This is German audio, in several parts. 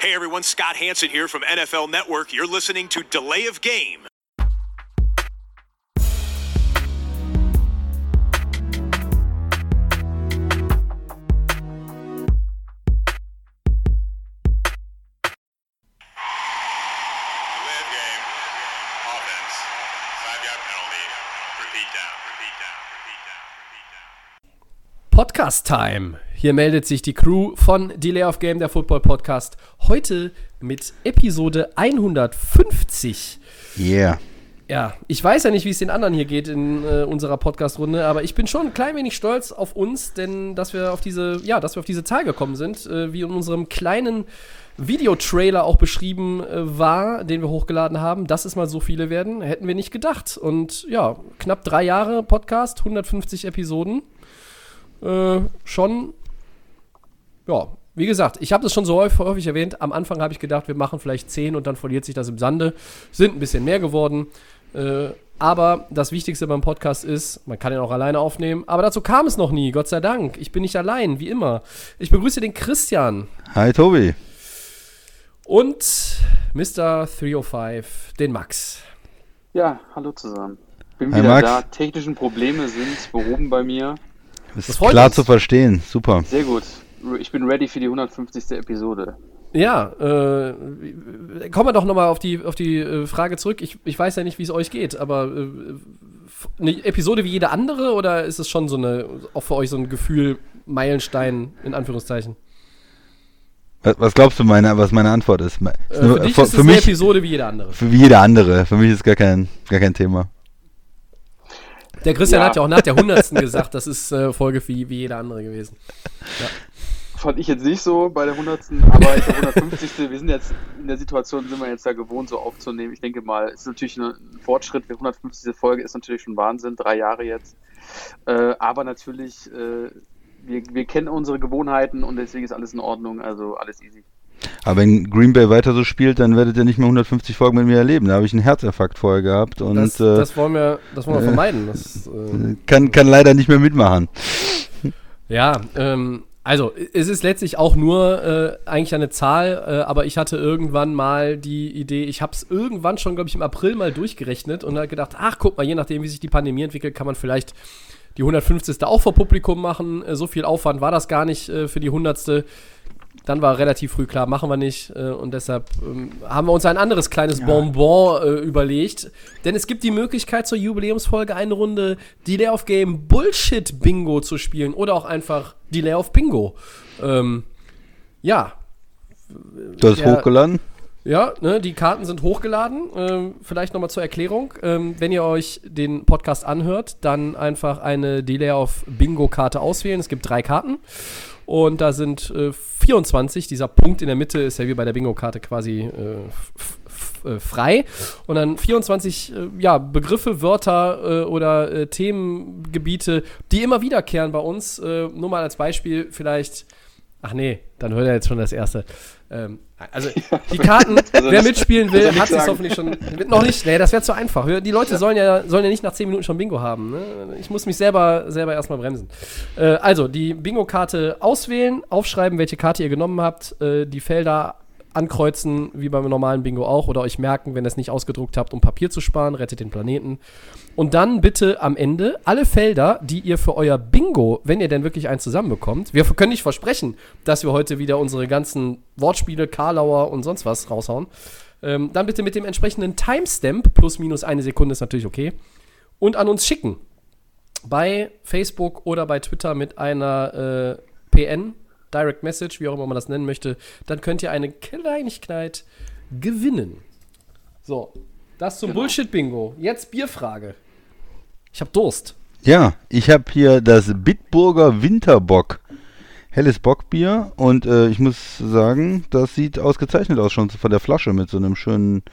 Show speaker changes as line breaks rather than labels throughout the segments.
Hey everyone, Scott Hansen here from NFL Network. You're listening to Delay of Game.
Podcast-Time. Hier meldet sich die Crew von Delay of Game, der Football-Podcast. Heute mit Episode 150.
Yeah.
Ja, ich weiß ja nicht, wie es den anderen hier geht in unserer Podcast-Runde, aber ich bin schon ein klein wenig stolz auf uns, denn dass wir auf diese Zahl gekommen sind, wie in unserem kleinen Videotrailer auch beschrieben war, den wir hochgeladen haben, dass es mal so viele werden, hätten wir nicht gedacht. Und ja, knapp 3 Jahre Podcast, 150 Episoden. Schon, ja, wie gesagt, ich habe das schon so häufig erwähnt, am Anfang habe ich gedacht, wir machen vielleicht 10 und dann verliert sich das im Sande, sind ein bisschen mehr geworden, aber das Wichtigste beim Podcast ist, man kann ihn auch alleine aufnehmen, aber dazu kam es noch nie, Gott sei Dank, ich bin nicht allein, wie immer. Ich begrüße den Christian.
Hi Tobi.
Und Mr. 305, den Max.
Ja, hallo zusammen. Bin
Hi,
wieder
Max.
da, technischen Probleme sind behoben bei mir.
Das
Das
ist
freut
klar
uns.
zu verstehen, super.
Sehr gut. Ich bin ready für die 150. Episode.
Ja, kommen wir doch nochmal auf die Frage zurück. Ich weiß ja nicht, wie es euch geht, aber eine Episode wie jede andere oder ist es schon so auch für euch so ein Gefühl, Meilenstein in Anführungszeichen?
Was glaubst du, was meine Antwort ist?
Für dich ist es eine Episode wie jede andere.
Wie jede andere. Für mich ist gar kein Thema.
Der Christian
Ja.
hat ja auch nach der 100. gesagt, das ist Folge wie jede andere gewesen. Ja.
Fand ich jetzt nicht so bei der 100. Aber der 150. Wir sind jetzt in der Situation, sind wir jetzt da gewohnt, so aufzunehmen. Ich denke mal, es ist natürlich ein Fortschritt. Die 150. Folge ist natürlich schon Wahnsinn, 3 Jahre jetzt. Aber natürlich, wir kennen unsere Gewohnheiten und deswegen ist alles in Ordnung, also alles easy.
Aber wenn Green Bay weiter so spielt, dann werdet ihr nicht mehr 150 Folgen mit mir erleben. Da habe ich einen Herzinfarkt vorher gehabt und
Das wollen wir vermeiden. Das,
kann leider nicht mehr mitmachen.
Ja, also es ist letztlich auch nur eigentlich eine Zahl, aber ich hatte irgendwann mal die Idee, ich habe es irgendwann schon, glaube ich, im April mal durchgerechnet und habe gedacht, ach guck mal, je nachdem, wie sich die Pandemie entwickelt, kann man vielleicht die 150. auch vor Publikum machen. So viel Aufwand war das gar nicht für die 100. Dann war relativ früh klar, machen wir nicht. Und deshalb haben wir uns ein anderes kleines Bonbon überlegt. Denn es gibt die Möglichkeit, zur Jubiläumsfolge eine Runde Delay of Game Bullshit Bingo zu spielen. Oder auch einfach Delay of Bingo. Ja.
Du hast hochgeladen?
Ja, ne, die Karten sind hochgeladen. Vielleicht nochmal zur Erklärung. Wenn ihr euch den Podcast anhört, dann einfach eine Delay of Bingo-Karte auswählen. Es gibt 3 Karten. Und da sind 24, dieser Punkt in der Mitte ist ja wie bei der Bingo-Karte quasi frei. Und dann 24 Begriffe, Wörter oder Themengebiete, die immer wiederkehren bei uns. Nur mal als Beispiel vielleicht, ach nee, dann hört er jetzt schon das erste. Also die Karten, wer mitspielen will, hat es hoffentlich schon. Noch nicht, nee, das wäre zu einfach. Die Leute sollen ja nicht nach 10 Minuten schon Bingo haben. Ne? Ich muss mich selber erstmal bremsen. Also, die Bingo-Karte auswählen, aufschreiben, welche Karte ihr genommen habt, die Felder ankreuzen, wie beim normalen Bingo auch, oder euch merken, wenn ihr es nicht ausgedruckt habt, um Papier zu sparen, rettet den Planeten. Und dann bitte am Ende alle Felder, die ihr für euer Bingo, wenn ihr denn wirklich eins zusammenbekommt, wir können nicht versprechen, dass wir heute wieder unsere ganzen Wortspiele, Karlauer und sonst was raushauen, dann bitte mit dem entsprechenden Timestamp, plus minus 1 Sekunde ist natürlich okay, und an uns schicken. Bei Facebook oder bei Twitter mit einer PN, Direct Message, wie auch immer man das nennen möchte, dann könnt ihr eine Kleinigkeit gewinnen. So, das zum Bullshit-Bingo. Jetzt Bierfrage. Ich hab Durst.
Ja, ich habe hier das Bitburger Winterbock. Helles Bockbier und ich muss sagen, das sieht ausgezeichnet aus, schon von der Flasche mit so einem schönen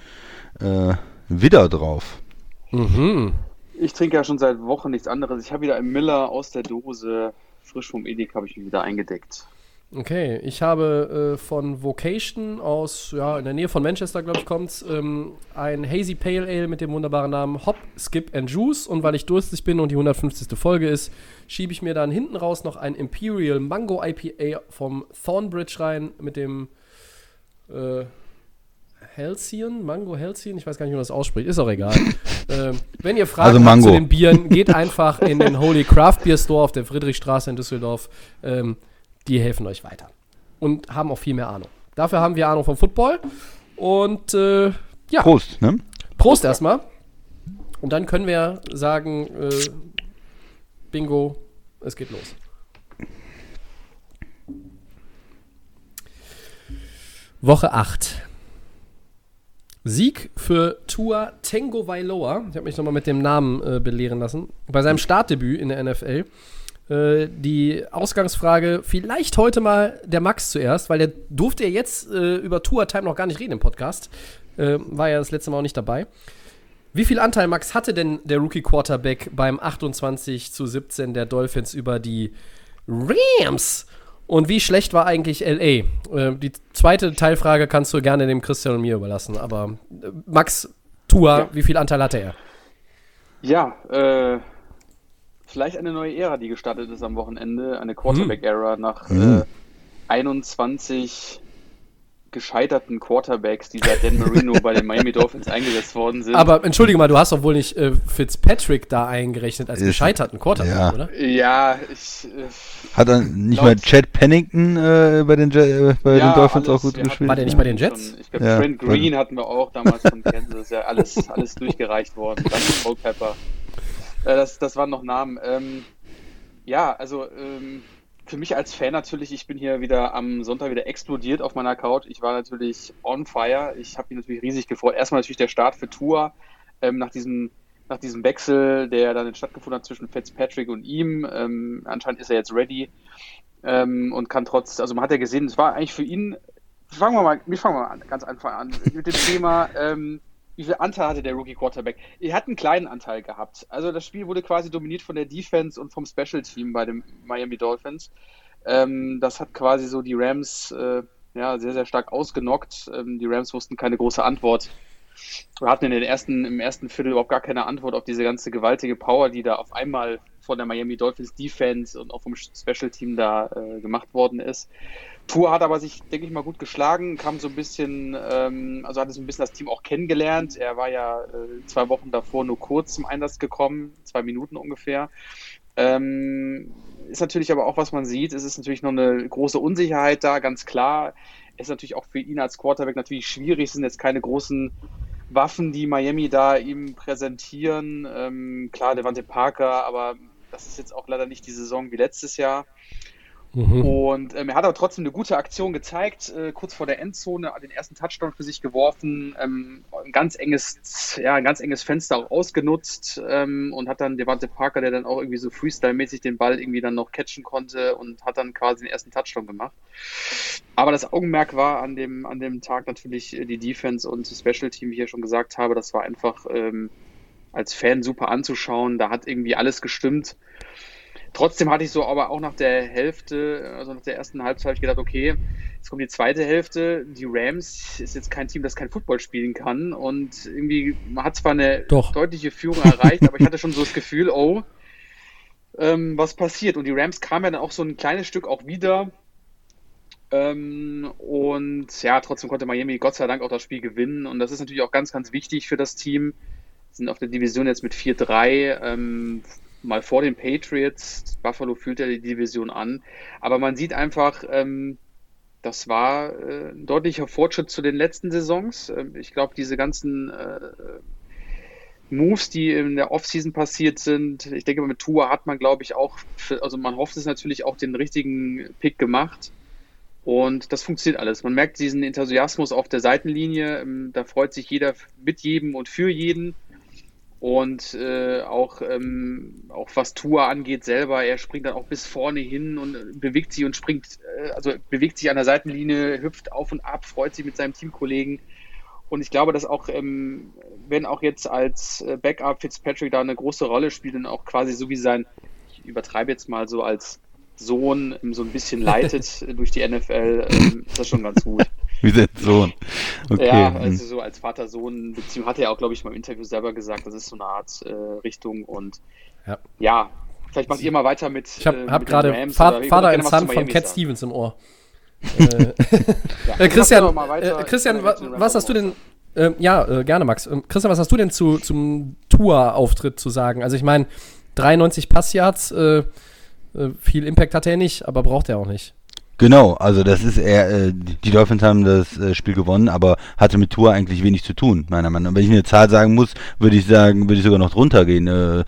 Widder drauf.
Mhm.
Ich trinke ja schon seit Wochen nichts anderes. Ich habe wieder einen Miller aus der Dose, frisch vom Edeka, habe ich mich wieder eingedeckt.
Okay, ich habe von Vocation aus, in der Nähe von Manchester, glaube ich, kommt's, ein Hazy Pale Ale mit dem wunderbaren Namen Hop, Skip and Juice. Und weil ich durstig bin und die 150. Folge ist, schiebe ich mir dann hinten raus noch ein Imperial Mango IPA vom Thornbridge rein mit dem Halcyon, Mango Halcyon, ich weiß gar nicht, wie man das ausspricht, ist auch egal. Wenn ihr Fragen
Also
habt zu den Bieren, geht einfach in den Holy Craft Beer Store auf der Friedrichstraße in Düsseldorf. Die helfen euch weiter und haben auch viel mehr Ahnung. Dafür haben wir Ahnung vom Football und ja.
Prost, ne?
Prost erstmal. Und dann können wir sagen, Bingo, es geht los. Woche 8. Sieg für Tua Tagovailoa. Ich habe mich nochmal mit dem Namen belehren lassen. Bei seinem Startdebüt in der NFL. Die Ausgangsfrage, vielleicht heute mal der Max zuerst, weil der durfte ja jetzt über Tua Time noch gar nicht reden im Podcast. War ja das letzte Mal auch nicht dabei. Wie viel Anteil, Max, hatte denn der Rookie-Quarterback beim 28-17 der Dolphins über die Rams? Und wie schlecht war eigentlich L.A.? Die zweite Teilfrage kannst du gerne dem Christian und mir überlassen. Aber Max, Tua, ja. Wie viel Anteil hatte er?
Ja, vielleicht eine neue Ära, die gestartet ist am Wochenende. Eine Quarterback-Ära nach 21 gescheiterten Quarterbacks, die seit Dan Marino bei den Miami Dolphins eingesetzt worden sind.
Aber entschuldige mal, du hast doch wohl nicht Fitzpatrick da eingerechnet als gescheiterten Quarterback,
ja.
Oder?
Ja,
hat er nicht mal Chad Pennington bei den Dolphins auch gut gespielt?
War der nicht bei den Jets?
Ich glaube, Trent Green hatten wir auch damals von Kansas. Ja, alles durchgereicht worden. Dann Culpepper. Das waren noch Namen. Für mich als Fan natürlich, ich bin hier wieder am Sonntag wieder explodiert auf meiner Couch. Ich war natürlich on fire. Ich habe mich natürlich riesig gefreut. Erstmal natürlich der Start für Tua nach diesem Wechsel, der dann stattgefunden hat zwischen Fitzpatrick und ihm. Anscheinend ist er jetzt ready und kann also man hat ja gesehen, es war eigentlich für ihn, wir fangen mal an, ganz einfach an mit dem Thema, wie viel Anteil hatte der Rookie-Quarterback? Er hat einen kleinen Anteil gehabt. Also das Spiel wurde quasi dominiert von der Defense und vom Special-Team bei den Miami Dolphins. Das hat quasi so die Rams sehr, sehr stark ausgenockt. Die Rams wussten keine große Antwort. Wir hatten im ersten Viertel überhaupt gar keine Antwort auf diese ganze gewaltige Power, die da auf einmal von der Miami Dolphins Defense und auch vom Special-Team da gemacht worden ist. Tua hat aber sich, denke ich mal, gut geschlagen, kam so ein bisschen, hatte so ein bisschen das Team auch kennengelernt. Er war ja 2 Wochen davor nur kurz zum Einsatz gekommen, 2 Minuten ungefähr. Ist natürlich aber auch, was man sieht, es ist natürlich noch eine große Unsicherheit da, ganz klar. Ist natürlich auch für ihn als Quarterback natürlich schwierig, es sind jetzt keine großen Waffen, die Miami da ihm präsentieren. Klar, Devante Parker, aber das ist jetzt auch leider nicht die Saison wie letztes Jahr. Und er hat aber trotzdem eine gute Aktion gezeigt, kurz vor der Endzone, den ersten Touchdown für sich geworfen, ein ganz enges Fenster auch ausgenutzt und hat dann Devante Parker, der dann auch irgendwie so Freestyle-mäßig den Ball irgendwie dann noch catchen konnte und hat dann quasi den ersten Touchdown gemacht. Aber das Augenmerk war an dem Tag natürlich die Defense und das Special-Team, wie ich ja schon gesagt habe, das war einfach als Fan super anzuschauen, da hat irgendwie alles gestimmt. Trotzdem hatte ich so aber auch nach der Hälfte, also nach der ersten Halbzeit, gedacht, okay, jetzt kommt die zweite Hälfte. Die Rams ist jetzt kein Team, das kein Football spielen kann. Und irgendwie, man hat zwar eine deutliche Führung erreicht, aber ich hatte schon so das Gefühl, was passiert? Und die Rams kamen ja dann auch so ein kleines Stück auch wieder. Und ja, trotzdem konnte Miami Gott sei Dank auch das Spiel gewinnen. Und das ist natürlich auch ganz, ganz wichtig für das Team. Sind auf der Division jetzt mit 4-3. Mal vor den Patriots. Buffalo fühlt ja die Division an. Aber man sieht einfach, das war ein deutlicher Fortschritt zu den letzten Saisons. Ich glaube, diese ganzen Moves, die in der Offseason passiert sind, ich denke, mit Tua hat man, glaube ich, auch, also man hofft es natürlich auch, den richtigen Pick gemacht. Und das funktioniert alles. Man merkt diesen Enthusiasmus auf der Seitenlinie. Da freut sich jeder mit jedem und für jeden. Und auch was Tua angeht selber, er springt dann auch bis vorne hin und bewegt sich und springt, bewegt sich an der Seitenlinie, hüpft auf und ab, freut sich mit seinem Teamkollegen. Und ich glaube, dass auch, wenn auch jetzt als Backup Fitzpatrick da eine große Rolle spielt und auch quasi so wie ich übertreibe jetzt mal so als Sohn so ein bisschen leitet durch die NFL, ist das schon ganz gut.
Wie der Sohn. Okay.
Ja, also so als Vater-Sohn-Beziehung hat er ja auch, glaube ich, mal im Interview selber gesagt, das ist so eine Art Richtung und ja, vielleicht macht ihr mal weiter mit
ich hab gerade Father and Son von Cat Stevens im Ohr. Christian, was hast du denn? Gerne, Max. Christian, was hast du denn zum Tua-Auftritt zu sagen? Also ich meine, 93 Passyards, viel Impact hat er nicht, aber braucht er auch nicht.
Genau, also das ist eher, die Dolphins haben das Spiel gewonnen, aber hatte mit Tua eigentlich wenig zu tun, meiner Meinung nach. Wenn ich eine Zahl sagen muss, würde ich sogar noch drunter gehen,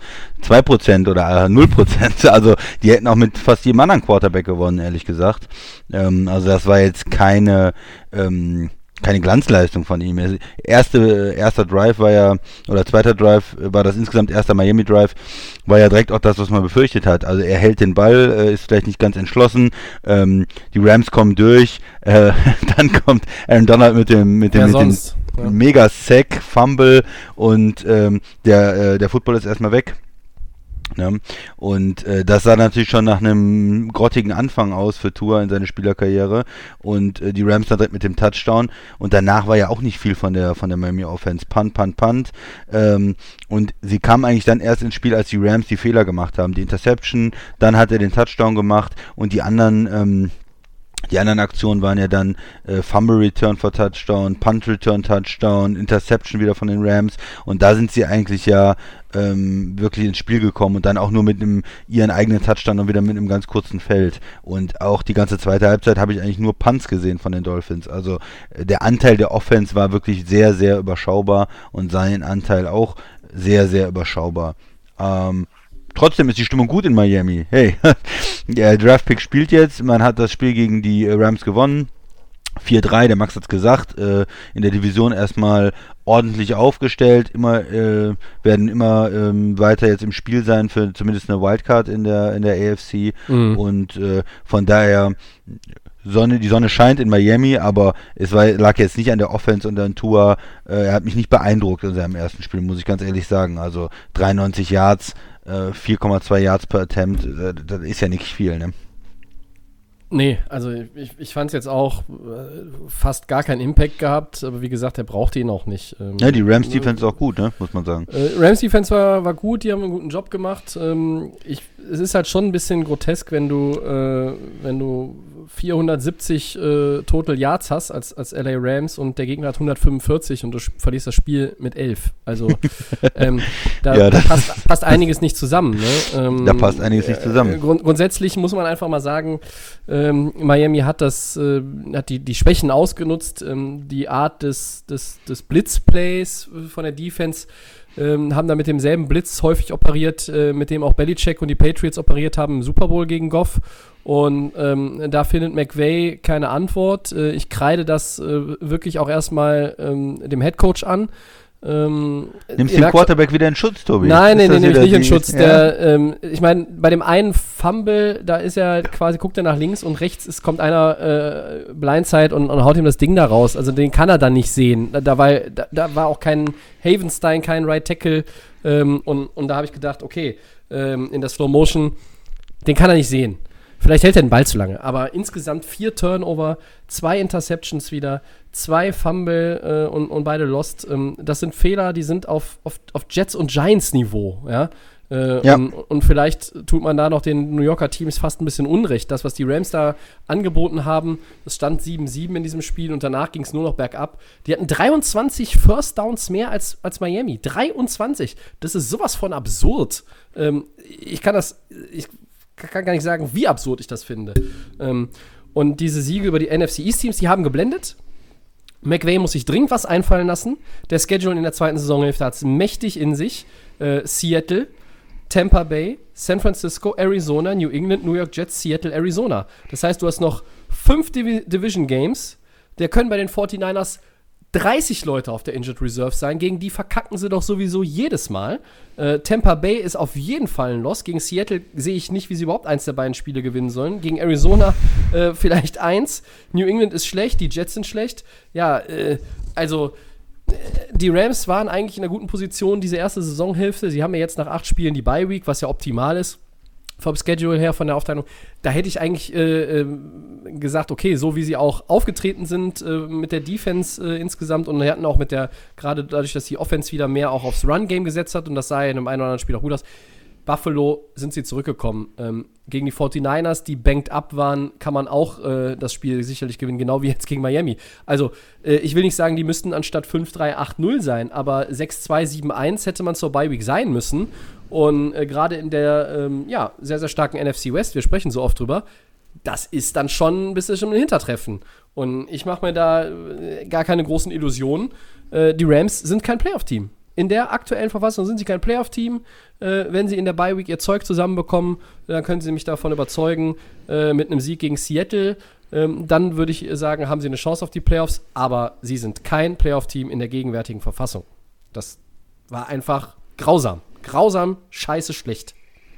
2% oder 0%. Also die hätten auch mit fast jedem anderen Quarterback gewonnen, ehrlich gesagt. Also das war jetzt keine Glanzleistung von ihm. Erster Drive war ja, oder zweiter Drive war das insgesamt erster Miami Drive, war ja direkt auch das, was man befürchtet hat. Also er hält den Ball, ist vielleicht nicht ganz entschlossen, die Rams kommen durch, dann kommt Aaron Donald mit dem Mega-Sack, Fumble und der Football ist erstmal weg. Ja, und das sah natürlich schon nach einem grottigen Anfang aus für Tua in seiner Spielerkarriere und die Rams dann direkt mit dem Touchdown und danach war ja auch nicht viel von der Miami Offense. Punt und sie kamen eigentlich dann erst ins Spiel, als die Rams die Fehler gemacht haben. Die Interception, dann hat er den Touchdown gemacht und die anderen Aktionen waren ja dann Fumble Return for Touchdown, Punt Return Touchdown, Interception wieder von den Rams und da sind sie eigentlich ja wirklich ins Spiel gekommen und dann auch nur mit ihren eigenen Touchdown und wieder mit einem ganz kurzen Feld. Und auch die ganze zweite Halbzeit habe ich eigentlich nur Punts gesehen von den Dolphins. Also der Anteil der Offense war wirklich sehr, sehr überschaubar und sein Anteil auch sehr, sehr überschaubar. Trotzdem ist die Stimmung gut in Miami. Hey, der Draftpick spielt jetzt. Man hat das Spiel gegen die Rams gewonnen. 4-3, der Max hat's gesagt. In der Division erstmal ordentlich aufgestellt. Werden immer weiter jetzt im Spiel sein für zumindest eine Wildcard in der AFC. Mhm. Und von daher die Sonne scheint in Miami, aber lag jetzt nicht an der Offense und an Tua. Er hat mich nicht beeindruckt in seinem ersten Spiel, muss ich ganz ehrlich sagen. Also 93 Yards, 4,2 Yards per Attempt, das ist ja nicht viel, ne?
Nee, also ich fand es jetzt auch fast gar keinen Impact gehabt, aber wie gesagt, er brauchte ihn auch nicht.
Ja, die Rams-Defense ist auch gut, ne, muss man sagen.
Rams-Defense war gut, die haben einen guten Job gemacht. Es ist halt schon ein bisschen grotesk, wenn du 470 Total Yards hast als LA Rams und der Gegner hat 145 und du verlierst das Spiel mit 11. Also da passt einiges nicht zusammen. Ne?
Da passt einiges nicht zusammen.
Grundsätzlich muss man einfach mal sagen, Miami hat die Schwächen ausgenutzt, die Art des Blitzplays von der Defense, haben da mit demselben Blitz häufig operiert, mit dem auch Belichick und die Patriots operiert haben im Super Bowl gegen Goff. Und da findet McVay keine Antwort. Ich kreide das wirklich auch erstmal dem Headcoach an.
Nimmst den Quarterback wieder in Schutz, Tobi?
Nein, nehme ich nicht in Schutz. Ja? Ich meine, bei dem einen Fumble, da ist er quasi, guckt er nach links und rechts kommt einer Blindside und haut ihm das Ding da raus. Also den kann er dann nicht sehen. Da war auch kein Havenstein, kein Right Tackle. Und da habe ich gedacht, okay, in der Slow Motion, den kann er nicht sehen. Vielleicht hält er den Ball zu lange, aber insgesamt 4 Turnover, 2 Interceptions wieder, 2 Fumble und beide Lost. Das sind Fehler, die sind auf Jets- und Giants-Niveau, ja. Und vielleicht tut man da noch den New Yorker Teams fast ein bisschen Unrecht. Das, was die Rams da angeboten haben, es stand 7-7 in diesem Spiel und danach ging es nur noch bergab. Die hatten 23 First Downs mehr als Miami. 23! Das ist sowas von absurd. Ich kann gar nicht sagen, wie absurd ich das finde. Und diese Siege über die NFC East Teams, die haben geblendet. McVay muss sich dringend was einfallen lassen. Der Schedule in der zweiten Saisonhälfte hat es mächtig in sich. Seattle, Tampa Bay, San Francisco, Arizona, New England, New York Jets, Seattle, Arizona. Das heißt, du hast noch 5 Division Games. Der können bei den 49ers 30 Leute auf der Injured Reserve sein. Gegen die verkacken sie doch sowieso jedes Mal. Tampa Bay ist auf jeden Fall ein Loss. Gegen Seattle sehe ich nicht, wie sie überhaupt eins der beiden Spiele gewinnen sollen. Gegen Arizona vielleicht 1. New England ist schlecht, die Jets sind schlecht. Ja, die Rams waren eigentlich in einer guten Position diese erste Saisonhälfte. Sie haben ja jetzt nach 8 Spielen die Bye-Week, was ja optimal ist. Vom Schedule her, von der Aufteilung, da hätte ich eigentlich gesagt, okay, so wie sie auch aufgetreten sind mit der Defense insgesamt und hatten auch gerade dadurch, dass die Offense wieder mehr auch aufs Run-Game gesetzt hat und das sah ja in einem einen oder anderen Spiel auch gut aus, Buffalo sind sie zurückgekommen. Gegen die 49ers, die banked up waren, kann man auch das Spiel sicherlich gewinnen, genau wie jetzt gegen Miami. Also, ich will nicht sagen, die müssten anstatt 5-3, 8-0 sein, aber 6-2, 7-1 hätte man zur Bye-Week sein müssen. Und gerade in der sehr, sehr starken NFC West, wir sprechen so oft drüber, das ist dann schon ein bisschen ein Hintertreffen. Und ich mache mir da gar keine großen Illusionen. Die Rams sind kein Playoff-Team. In der aktuellen Verfassung sind sie kein Playoff-Team. Wenn sie in der Bye-Week ihr Zeug zusammenbekommen, dann können sie mich davon überzeugen, mit einem Sieg gegen Seattle, dann würde ich sagen, haben sie eine Chance auf die Playoffs, aber sie sind kein Playoff-Team in der gegenwärtigen Verfassung. Das war einfach grausam. Grausam, scheiße, schlecht.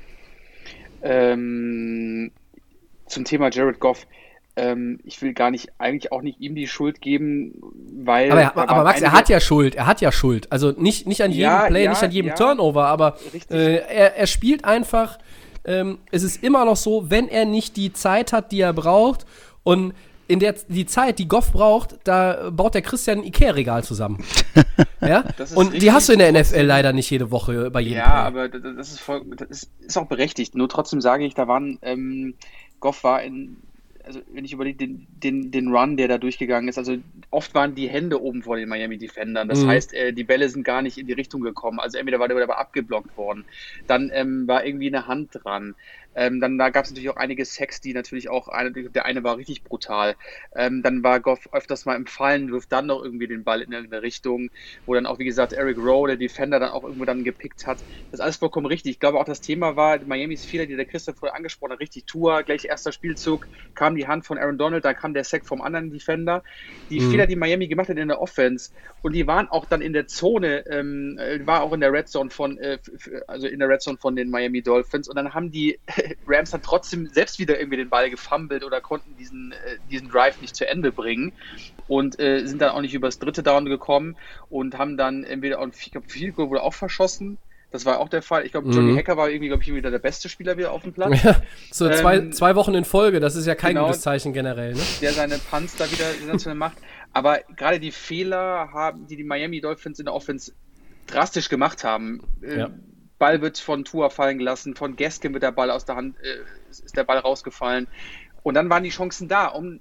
Zum Thema Jared Goff. Ich will eigentlich auch nicht ihm die Schuld geben, weil.
Aber Max, er hat ja Schuld. Also nicht an jedem Play, nicht an jedem Turnover, aber er spielt einfach. Es ist immer noch so, wenn er nicht die Zeit hat, die er braucht, und die Zeit, die Goff braucht, da baut der Christian ein Ikea-Regal zusammen. Ja? Und die hast du in der NFL leider nicht jede Woche bei jedem Play.
Ja, aber das ist auch berechtigt. Nur trotzdem sage ich, Goff war also wenn ich überlege, den Run, der da durchgegangen ist, also oft waren die Hände oben vor den Miami Defendern. Das heißt, die Bälle sind gar nicht in die Richtung gekommen. Also entweder war der aber abgeblockt worden. Dann war irgendwie eine Hand dran. Dann da gab es natürlich auch einige Sacks, die natürlich auch, der eine war richtig brutal. Dann war Goff öfters mal im Fallen, wirft dann noch irgendwie den Ball in irgendeine Richtung, wo dann auch, wie gesagt, Eric Rowe, der Defender, dann auch irgendwo dann gepickt hat. Das ist alles vollkommen richtig. Ich glaube auch, das Thema war Miamis Fehler, die der Christoph vorher angesprochen hat, richtig. Tua, gleich erster Spielzug, kam die Hand von Aaron Donald, da kam der Sack vom anderen Defender. Die Fehler, die Miami gemacht hat in der Offense, und die waren auch dann in der Zone, war auch in der Red Zone von den Miami Dolphins, und dann haben die Rams dann trotzdem selbst wieder irgendwie den Ball gefummelt oder konnten diesen Drive nicht zu Ende bringen und sind dann auch nicht übers dritte Down gekommen und haben dann entweder auch Field Goal wurde auch verschossen. Das war auch der Fall. Ich glaube, Johnny Hacker war irgendwie, wieder der beste Spieler wieder auf dem Platz.
Ja, so zwei Wochen in Folge, das ist ja kein gutes Zeichen generell. Ne?
Der seine Punts da wieder sensationell macht. Aber gerade die Fehler, die Miami Dolphins in der Offense drastisch gemacht haben, Ball wird von Tua fallen gelassen, von Gaskin wird der Ball aus der Hand, ist der Ball rausgefallen. Und dann waren die Chancen da, um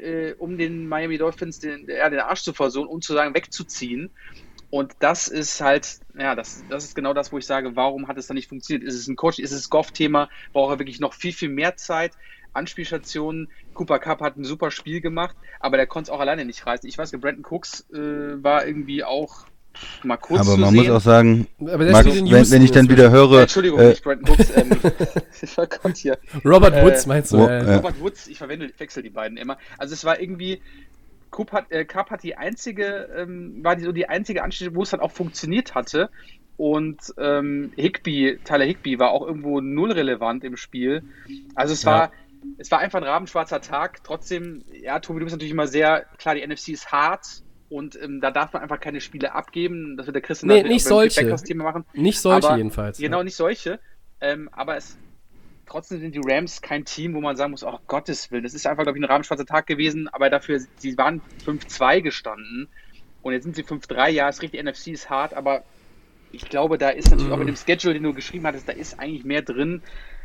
den Miami Dolphins den Arsch zu versohlen und zu sagen, wegzuziehen. Und das ist halt, das ist genau das, wo ich sage, warum hat es dann nicht funktioniert? Ist es ein Coach, ist es ein Goff-Thema, braucht er wirklich noch viel, viel mehr Zeit, Anspielstationen. Cooper Kupp hat ein super Spiel gemacht, aber der konnte es auch alleine nicht reißen. Ich weiß, Brandon Cooks war irgendwie auch mal kurz
aber
zu
man
sehen.
muss auch sagen,
aber
Max, wenn ich dann wieder höre...
Entschuldigung, nicht Brandon Cooks. Ich verkonnte hier.
Robert Woods meinst du?
Robert Woods, ich wechsle die beiden immer. Also es war irgendwie... Kupp hat die einzige, die einzige Anstelle, wo es dann auch funktioniert hatte. Und Tyler Higbee war auch irgendwo null relevant im Spiel. Also es war einfach ein rabenschwarzer Tag. Trotzdem, Tobi, du bist natürlich immer sehr, klar, die NFC ist hart. Und da darf man einfach keine Spiele abgeben. Das wird der Christian
nicht solche.
Thema machen.
Nicht solche
aber,
jedenfalls.
Genau, nicht solche. Aber trotzdem sind die Rams kein Team, wo man sagen muss, oh Gottes Willen, das ist einfach, glaube ich, ein rabenschwarzer Tag gewesen, aber dafür, sie waren 5-2 gestanden und jetzt sind sie 5-3, ja, ist richtig, NFC ist hart, aber ich glaube, da ist natürlich auch mit dem Schedule, den du geschrieben hattest, da ist eigentlich mehr drin.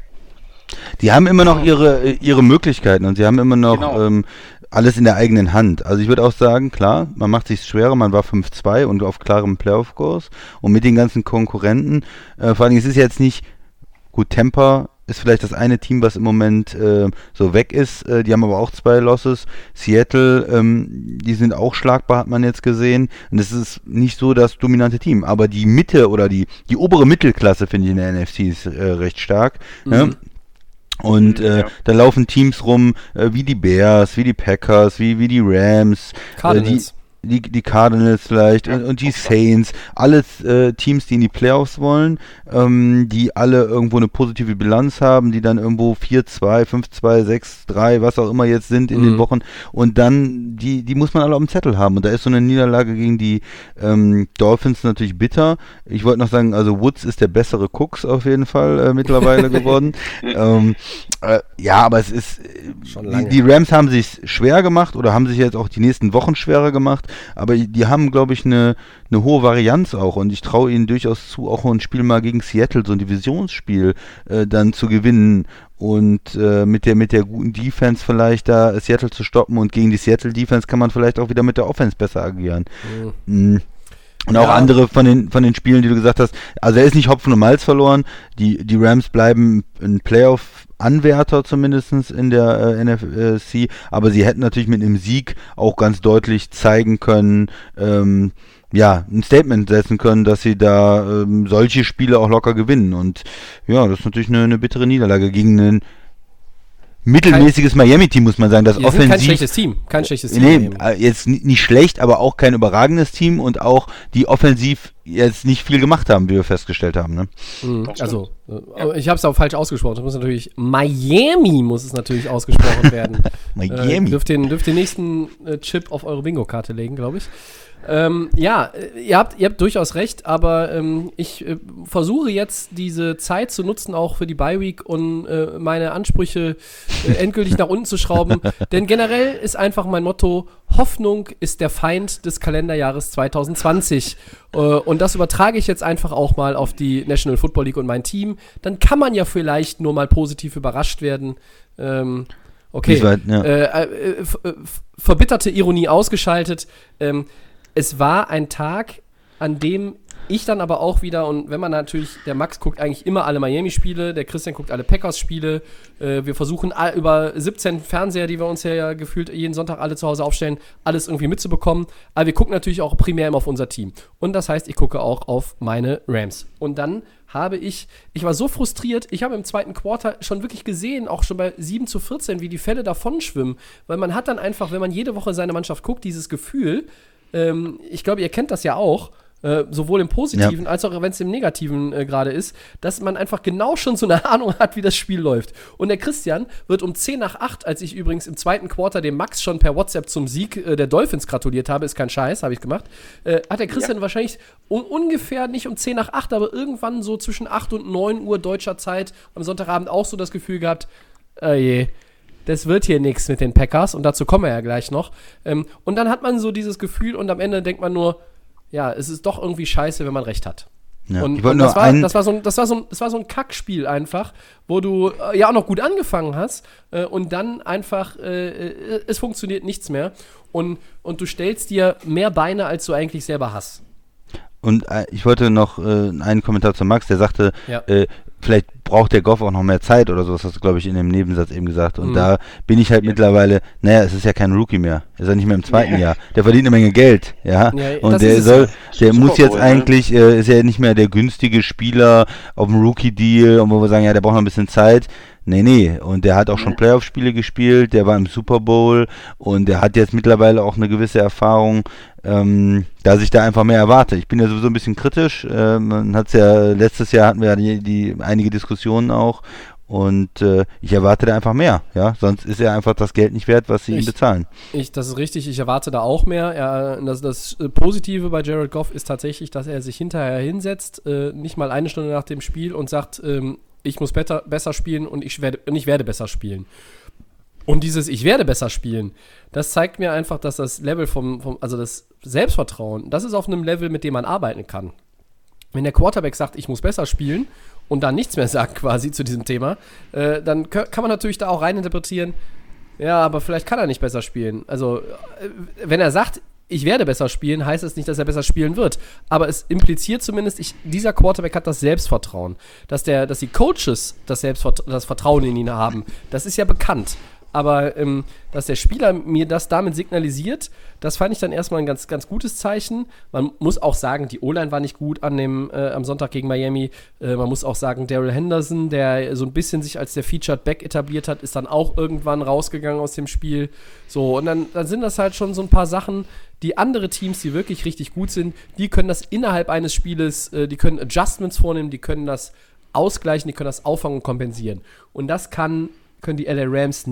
Die haben immer noch ihre Möglichkeiten und sie haben immer noch alles in der eigenen Hand. Also ich würde auch sagen, klar, man macht sich schwerer, man war 5-2 und auf klarem Playoff-Kurs und mit den ganzen Konkurrenten, vor allem, es ist jetzt nicht, gut, Tampa ist vielleicht das eine Team, was im Moment so weg ist. Die haben aber auch 2 Losses. Seattle, die sind auch schlagbar, hat man jetzt gesehen. Und es ist nicht so das dominante Team. Aber die Mitte oder die obere Mittelklasse, finde ich, in der NFC ist recht stark. Ne? Und da laufen Teams rum, wie die Bears, wie die Packers, wie die Rams.
Cardinals.
Die Cardinals vielleicht und die Saints, alles Teams, die in die Playoffs wollen, die alle irgendwo eine positive Bilanz haben, die dann irgendwo 4-2, 5-2, 6-3, was auch immer jetzt sind in den Wochen, und dann, die muss man alle auf dem Zettel haben, und da ist so eine Niederlage gegen die Dolphins natürlich bitter. Ich wollte noch sagen, also Woods ist der bessere Cooks auf jeden Fall mittlerweile geworden. Ja, aber es ist,
Schon lange.
die Rams haben sich schwer gemacht oder haben sich jetzt auch die nächsten Wochen schwerer gemacht, aber die haben, glaube ich, eine hohe Varianz auch und ich traue ihnen durchaus zu, auch ein Spiel mal gegen Seattle, so ein Divisionsspiel dann zu gewinnen und mit der guten Defense vielleicht da Seattle zu stoppen und gegen die Seattle Defense kann man vielleicht auch wieder mit der Offense besser agieren. Und auch andere von den Spielen, die du gesagt hast, also er ist nicht Hopfen und Malz verloren, die Rams bleiben ein Playoff-Anwärter zumindest in der NFC, aber sie hätten natürlich mit einem Sieg auch ganz deutlich zeigen können, ein Statement setzen können, dass sie da solche Spiele auch locker gewinnen und ja, das ist natürlich eine bittere Niederlage gegen einen mittelmäßiges Miami-Team, muss man sagen, das offensiv...
Kein schlechtes Team.
Nee, jetzt nicht schlecht, aber auch kein überragendes Team und auch die offensiv jetzt nicht viel gemacht haben, wie wir festgestellt haben. Ne?
Also, ich habe es auch falsch ausgesprochen. Das muss natürlich Miami muss es natürlich ausgesprochen werden.
Miami.
Dürft den nächsten Chip auf eure Bingo-Karte legen, glaube ich. Ihr habt durchaus recht, aber ich versuche jetzt diese Zeit zu nutzen, auch für die Bye-Week und meine Ansprüche endgültig nach unten zu schrauben. Denn generell ist einfach mein Motto, Hoffnung ist der Feind des Kalenderjahres 2020. Und das übertrage ich jetzt einfach auch mal auf die National Football League und mein Team. Dann kann man ja vielleicht nur mal positiv überrascht werden. Okay,
weit, ja.
Verbitterte Ironie ausgeschaltet. Es war ein Tag, an dem ich dann aber auch wieder, und wenn man natürlich, der Max guckt eigentlich immer alle Miami-Spiele, der Christian guckt alle Packers-Spiele, wir versuchen über 17 Fernseher, die wir uns ja gefühlt jeden Sonntag alle zu Hause aufstellen, alles irgendwie mitzubekommen, aber wir gucken natürlich auch primär immer auf unser Team. Und das heißt, ich gucke auch auf meine Rams. Und dann ich war so frustriert, ich habe im zweiten Quarter schon wirklich gesehen, auch schon bei 7-14, wie die Fälle davon schwimmen, weil man hat dann einfach, wenn man jede Woche seine Mannschaft guckt, dieses Gefühl, ich glaube, ihr kennt das ja auch, sowohl im Positiven als auch wenn es im Negativen gerade ist, dass man einfach genau schon so eine Ahnung hat, wie das Spiel läuft. Und der Christian wird um 7:50, als ich übrigens im zweiten Quarter dem Max schon per WhatsApp zum Sieg der Dolphins gratuliert habe, ist kein Scheiß, habe ich gemacht, hat der Christian wahrscheinlich ungefähr nicht um 7:50, aber irgendwann so zwischen 8 und 9 Uhr deutscher Zeit am Sonntagabend auch so das Gefühl gehabt, das wird hier nichts mit den Packers und dazu kommen wir ja gleich noch. Und dann hat man so dieses Gefühl und am Ende denkt man nur, ja, es ist doch irgendwie scheiße, wenn man recht hat.
Ja,
und das war so ein Kackspiel einfach, wo du ja auch noch gut angefangen hast und dann einfach, es funktioniert nichts mehr und du stellst dir mehr Beine, als du eigentlich selber hast.
Und ich wollte noch einen Kommentar zu Max, der sagte, vielleicht braucht der Goff auch noch mehr Zeit oder sowas, hast du, glaube ich, in dem Nebensatz eben gesagt. Und da bin ich halt mittlerweile, es ist ja kein Rookie mehr. Er ist ja nicht mehr im zweiten Jahr. Der verdient eine Menge Geld, und der muss jetzt eigentlich, ist ja nicht mehr der günstige Spieler auf dem Rookie-Deal, und wo wir sagen, der braucht noch ein bisschen Zeit. Nee. Und der hat auch schon Playoff-Spiele gespielt, der war im Super Bowl und der hat jetzt mittlerweile auch eine gewisse Erfahrung, dass ich da einfach mehr erwarte. Ich bin ja sowieso ein bisschen kritisch. Man hat's ja, letztes Jahr hatten wir ja einige Diskussionen auch und ich erwarte da einfach mehr, sonst ist er einfach das Geld nicht wert, was sie ihm bezahlen.
Das ist richtig, ich erwarte da auch mehr. Das Positive bei Jared Goff ist tatsächlich, dass er sich hinterher hinsetzt, nicht mal eine Stunde nach dem Spiel und sagt, ich muss besser spielen und ich werde besser spielen. Und dieses ich werde besser spielen, das zeigt mir einfach, dass das Level also das Selbstvertrauen, das ist auf einem Level, mit dem man arbeiten kann. Wenn der Quarterback sagt, ich muss besser spielen und dann nichts mehr sagt quasi zu diesem Thema, dann kann man natürlich da auch reininterpretieren, ja, aber vielleicht kann er nicht besser spielen. Also, wenn er sagt, ich werde besser spielen, heißt es nicht, dass er besser spielen wird. Aber es impliziert zumindest, dieser Quarterback hat das Selbstvertrauen. Dass die Coaches das Vertrauen in ihn haben, das ist ja bekannt. Aber dass der Spieler mir das damit signalisiert, das fand ich dann erstmal ein ganz, ganz gutes Zeichen. Man muss auch sagen, die O-Line war nicht gut am Sonntag gegen Miami. Man muss auch sagen, Darrell Henderson, der so ein bisschen sich als der Featured Back etabliert hat, ist dann auch irgendwann rausgegangen aus dem Spiel. So, und dann sind das halt schon so ein paar Sachen, die andere Teams, die wirklich richtig gut sind, die können das innerhalb eines Spieles, die können Adjustments vornehmen, die können das ausgleichen, die können das auffangen und kompensieren. Und das können die LA Rams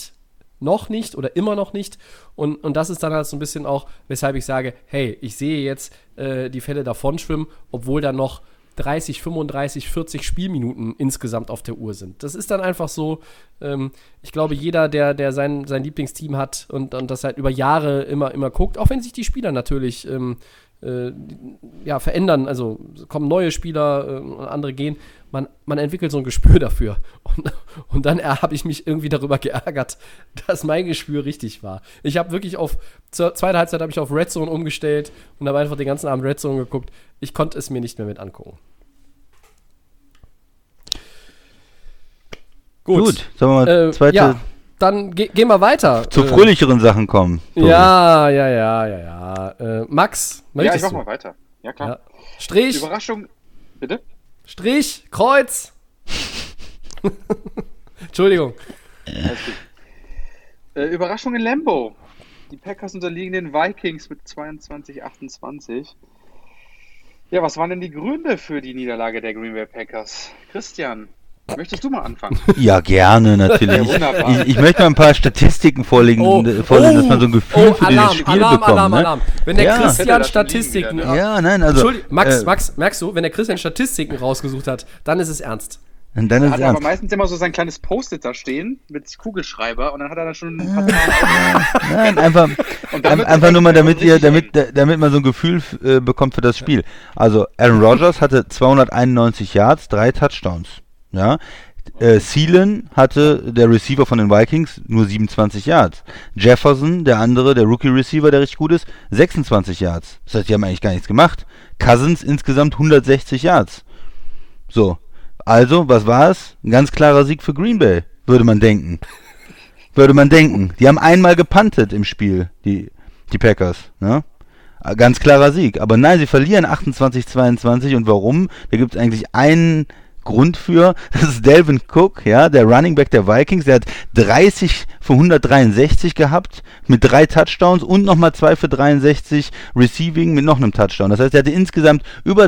noch nicht oder immer noch nicht. Und das ist dann halt so ein bisschen auch, weshalb ich sage, hey, ich sehe jetzt die Fälle davon schwimmen, obwohl da noch 30, 35, 40 Spielminuten insgesamt auf der Uhr sind. Das ist dann einfach so, ich glaube, jeder, der sein Lieblingsteam hat und das halt über Jahre immer guckt, auch wenn sich die Spieler natürlich verändern, also kommen neue Spieler, andere gehen, man entwickelt so ein Gespür dafür. Und dann habe ich mich irgendwie darüber geärgert, dass mein Gespür richtig war. Ich habe wirklich zur zweiten Halbzeit habe ich auf Red Zone umgestellt und habe einfach den ganzen Abend Red Zone geguckt. Ich konnte es mir nicht mehr mit angucken. Gut,
sagen wir mal zweite.
Ja, dann gehen wir weiter.
Zu fröhlicheren Sachen kommen. So.
Ja. Max,
ja, ich mach mal weiter. Ja, klar.
Ja. Strich.
Überraschung. Bitte?
Strich, Kreuz. Entschuldigung.
Alles gut. Überraschung in Lambeau. Die Packers unterliegen den Vikings mit 22-28. Ja, was waren denn die Gründe für die Niederlage der Green Bay Packers? Christian, möchtest du mal anfangen?
Ja, gerne, natürlich.
Ja,
ich möchte mal ein paar Statistiken vorlegen, dass man so ein Gefühl für dieses Spiel bekommt.
Alarm. Wenn der Christian
Statistiken...
Max, merkst du, wenn der Christian Statistiken rausgesucht hat, dann ist es ernst.
Und dann ist
er hat aber meistens immer so sein kleines Post-it da stehen mit Kugelschreiber und dann hat er da schon ein paar
Nein, einfach nur mal, damit man so ein Gefühl bekommt für das Spiel. Also Aaron Rodgers hatte 291 Yards, 3 Touchdowns. Ja. Thielen hatte, der Receiver von den Vikings, nur 27 Yards. Jefferson, der Rookie-Receiver, der richtig gut ist, 26 Yards. Das heißt, die haben eigentlich gar nichts gemacht. Cousins insgesamt 160 Yards. So. Also, was war es? Ein ganz klarer Sieg für Green Bay, würde man denken. Die haben einmal gepuntet im Spiel, die Packers. Ne? Ganz klarer Sieg. Aber nein, sie verlieren 28-22. Und warum? Da gibt es eigentlich einen Grund für. Das ist Dalvin Cook, ja, der Running Back der Vikings. Der hat 30 für 163 gehabt mit 3 Touchdowns und nochmal 2 für 63 Receiving mit noch einem Touchdown. Das heißt, er hatte insgesamt über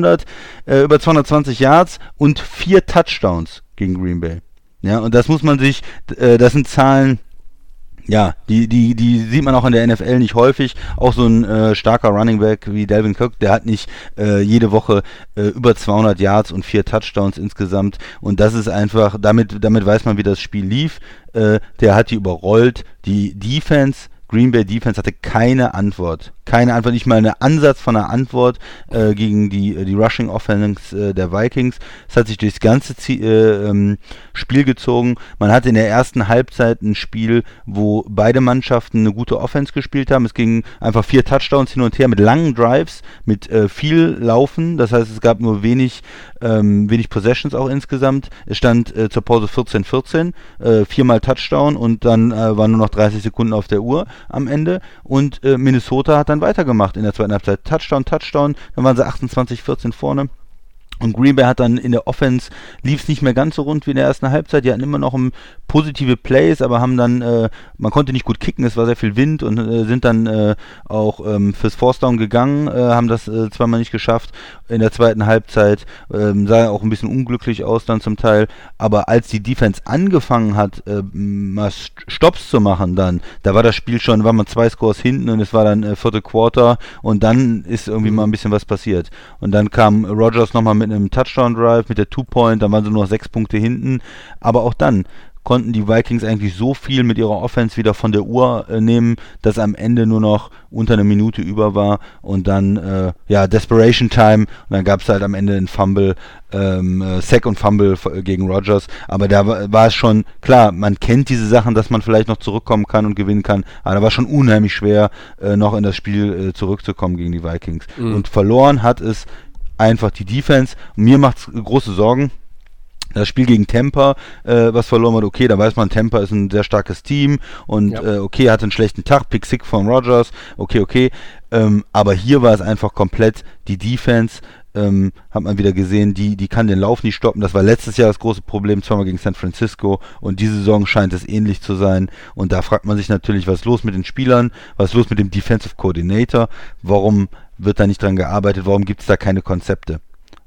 220 Yards und 4 Touchdowns gegen Green Bay. Ja, und das muss man sich, das sind Zahlen, ja, die sieht man auch in der NFL nicht häufig. Auch so ein starker Running Back wie Dalvin Cook, der hat nicht jede Woche über 200 Yards und 4 Touchdowns insgesamt. Und das ist einfach, damit weiß man, wie das Spiel lief. Der hat die überrollt. Die Green Bay Defense hatte keine Antwort, nicht mal einen Ansatz von einer Antwort gegen die Rushing Offense der Vikings. Es hat sich durchs ganze Spiel gezogen. Man hatte in der ersten Halbzeit ein Spiel, wo beide Mannschaften eine gute Offense gespielt haben. Es ging einfach 4 Touchdowns hin und her mit langen Drives, mit viel Laufen. Das heißt, es gab nur wenig Possessions auch insgesamt. Es stand zur Pause 14-14, 4-mal Touchdown und dann waren nur noch 30 Sekunden auf der Uhr am Ende und Minnesota hat dann weitergemacht in der zweiten Halbzeit. Touchdown, dann waren sie 28-14 vorne. Und Green Bay hat dann in der Offense, lief es nicht mehr ganz so rund wie in der ersten Halbzeit. Die hatten immer noch positive Plays, aber haben dann, man konnte nicht gut kicken, es war sehr viel Wind und sind dann auch fürs Fourth Down gegangen, haben das zweimal nicht geschafft. In der zweiten Halbzeit sah auch ein bisschen unglücklich aus dann zum Teil. Aber als die Defense angefangen hat, mal Stops zu machen dann, da war das Spiel schon, war man 2 Scores hinten und es war dann vierte Quarter und dann ist irgendwie mal ein bisschen was passiert. Und dann kam Rodgers nochmal mit einem Touchdown-Drive, mit der 2-Point, dann waren sie nur noch 6 Punkte hinten, aber auch dann konnten die Vikings eigentlich so viel mit ihrer Offense wieder von der Uhr nehmen, dass am Ende nur noch unter einer Minute über war und dann, Desperation Time und dann gab es halt am Ende einen Fumble, Sack und Fumble gegen Rodgers, aber da war es schon, klar, man kennt diese Sachen, dass man vielleicht noch zurückkommen kann und gewinnen kann, aber da war schon unheimlich schwer, noch in das Spiel zurückzukommen gegen die Vikings. Und verloren hat es einfach die Defense. Und mir macht es große Sorgen. Das Spiel gegen Tampa, was verloren wird, okay, da weiß man, Tampa ist ein sehr starkes Team und okay, hatte einen schlechten Tag, Pick 6 von Rodgers, okay. Aber hier war es einfach komplett die Defense, hat man wieder gesehen, die kann den Lauf nicht stoppen. Das war letztes Jahr das große Problem, zweimal gegen San Francisco und diese Saison scheint es ähnlich zu sein. Und da fragt man sich natürlich, was ist los mit den Spielern, was ist los mit dem Defensive Coordinator, warum wird da nicht dran gearbeitet, warum gibt es da keine Konzepte?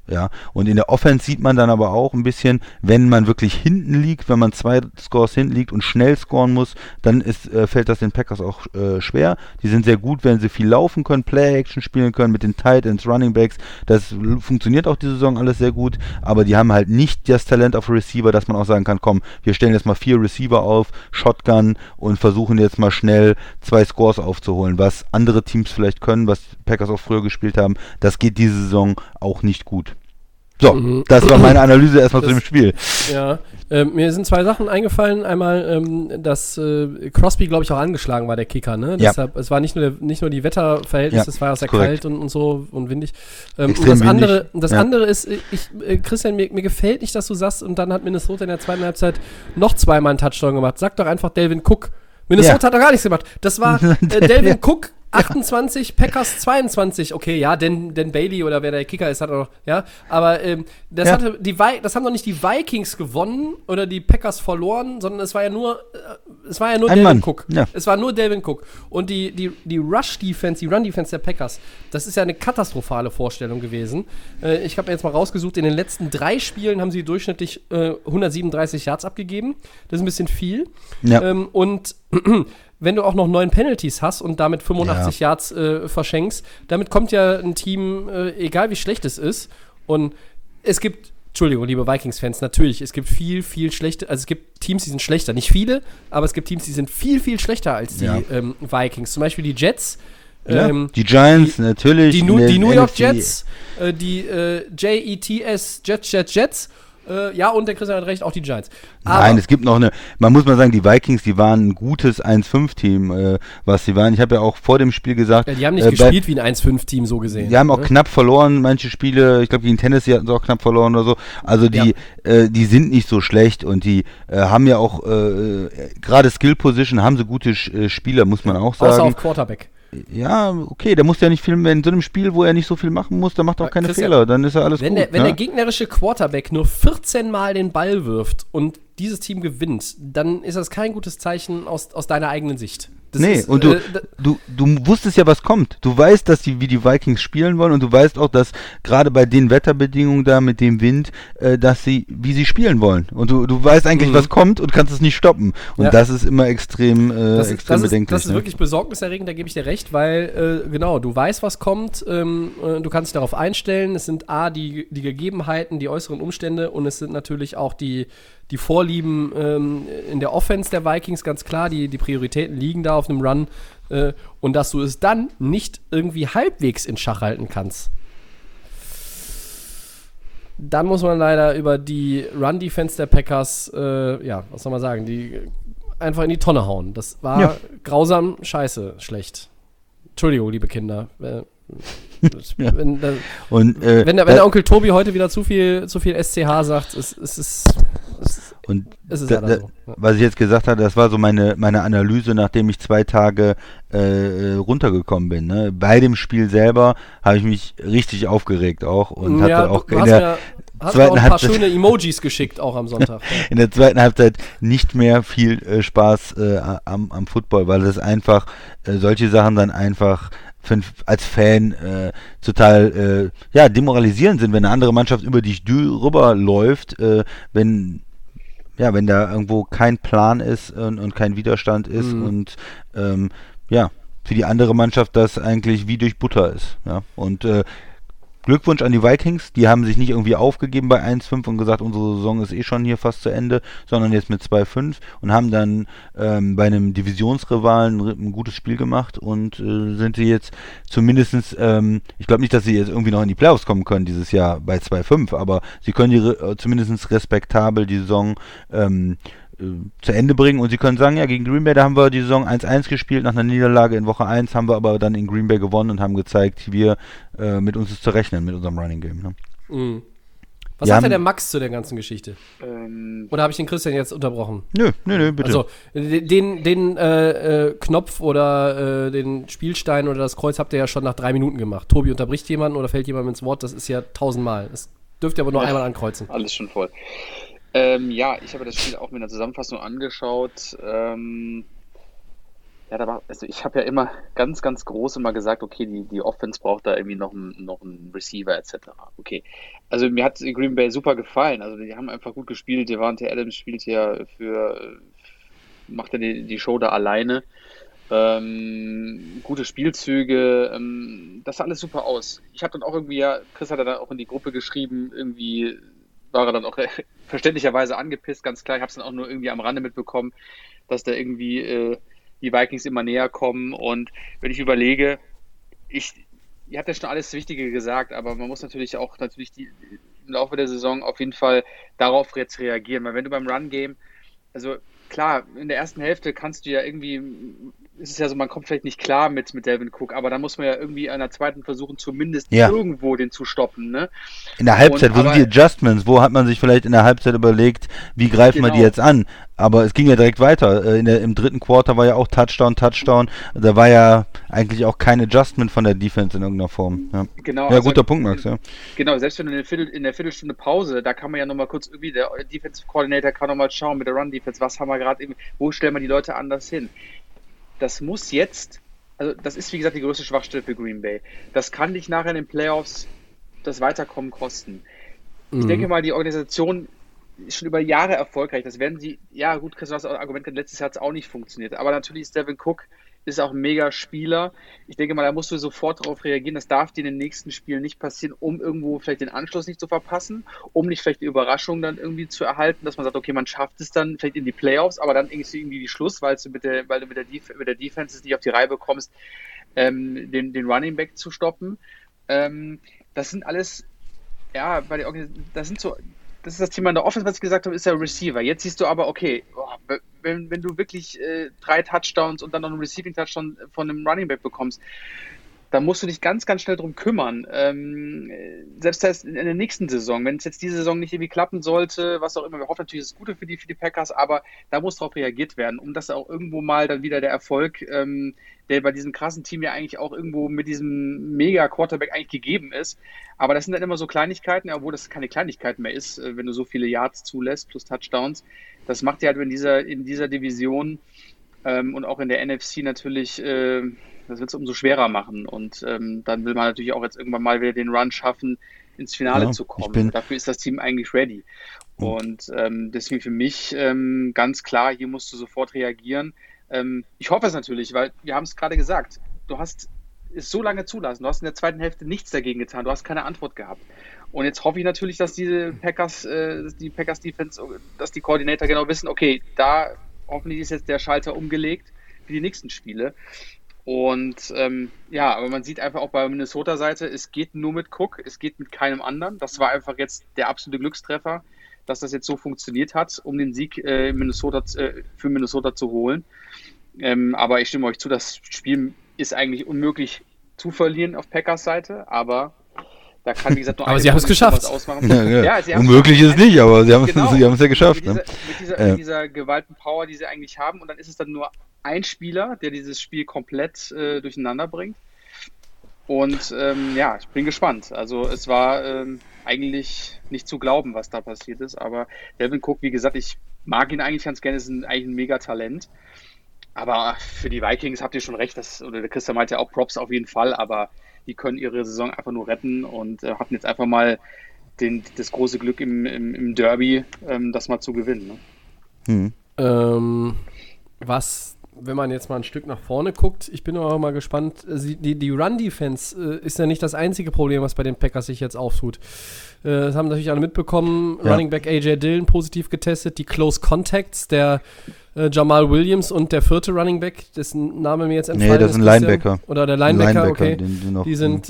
Ja, und in der Offense sieht man dann aber auch ein bisschen, wenn man wirklich hinten liegt, wenn man 2 Scores hinten liegt und schnell scoren muss, dann fällt das den Packers auch schwer. Die sind sehr gut, wenn sie viel laufen können, Play-Action spielen können mit den Tight Ends, Running Backs. Das funktioniert auch diese Saison alles sehr gut, aber die haben halt nicht das Talent auf Receiver, dass man auch sagen kann, komm, wir stellen jetzt mal 4 Receiver auf, Shotgun und versuchen jetzt mal schnell 2 Scores aufzuholen, was andere Teams vielleicht können, was Packers auch früher gespielt haben. Das geht diese Saison auch nicht gut. So, das war meine Analyse erstmal zu dem Spiel.
Ja, mir sind 2 Sachen eingefallen. Einmal, dass Crosby, glaube ich, auch angeschlagen war, der Kicker. Ne?
Ja.
Deshalb, es war nicht nur die Wetterverhältnisse, es war auch sehr kalt und so und windig. Und das andere ist, Christian, mir gefällt nicht, dass du sagst, und dann hat Minnesota in der zweiten Halbzeit noch 2-mal einen Touchdown gemacht. Sag doch einfach Delvin Cook. Minnesota hat doch gar nichts gemacht. Das war Delvin Cook 28, Packers 22. Okay, ja, denn Bailey oder wer der Kicker ist, hat auch noch, ja. Aber das haben doch nicht die Vikings gewonnen oder die Packers verloren, sondern es war ja nur Delvin Cook. Ja. Es war nur Delvin Cook. Und die Rush-Defense, die Run-Defense der Packers, das ist ja eine katastrophale Vorstellung gewesen. Ich habe mir jetzt mal rausgesucht, in den letzten 3 Spielen haben sie durchschnittlich 137 Yards abgegeben. Das ist ein bisschen viel. Ja. Und wenn du auch noch 9 Penalties hast und damit 85 Yards verschenkst, damit kommt ja ein Team, egal wie schlecht es ist. Und es gibt, Entschuldigung, liebe Vikings-Fans, natürlich, es gibt viel schlechter, also es gibt Teams, die sind schlechter. Nicht viele, aber es gibt Teams, die sind viel schlechter als die Vikings. Zum Beispiel die Jets.
Die Giants, natürlich.
Die New York Jets, die Jets, Jets. Ja, und der Christian hat recht, auch die Giants. Aber
nein, es gibt noch man muss mal sagen, die Vikings, die waren ein gutes 1-5-Team, was sie waren. Ich habe ja auch vor dem Spiel gesagt.
Ja, die haben nicht gespielt wie ein 1-5-Team, so gesehen.
Die haben auch knapp verloren, manche Spiele. Ich glaube, gegen Tennessee hatten sie auch knapp verloren oder so. Also die sind nicht so schlecht und die haben ja auch, gerade Skill Position, haben sie gute Spieler, muss man auch sagen.
Außer auf Quarterback.
Ja, okay, der muss ja nicht viel, in so einem Spiel, wo er nicht so viel machen muss, da macht er auch keine Fehler, dann ist er alles gut.
Wenn der gegnerische Quarterback nur 14 Mal den Ball wirft und dieses Team gewinnt, dann ist das kein gutes Zeichen aus deiner eigenen Sicht.
Und du wusstest ja, was kommt. Du weißt, wie die Vikings spielen wollen und du weißt auch, dass gerade bei den Wetterbedingungen da mit dem Wind, wie sie spielen wollen. Und du weißt eigentlich, was kommt und kannst es nicht stoppen. Und das ist immer extrem bedenklich.
Das ist wirklich besorgniserregend, da gebe ich dir recht, weil du weißt, was kommt, du kannst dich darauf einstellen. Es sind die Gegebenheiten, die äußeren Umstände und es sind natürlich auch die Vorlieben in der Offense der Vikings, ganz klar, die Prioritäten liegen da auf einem Run und dass du es dann nicht irgendwie halbwegs in Schach halten kannst. Dann muss man leider über die Run-Defense der Packers, was soll man sagen, die einfach in die Tonne hauen. Das war grausam, scheiße, schlecht. Entschuldigung, liebe Kinder. Wenn der Onkel Tobi heute wieder zu viel SCH sagt, es ist leider so.
Was ich jetzt gesagt habe, das war so meine Analyse, nachdem ich 2 Tage runtergekommen bin. Ne? Bei dem Spiel selber habe ich mich richtig aufgeregt auch und hatte auch in der zweiten
Halbzeit ein paar schöne Emojis geschickt, auch am Sonntag.
In der zweiten Halbzeit nicht mehr viel Spaß am Football, weil es einfach solche Sachen dann einfach als Fan total demoralisierend sind, wenn eine andere Mannschaft über dich rüber läuft, wenn da irgendwo kein Plan ist und kein Widerstand ist und für die andere Mannschaft das eigentlich wie durch Butter ist. Ja? Und Glückwunsch an die Vikings, die haben sich nicht irgendwie aufgegeben bei 1-5 und gesagt, unsere Saison ist schon hier fast zu Ende, sondern jetzt mit 2-5 und haben dann bei einem Divisionsrivalen ein gutes Spiel gemacht und sind sie jetzt zumindestens, ich glaube nicht, dass sie jetzt irgendwie noch in die Playoffs kommen können dieses Jahr bei 2-5, aber sie können zumindest respektabel die Saison zu Ende bringen und sie können sagen, ja, gegen Green Bay, da haben wir die Saison 1-1 gespielt, nach einer Niederlage in Woche 1 haben wir aber dann in Green Bay gewonnen und haben gezeigt, mit uns ist zu rechnen, mit unserem Running Game. Ne?
Mhm. Was sagt denn der Max zu der ganzen Geschichte? Oder habe ich den Christian jetzt unterbrochen?
Nö, bitte.
Also, den Knopf oder den Spielstein oder das Kreuz habt ihr ja schon nach 3 Minuten gemacht. Tobi unterbricht jemanden oder fällt jemandem ins Wort, das ist ja 1000-mal. Das dürft ihr aber nur einmal ankreuzen.
Alles schon voll. Ich habe das Spiel auch mit einer Zusammenfassung angeschaut. Ja, also ich habe ja immer ganz, ganz groß immer gesagt, okay, die Offense braucht da irgendwie noch einen Receiver etc. Okay, also mir hat Green Bay super gefallen. Also die haben einfach gut gespielt. Davante Adams spielt ja macht ja die Show da alleine. Gute Spielzüge, das sah alles super aus. Ich habe dann auch irgendwie, Chris hat dann auch in die Gruppe geschrieben, irgendwie war er dann auch verständlicherweise angepisst, ganz klar. Ich habe es dann auch nur irgendwie am Rande mitbekommen, dass da irgendwie die Vikings immer näher kommen. Und wenn ich überlege, ihr habt ja schon alles Wichtige gesagt, aber man muss natürlich auch im Laufe der Saison auf jeden Fall darauf jetzt reagieren. Weil wenn du beim Run-Game, also klar, in der ersten Hälfte kannst du ja irgendwie, ist es ja so, man kommt vielleicht nicht klar mit Dalvin Cook, aber da muss man ja irgendwie in der zweiten versuchen, zumindest irgendwo den zu stoppen. Ne?
In der Halbzeit, wo sind die Adjustments? Wo hat man sich vielleicht in der Halbzeit überlegt, wie greifen wir die jetzt an? Aber es ging ja direkt weiter. Im dritten Quarter war ja auch Touchdown. Da war ja eigentlich auch kein Adjustment von der Defense in irgendeiner Form. Ja,
genau,
ja, also, guter Punkt, Max. Ja.
Genau, selbst wenn in der Viertelstunde Pause, da kann man ja nochmal kurz irgendwie, der Defensive Coordinator kann nochmal schauen mit der Run-Defense, was haben wir gerade, wo stellen wir die Leute anders hin? Das muss jetzt, also das ist wie gesagt die größte Schwachstelle für Green Bay. Das kann dich nachher in den Playoffs das Weiterkommen kosten. Ich denke mal, die Organisation ist schon über Jahre erfolgreich. Das werden sie, ja gut, Chris, du hast das Argument, letztes Jahr hat es auch nicht funktioniert. Aber natürlich ist Dalvin Cook ist auch ein mega Spieler. Ich denke mal, da musst du sofort darauf reagieren. Das darf dir in den nächsten Spielen nicht passieren, um irgendwo vielleicht den Anschluss nicht zu verpassen, um nicht vielleicht die Überraschung dann irgendwie zu erhalten, dass man sagt, okay, man schafft es dann vielleicht in die Playoffs, aber dann irgendwie die Schluss, weil du mit der Defense es nicht auf die Reihe bekommst, den Running Back zu stoppen. Das sind alles, ja, bei der Organisation, das ist das Thema in der Offense, was ich gesagt habe, ist der Receiver. Jetzt siehst du aber, okay, wenn du wirklich 3 Touchdowns und dann noch einen Receiving-Touchdown von einem Running Back bekommst, dann musst du dich ganz, ganz schnell drum kümmern. Selbst in der nächsten Saison, wenn es jetzt diese Saison nicht irgendwie klappen sollte, was auch immer, wir hoffen natürlich, das ist gut für die Packers, aber da muss darauf reagiert werden, um dass auch irgendwo mal dann wieder der Erfolg, der bei diesem krassen Team ja eigentlich auch irgendwo mit diesem Mega-Quarterback eigentlich gegeben ist. Aber das sind dann immer so Kleinigkeiten, obwohl das keine Kleinigkeit mehr ist, wenn du so viele Yards zulässt plus Touchdowns. Das macht dir halt in dieser Division und auch in der NFC natürlich, das wird es umso schwerer machen. Und dann will man natürlich auch jetzt irgendwann mal wieder den Run schaffen, ins Finale zu kommen. Dafür ist das Team eigentlich ready. Und deswegen für mich ganz klar, hier musst du sofort reagieren. Ich hoffe es natürlich, weil wir haben es gerade gesagt, du hast es so lange zulassen, du hast in der zweiten Hälfte nichts dagegen getan, du hast keine Antwort gehabt. Und jetzt hoffe ich natürlich, dass die Packers Defense, dass die Koordinator genau wissen, okay, da hoffentlich ist jetzt der Schalter umgelegt für die nächsten Spiele. Und aber man sieht einfach auch bei Minnesota-Seite, es geht nur mit Cook, es geht mit keinem anderen. Das war einfach jetzt der absolute Glückstreffer, dass das jetzt so funktioniert hat, um den Sieg für Minnesota zu holen. Aber ich stimme euch zu, das Spiel ist eigentlich unmöglich zu verlieren auf Packers Seite, aber da kann, wie gesagt, nur
aber sie haben es geschafft.
Ausmachen.
Unmöglich ist es nicht, aber sie haben es ja geschafft.
Mit dieser gewaltigen Power, die sie eigentlich haben, und dann ist es dann nur ein Spieler, der dieses Spiel komplett durcheinander bringt. Und ich bin gespannt. Also es war eigentlich nicht zu glauben, was da passiert ist, aber Dalvin Cook, wie gesagt, ich mag ihn eigentlich ganz gerne, ist eigentlich ein Mega-Talent. Aber für die Vikings habt ihr schon recht, oder der Christian meinte ja auch Props auf jeden Fall, aber die können ihre Saison einfach nur retten und hatten jetzt einfach mal das große Glück im Derby, das mal zu gewinnen. Ne?
Wenn man jetzt mal ein Stück nach vorne guckt, ich bin auch mal gespannt, die Run-Defense ist ja nicht das einzige Problem, was bei den Packers sich jetzt auftut. Das haben natürlich alle mitbekommen, ja. Running Back A.J. Dillon positiv getestet, die Close Contacts, der Jamal Williams und der vierte Running Back, dessen Name mir jetzt entfallen ist.
Nee, das ist ein Linebacker.
Oder der Linebacker, okay. Die sind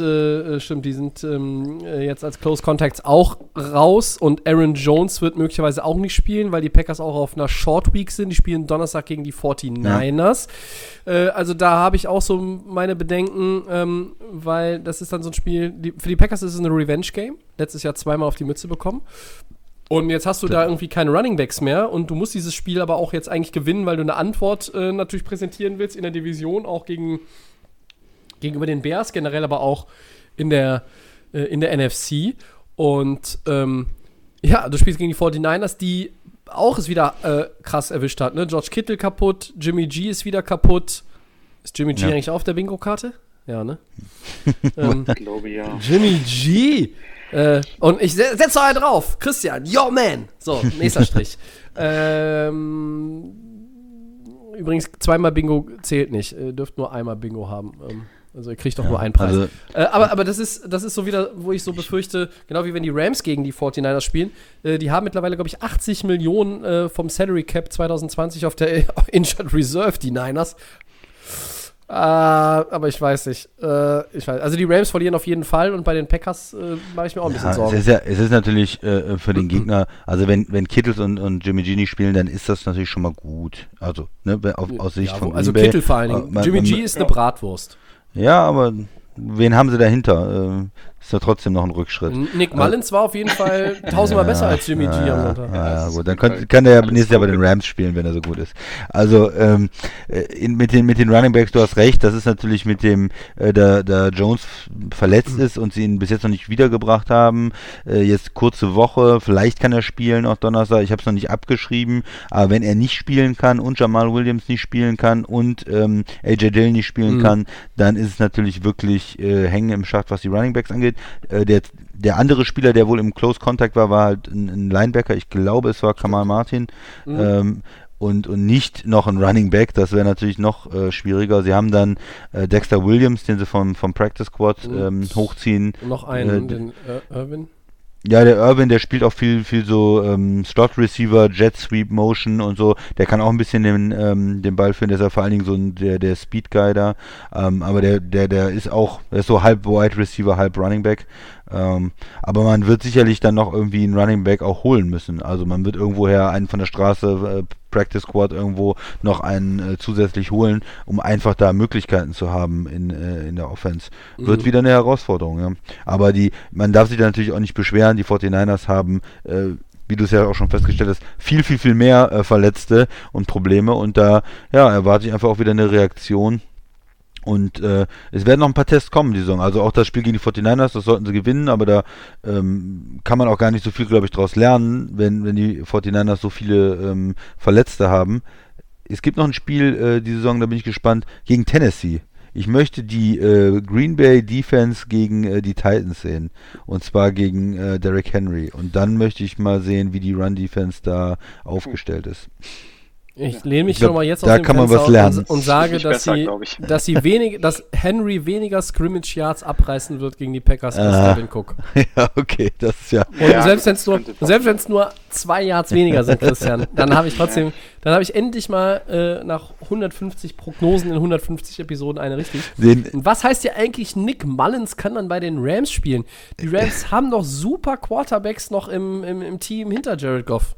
jetzt als Close Contacts auch raus und Aaron Jones wird möglicherweise auch nicht spielen, weil die Packers auch auf einer Short Week sind. Die spielen Donnerstag gegen die 49ers. Ja. Also da habe ich auch so meine Bedenken, weil das ist dann so ein Spiel, für die Packers ist es eine Revenge-Game. Letztes Jahr zweimal auf die Mütze bekommen. Und jetzt hast du da irgendwie keine Runningbacks mehr und du musst dieses Spiel aber auch jetzt eigentlich gewinnen, weil du eine Antwort natürlich präsentieren willst in der Division, auch gegenüber den Bears, generell aber auch in der NFC. Und du spielst gegen die 49ers, die auch es wieder krass erwischt hat. Ne? George Kittle kaputt, Jimmy G ist wieder kaputt. Ist Jimmy G eigentlich auf der Bingo-Karte? Ja, ne?
Ich glaube, ja.
Jimmy G! Und ich setze noch einen drauf. Christian, yo man! So, nächster Strich. Übrigens, zweimal Bingo zählt nicht. Ihr dürft nur einmal Bingo haben. Also ihr kriegt doch nur einen Preis. Also, aber das ist so wieder, wo ich so befürchte, genau wie wenn die Rams gegen die 49ers spielen, die haben mittlerweile, glaube ich, 80 Millionen vom Salary Cap 2020 auf der Injured Reserve, die Niners. Aber ich weiß nicht. Also die Rams verlieren auf jeden Fall und bei den Packers mache ich mir auch ein bisschen Sorgen.
Es ist natürlich für den Gegner, also wenn Kittles und Jimmy G nicht spielen, dann ist das natürlich schon mal gut. Also, ne, aus Sicht von
also Kittel vor allen Dingen. Jimmy G ist eine Bratwurst.
Ja, aber wen haben sie dahinter? Ist ja trotzdem noch ein Rückschritt.
Nick Mullins war auf jeden Fall tausendmal besser als Jimmy G am Sonntag.
Ja, gut, dann kann der ja nächstes Jahr bei den Rams spielen, wenn er so gut ist. Also mit den Running Backs, du hast recht, das ist natürlich mit dem, da Jones verletzt ist und sie ihn bis jetzt noch nicht wiedergebracht haben. Jetzt kurze Woche, vielleicht kann er spielen auch Donnerstag, ich habe es noch nicht abgeschrieben, aber wenn er nicht spielen kann und Jamal Williams nicht spielen kann und AJ Dillon nicht spielen kann, dann ist es natürlich wirklich hängen im Schacht, was die Running Backs angeht. Der andere Spieler, der wohl im Close Contact war halt ein Linebacker, ich glaube es war Kamal Martin und nicht noch ein Running Back, das wäre natürlich noch schwieriger. Sie haben dann Dexter Williams, den sie vom Practice Squad hochziehen.
Und noch einen, den Irvin.
Ja, der Irvin, der spielt auch viel so Slot Receiver, Jet Sweep Motion und so. Der kann auch ein bisschen den Ball führen. Der ist ja vor allen Dingen so der Speed Guy da. Aber der ist so halb Wide Receiver, halb Running Back. Aber man wird sicherlich dann noch irgendwie einen Running Back auch holen müssen. Also man wird irgendwoher einen von der Straße, Practice Squad irgendwo noch einen zusätzlich holen, um einfach da Möglichkeiten zu haben in der Offense. Wird wieder eine Herausforderung, ja. Aber man darf sich da natürlich auch nicht beschweren. Die 49ers haben, wie du es ja auch schon festgestellt hast, viel mehr Verletzte und Probleme und da erwarte ich einfach auch wieder eine Reaktion. Und es werden noch ein paar Tests kommen, die Saison. Also auch das Spiel gegen die 49ers, das sollten sie gewinnen, aber da kann man auch gar nicht so viel, glaube ich, draus lernen, wenn die 49ers so viele Verletzte haben. Es gibt noch ein Spiel die Saison, da bin ich gespannt, gegen Tennessee. Ich möchte die Green Bay Defense gegen die Titans sehen. Und zwar gegen Derrick Henry. Und dann möchte ich mal sehen, wie die Run Defense da aufgestellt ist.
Ich lehne mich schon mal jetzt
aus dem Fenster
und sage, dass Henry weniger Scrimmage Yards abreißen wird gegen die Packers als Dalvin Cook.
Ja, okay, das ist ja.
Und selbst wenn es nur 2 Yards weniger sind, Christian, dann habe ich endlich mal nach 150 Prognosen in 150 Episoden eine richtig. Und was heißt ja eigentlich, Nick Mullins kann dann bei den Rams spielen? Die Rams haben doch super Quarterbacks noch im Team hinter Jared Goff.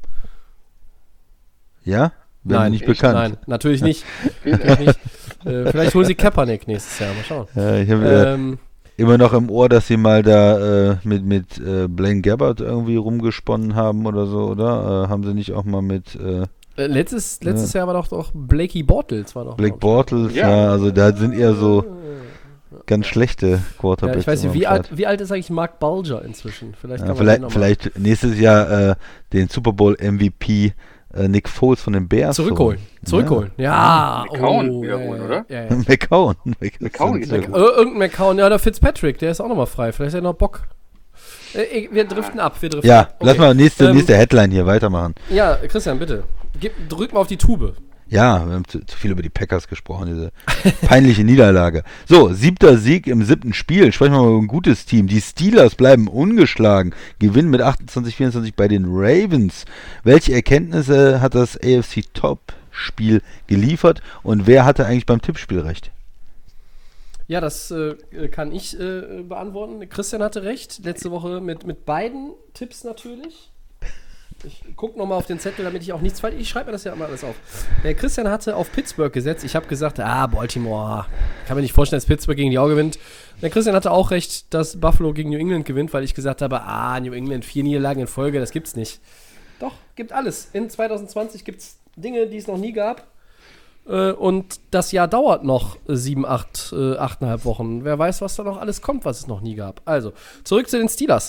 Ja?
Nein,
nicht bekannt.
Nein, natürlich nicht. Vielleicht holen sie Kaepernick nächstes Jahr. Mal schauen.
Ich habe immer noch im Ohr, dass sie mal da mit Blaine Gabbert irgendwie rumgesponnen haben oder so, oder? Haben sie nicht auch mal mit
letztes Jahr war doch Blakey Bortles.
Blake Bortles, ja, also da sind eher so ganz schlechte Quarterbacks.
Ja, ich weiß nicht, wie alt ist eigentlich Mark Bulger inzwischen?
Vielleicht nächstes Jahr den Super Bowl MVP Nick Foles von den Bears
zurückholen. Ja.
McCown wiederholen, oder?
Ja.
McCown.
Irgendein McCown, ja, der Fitzpatrick, der ist auch nochmal frei. Vielleicht hat er noch Bock. Wir driften ab.
Ja, lass mal nächste Headline hier weitermachen.
Ja, Christian, bitte. Drück mal auf die Tube.
Ja, wir haben zu viel über die Packers gesprochen, diese peinliche Niederlage. So, 7. Sieg im 7. Spiel. Sprechen wir mal über ein gutes Team. Die Steelers bleiben ungeschlagen, gewinnen mit 28-24 bei den Ravens. Welche Erkenntnisse hat das AFC-Top-Spiel geliefert und wer hatte eigentlich beim Tippspiel recht?
Ja, das kann ich beantworten. Christian hatte recht. Letzte Woche mit beiden Tipps natürlich. Ich gucke nochmal auf den Zettel, damit ich auch nichts falsch. Ich schreibe mir das ja immer alles auf. Christian hatte auf Pittsburgh gesetzt. Ich habe gesagt, Baltimore. Ich kann mir nicht vorstellen, dass Pittsburgh gegen die auch gewinnt. Der Christian hatte auch recht, dass Buffalo gegen New England gewinnt, weil ich gesagt habe, New England 4 Niederlagen in Folge, das gibt's nicht. Doch, gibt alles. In 2020 gibt's Dinge, die es noch nie gab. Und das Jahr dauert noch 8,5 Wochen. Wer weiß, was da noch alles kommt, was es noch nie gab. Also, zurück zu den Steelers.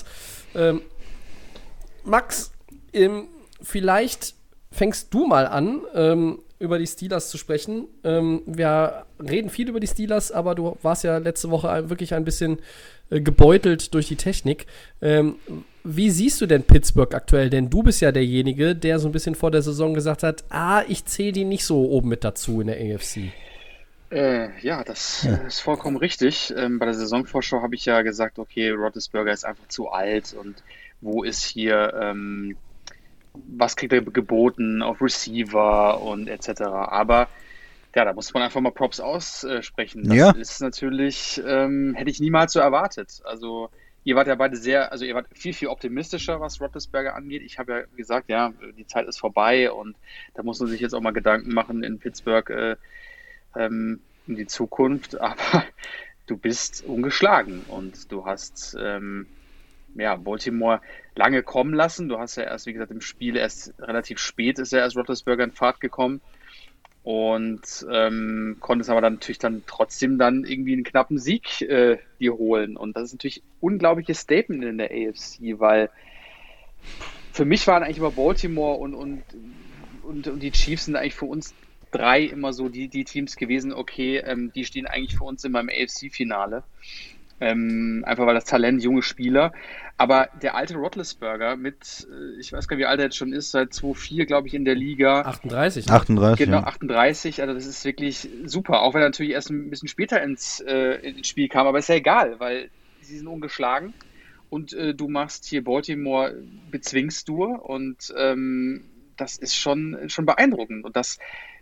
Max, vielleicht fängst du mal an. über die Steelers zu sprechen. Wir reden viel über die Steelers, aber du warst ja letzte Woche wirklich ein bisschen gebeutelt durch die Technik. Wie siehst du denn Pittsburgh aktuell? Denn du bist ja derjenige, der so ein bisschen vor der Saison gesagt hat, ich zähle die nicht so oben mit dazu in der AFC.
Das ist vollkommen richtig. Bei der Saisonvorschau habe ich ja gesagt, okay, Roethlisberger ist einfach zu alt und wo ist hier, was kriegt er geboten auf Receiver und etc. Aber ja, da muss man einfach mal Props aussprechen. Das ist natürlich, hätte ich niemals so erwartet. Also ihr wart ja beide ihr wart viel, viel optimistischer, was Roethlisberger angeht. Ich habe ja gesagt, ja, die Zeit ist vorbei und da muss man sich jetzt auch mal Gedanken machen in Pittsburgh, in die Zukunft, aber du bist ungeschlagen und du hast Baltimore lange kommen lassen. Du hast ja erst, wie gesagt, im Spiel erst relativ spät ist ja erst Roethlisberger in Fahrt gekommen und konntest aber dann natürlich dann trotzdem dann irgendwie einen knappen Sieg dir holen und das ist natürlich ein unglaubliches Statement in der AFC, weil für mich waren eigentlich immer Baltimore und die Chiefs sind eigentlich für uns drei immer so die Teams gewesen, okay, die stehen eigentlich für uns immer im AFC-Finale. Einfach weil das Talent, junge Spieler. Aber der alte Roethlisberger mit, ich weiß gar nicht, wie alt er jetzt schon ist, seit 2004, glaube ich, in der Liga.
38.
38,
genau, 38. Also das ist wirklich super. Auch wenn er natürlich erst ein bisschen später ins Spiel kam. Aber ist ja egal, weil sie sind ungeschlagen. Und du machst hier Baltimore, bezwingst du. Und das ist schon beeindruckend. Und das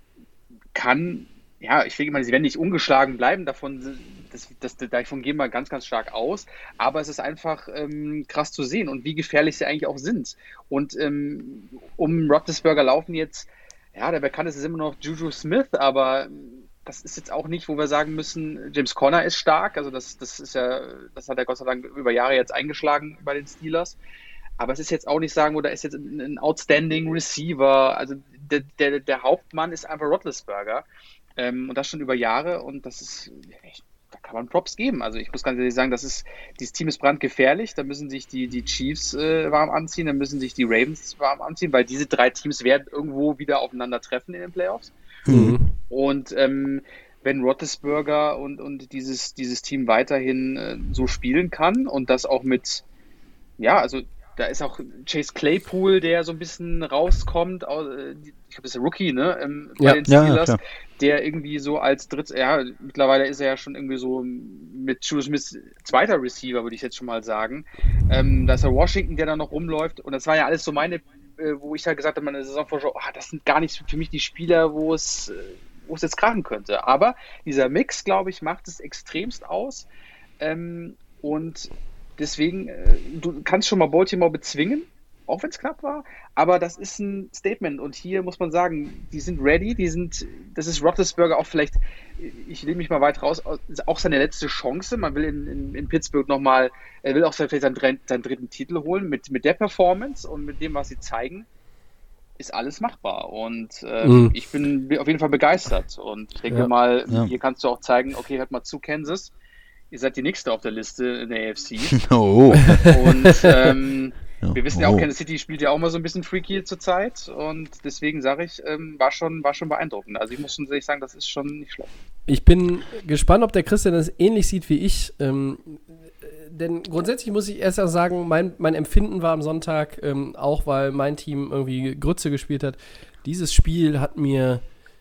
kann, ich denke mal, sie werden nicht ungeschlagen bleiben, davon gehen wir ganz, ganz stark aus, aber es ist einfach krass zu sehen und wie gefährlich sie eigentlich auch sind. Und um Roethlisberger laufen jetzt, der bekannteste ist immer noch Juju Smith, aber das ist jetzt auch nicht, wo wir sagen müssen, James Conner ist stark, also das hat er Gott sei Dank über Jahre jetzt eingeschlagen bei den Steelers. Aber es ist jetzt auch nicht sagen, da ist jetzt ein outstanding Receiver. Also der Hauptmann ist einfach Roethlisberger. Und das schon über Jahre. Und das ist, da kann man Props geben. Also ich muss ganz ehrlich sagen, dieses Team ist brandgefährlich. Da müssen sich die Chiefs warm anziehen. Da müssen sich die Ravens warm anziehen. Weil diese drei Teams werden irgendwo wieder aufeinandertreffen in den Playoffs. Mhm. Und wenn Roethlisberger und dieses Team weiterhin so spielen kann und das auch mit, also da ist auch Chase Claypool, der so ein bisschen rauskommt. Ich glaube, das ist der Rookie, ne? Bei den Steelers, der irgendwie so als mittlerweile ist er ja schon irgendwie so mit Juju Smith zweiter Receiver, würde ich jetzt schon mal sagen. Da ist der Washington, der da noch rumläuft. Und das war ja alles so meine, wo ich ja gesagt habe, meine Saisonvorschau, das sind gar nicht für mich die Spieler, wo es jetzt krachen könnte. Aber dieser Mix, glaube ich, macht es extremst aus. Und deswegen, du kannst schon mal Baltimore bezwingen, auch wenn es knapp war, aber das ist ein Statement und hier muss man sagen, die sind ready, das ist Roethlisberger auch vielleicht, ich lehne mich mal weit raus, auch seine letzte Chance, man will in Pittsburgh nochmal, er will auch vielleicht seinen dritten Titel holen, mit der Performance und mit dem, was sie zeigen, ist alles machbar und ich bin auf jeden Fall begeistert und ich denke mal, hier kannst du auch zeigen, okay, hört mal zu, Kansas, ihr seid die nächste auf der Liste in der AFC. Oh. Und wir wissen ja auch, Kansas City spielt ja auch mal so ein bisschen freaky zur Zeit und deswegen sage ich, war schon beeindruckend. Also ich muss schon sagen, das ist schon nicht schlecht.
Ich bin gespannt, ob der Christian das ähnlich sieht wie ich. Denn grundsätzlich muss ich erst sagen, mein Empfinden war am Sonntag, auch weil mein Team irgendwie Grütze gespielt hat, dieses Spiel hat mir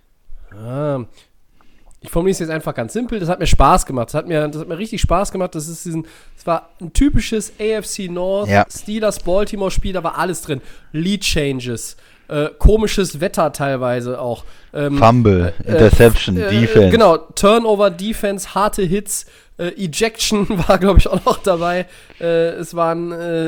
ich formuliere es jetzt einfach ganz simpel, das hat mir Spaß gemacht. Das hat mir richtig Spaß gemacht. Es war ein typisches AFC North, Steelers Baltimore Spiel, da war alles drin. Lead Changes, komisches Wetter teilweise auch.
Fumble, Interception, Defense.
Genau, Turnover, Defense, harte Hits, Ejection war, glaube ich, auch noch dabei. Es waren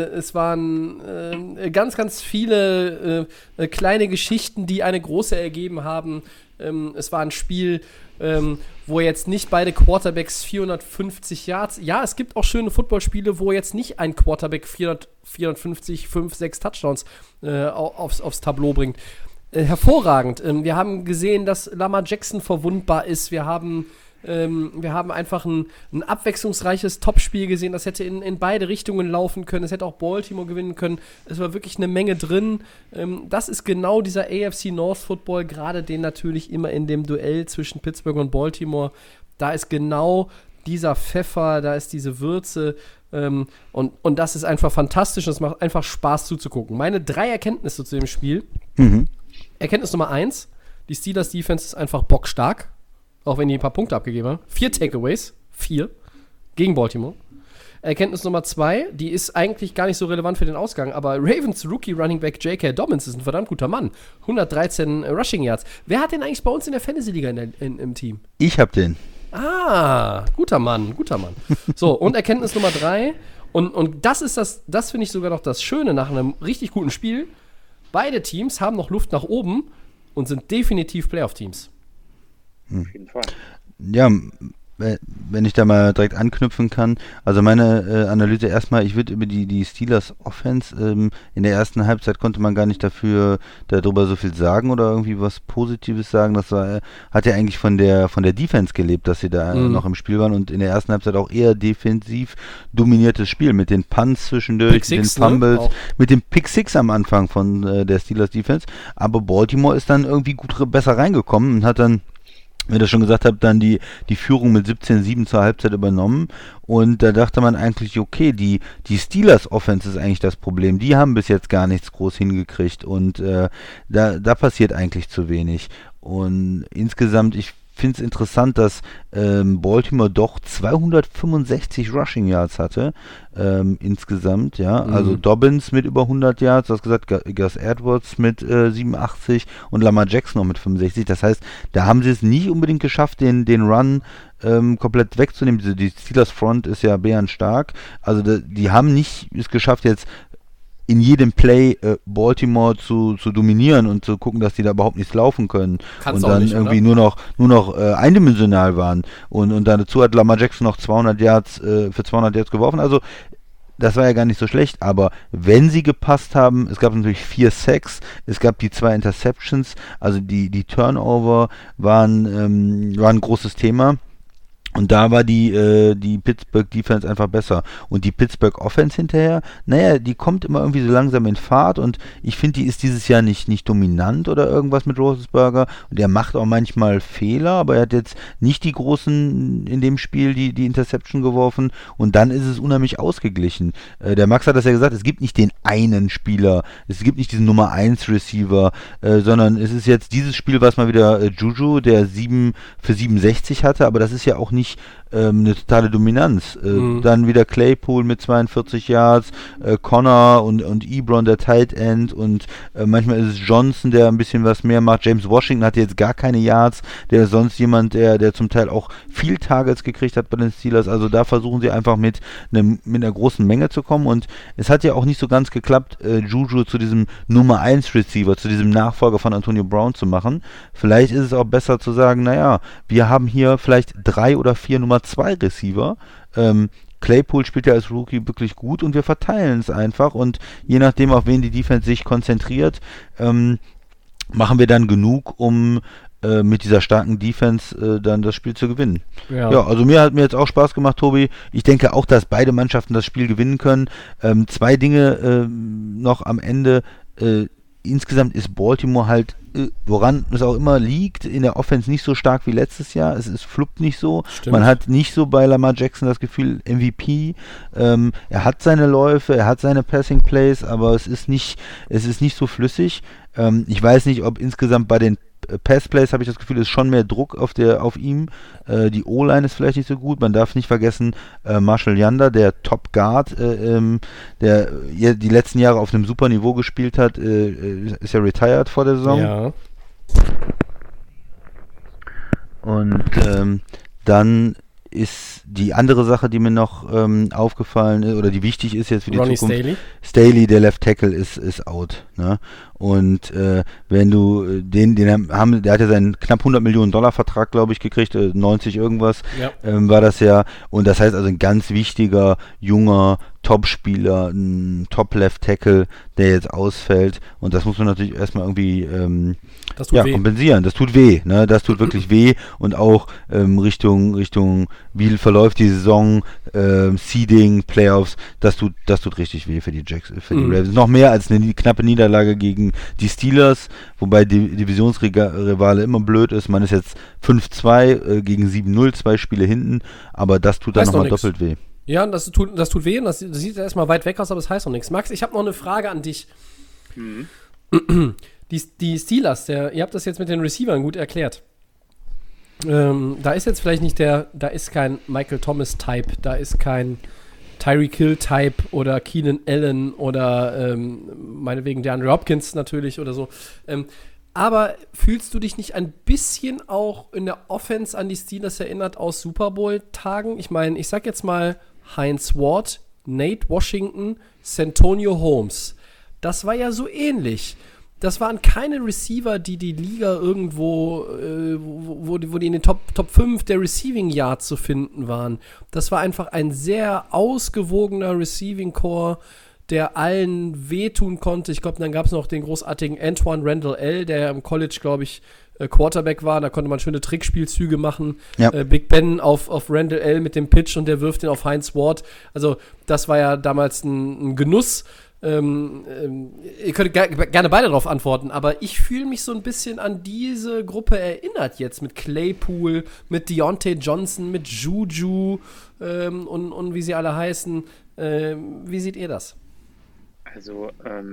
ganz, ganz viele kleine Geschichten, die eine große ergeben haben. Es war ein Spiel, wo jetzt nicht beide Quarterbacks 450 Yards, es gibt auch schöne Footballspiele, wo jetzt nicht ein Quarterback 450, 5, 6 Touchdowns aufs Tableau bringt. Hervorragend. Wir haben gesehen, dass Lamar Jackson verwundbar ist. Wir haben Wir haben einfach ein abwechslungsreiches Topspiel gesehen. Das hätte in beide Richtungen laufen können. Es hätte auch Baltimore gewinnen können. Es war wirklich eine Menge drin. Das ist genau dieser AFC North Football, gerade den natürlich immer in dem Duell zwischen Pittsburgh und Baltimore. Da ist genau dieser Pfeffer, da ist diese Würze. Und das ist einfach fantastisch. Es macht einfach Spaß zuzugucken. Meine 3 Erkenntnisse zu dem Spiel. Erkenntnis Nummer 1: Die Steelers Defense ist einfach bockstark, auch wenn die ein paar Punkte abgegeben haben. 4 Takeaways, 4 gegen Baltimore. Erkenntnis Nummer 2, die ist eigentlich gar nicht so relevant für den Ausgang, aber Ravens Rookie Running Back J.K. Dobbins ist ein verdammt guter Mann. 113 Rushing Yards. Wer hat den eigentlich bei uns in der Fantasy-Liga im Team?
Ich hab den.
Guter Mann. So, und Erkenntnis Nummer 3, und das ist das finde ich sogar noch das Schöne nach einem richtig guten Spiel. Beide Teams haben noch Luft nach oben und sind definitiv Playoff-Teams.
Auf jeden Fall.
Ja, wenn ich da mal direkt anknüpfen kann. Also meine Analyse erstmal, ich würde über die Steelers Offense, in der ersten Halbzeit konnte man gar nicht darüber so viel sagen oder irgendwie was Positives sagen. Das hat ja eigentlich von der Defense gelebt, dass sie da noch im Spiel waren und in der ersten Halbzeit auch eher defensiv dominiertes Spiel mit den Punts zwischendurch, mit den Fumbles, mit dem Pick Six am Anfang von der Steelers Defense. Aber Baltimore ist dann irgendwie besser reingekommen und hat dann, wie ich das schon gesagt habe, dann die Führung mit 17-7 zur Halbzeit übernommen und da dachte man eigentlich, okay, die Steelers Offense ist eigentlich das Problem, die haben bis jetzt gar nichts groß hingekriegt und da passiert eigentlich zu wenig und insgesamt, ich finde es interessant, dass Baltimore doch 265 Rushing Yards hatte insgesamt, ja, also Dobbins mit über 100 Yards, du hast gesagt, Gus Edwards mit 87 und Lamar Jackson noch mit 65, das heißt, da haben sie es nicht unbedingt geschafft, den Run komplett wegzunehmen. Die Steelers Front ist ja bärenstark, also die haben nicht es geschafft, jetzt in jedem Play Baltimore zu dominieren und zu gucken, dass die da überhaupt nichts laufen können.
Kannst
und dann
nicht,
irgendwie nur noch eindimensional waren. Und dazu hat Lamar Jackson noch 200 Yards für 200 Yards geworfen. Also das war ja gar nicht so schlecht, aber wenn sie gepasst haben, es gab natürlich 4 Sacks, es gab die 2 Interceptions, also die Turnover waren ein großes Thema. Und da war die Pittsburgh Defense einfach besser. Und die Pittsburgh Offense hinterher, naja, die kommt immer irgendwie so langsam in Fahrt und ich finde, die ist dieses Jahr nicht dominant oder irgendwas mit Roethlisberger. Und er macht auch manchmal Fehler, aber er hat jetzt nicht die großen in dem Spiel die Interception geworfen und dann ist es unheimlich ausgeglichen. Der Max hat das ja gesagt, es gibt nicht den einen Spieler, es gibt nicht diesen Nummer 1 Receiver, sondern es ist jetzt dieses Spiel, was mal wieder Juju, der 7 für 67 hatte, aber das ist ja auch nicht eine totale Dominanz. Dann wieder Claypool mit 42 Yards, Connor und Ebron, der Tight End und manchmal ist es Johnson, der ein bisschen was mehr macht. James Washington hatte jetzt gar keine Yards, der ist sonst jemand, der zum Teil auch viel Targets gekriegt hat bei den Steelers. Also da versuchen sie einfach mit einer großen Menge zu kommen und es hat ja auch nicht so ganz geklappt, Juju zu diesem Nummer 1 Receiver, zu diesem Nachfolger von Antonio Brown zu machen. Vielleicht ist es auch besser zu sagen, naja, wir haben hier vielleicht 3 oder 4 Nummer 2 Receiver. Claypool spielt ja als Rookie wirklich gut und wir verteilen es einfach und je nachdem, auf wen die Defense sich konzentriert, machen wir dann genug, um mit dieser starken Defense dann das Spiel zu gewinnen. Ja, also mir hat mir jetzt auch Spaß gemacht, Tobi. Ich denke auch, dass beide Mannschaften das Spiel gewinnen können. 2 Dinge noch am Ende. Insgesamt ist Baltimore halt, woran es auch immer liegt, in der Offense nicht so stark wie letztes Jahr. Es fluppt nicht so.
Stimmt.
Man hat nicht so bei Lamar Jackson das Gefühl, MVP. Er hat seine Läufe, er hat seine Passing Plays, aber es ist nicht so flüssig. Ich weiß nicht, ob insgesamt bei den Passplays habe ich das Gefühl, ist schon mehr Druck auf ihm. Die O-Line ist vielleicht nicht so gut. Man darf nicht vergessen, Marshall Yanda, der Top Guard, der die letzten Jahre auf einem super Niveau gespielt hat, ist ja retired vor der Saison.
Ja.
Und dann ist die andere Sache, die mir noch aufgefallen ist oder die wichtig ist jetzt für die
Ronnie
Zukunft. Staley, der Left Tackle, ist out. Ne? Und wenn du der hat ja seinen knapp $100 Millionen Vertrag, glaube ich, gekriegt, 90 irgendwas, war das ja. Und das heißt also ein ganz wichtiger, junger Top-Spieler, ein Top-Left-Tackle, der jetzt ausfällt. Und das muss man natürlich erstmal irgendwie kompensieren. Das tut weh, ne? Das tut wirklich weh. Und auch Richtung, wie verläuft die Saison, Seeding, Playoffs, das tut richtig weh für die Ravens. Noch mehr als eine knappe Niederlage gegen die Steelers, wobei die Divisionsrivale immer blöd ist. Man ist jetzt 5-2 gegen 7-0, 2 Spiele hinten, aber das tut dann nochmal doppelt weh.
Ja, das tut weh und das sieht erstmal weit weg aus, aber das heißt noch nichts. Max, ich habe noch eine Frage an dich. Die Steelers, ihr habt das jetzt mit den Receivern gut erklärt. Da ist jetzt vielleicht nicht da ist kein Michael Thomas-Type, da ist kein Tyreek Hill-Type oder Keenan Allen oder meinetwegen DeAndre Hopkins natürlich oder so. Aber fühlst du dich nicht ein bisschen auch in der Offense an die Steelers erinnert aus Super Bowl-Tagen? Ich meine, ich sag jetzt mal Hines Ward, Nate Washington, Santonio Holmes. Das war ja so ähnlich. Das waren keine Receiver, die Liga irgendwo, wo die in den Top 5 der Receiving Yards zu finden waren. Das war einfach ein sehr ausgewogener Receiving Core, der allen wehtun konnte. Ich glaube, dann gab es noch den großartigen Antoine Randall L., der im College, glaube ich, Quarterback war. Da konnte man schöne Trickspielzüge machen. Ja. Big Ben auf Randall L. mit dem Pitch und der wirft den auf Hines Ward. Also das war ja damals ein Genuss. Ihr könnt gerne beide darauf antworten, aber ich fühle mich so ein bisschen an diese Gruppe erinnert jetzt mit Claypool, mit Deontay Johnson, mit Juju und wie sie alle heißen. Wie seht ihr das?
Also,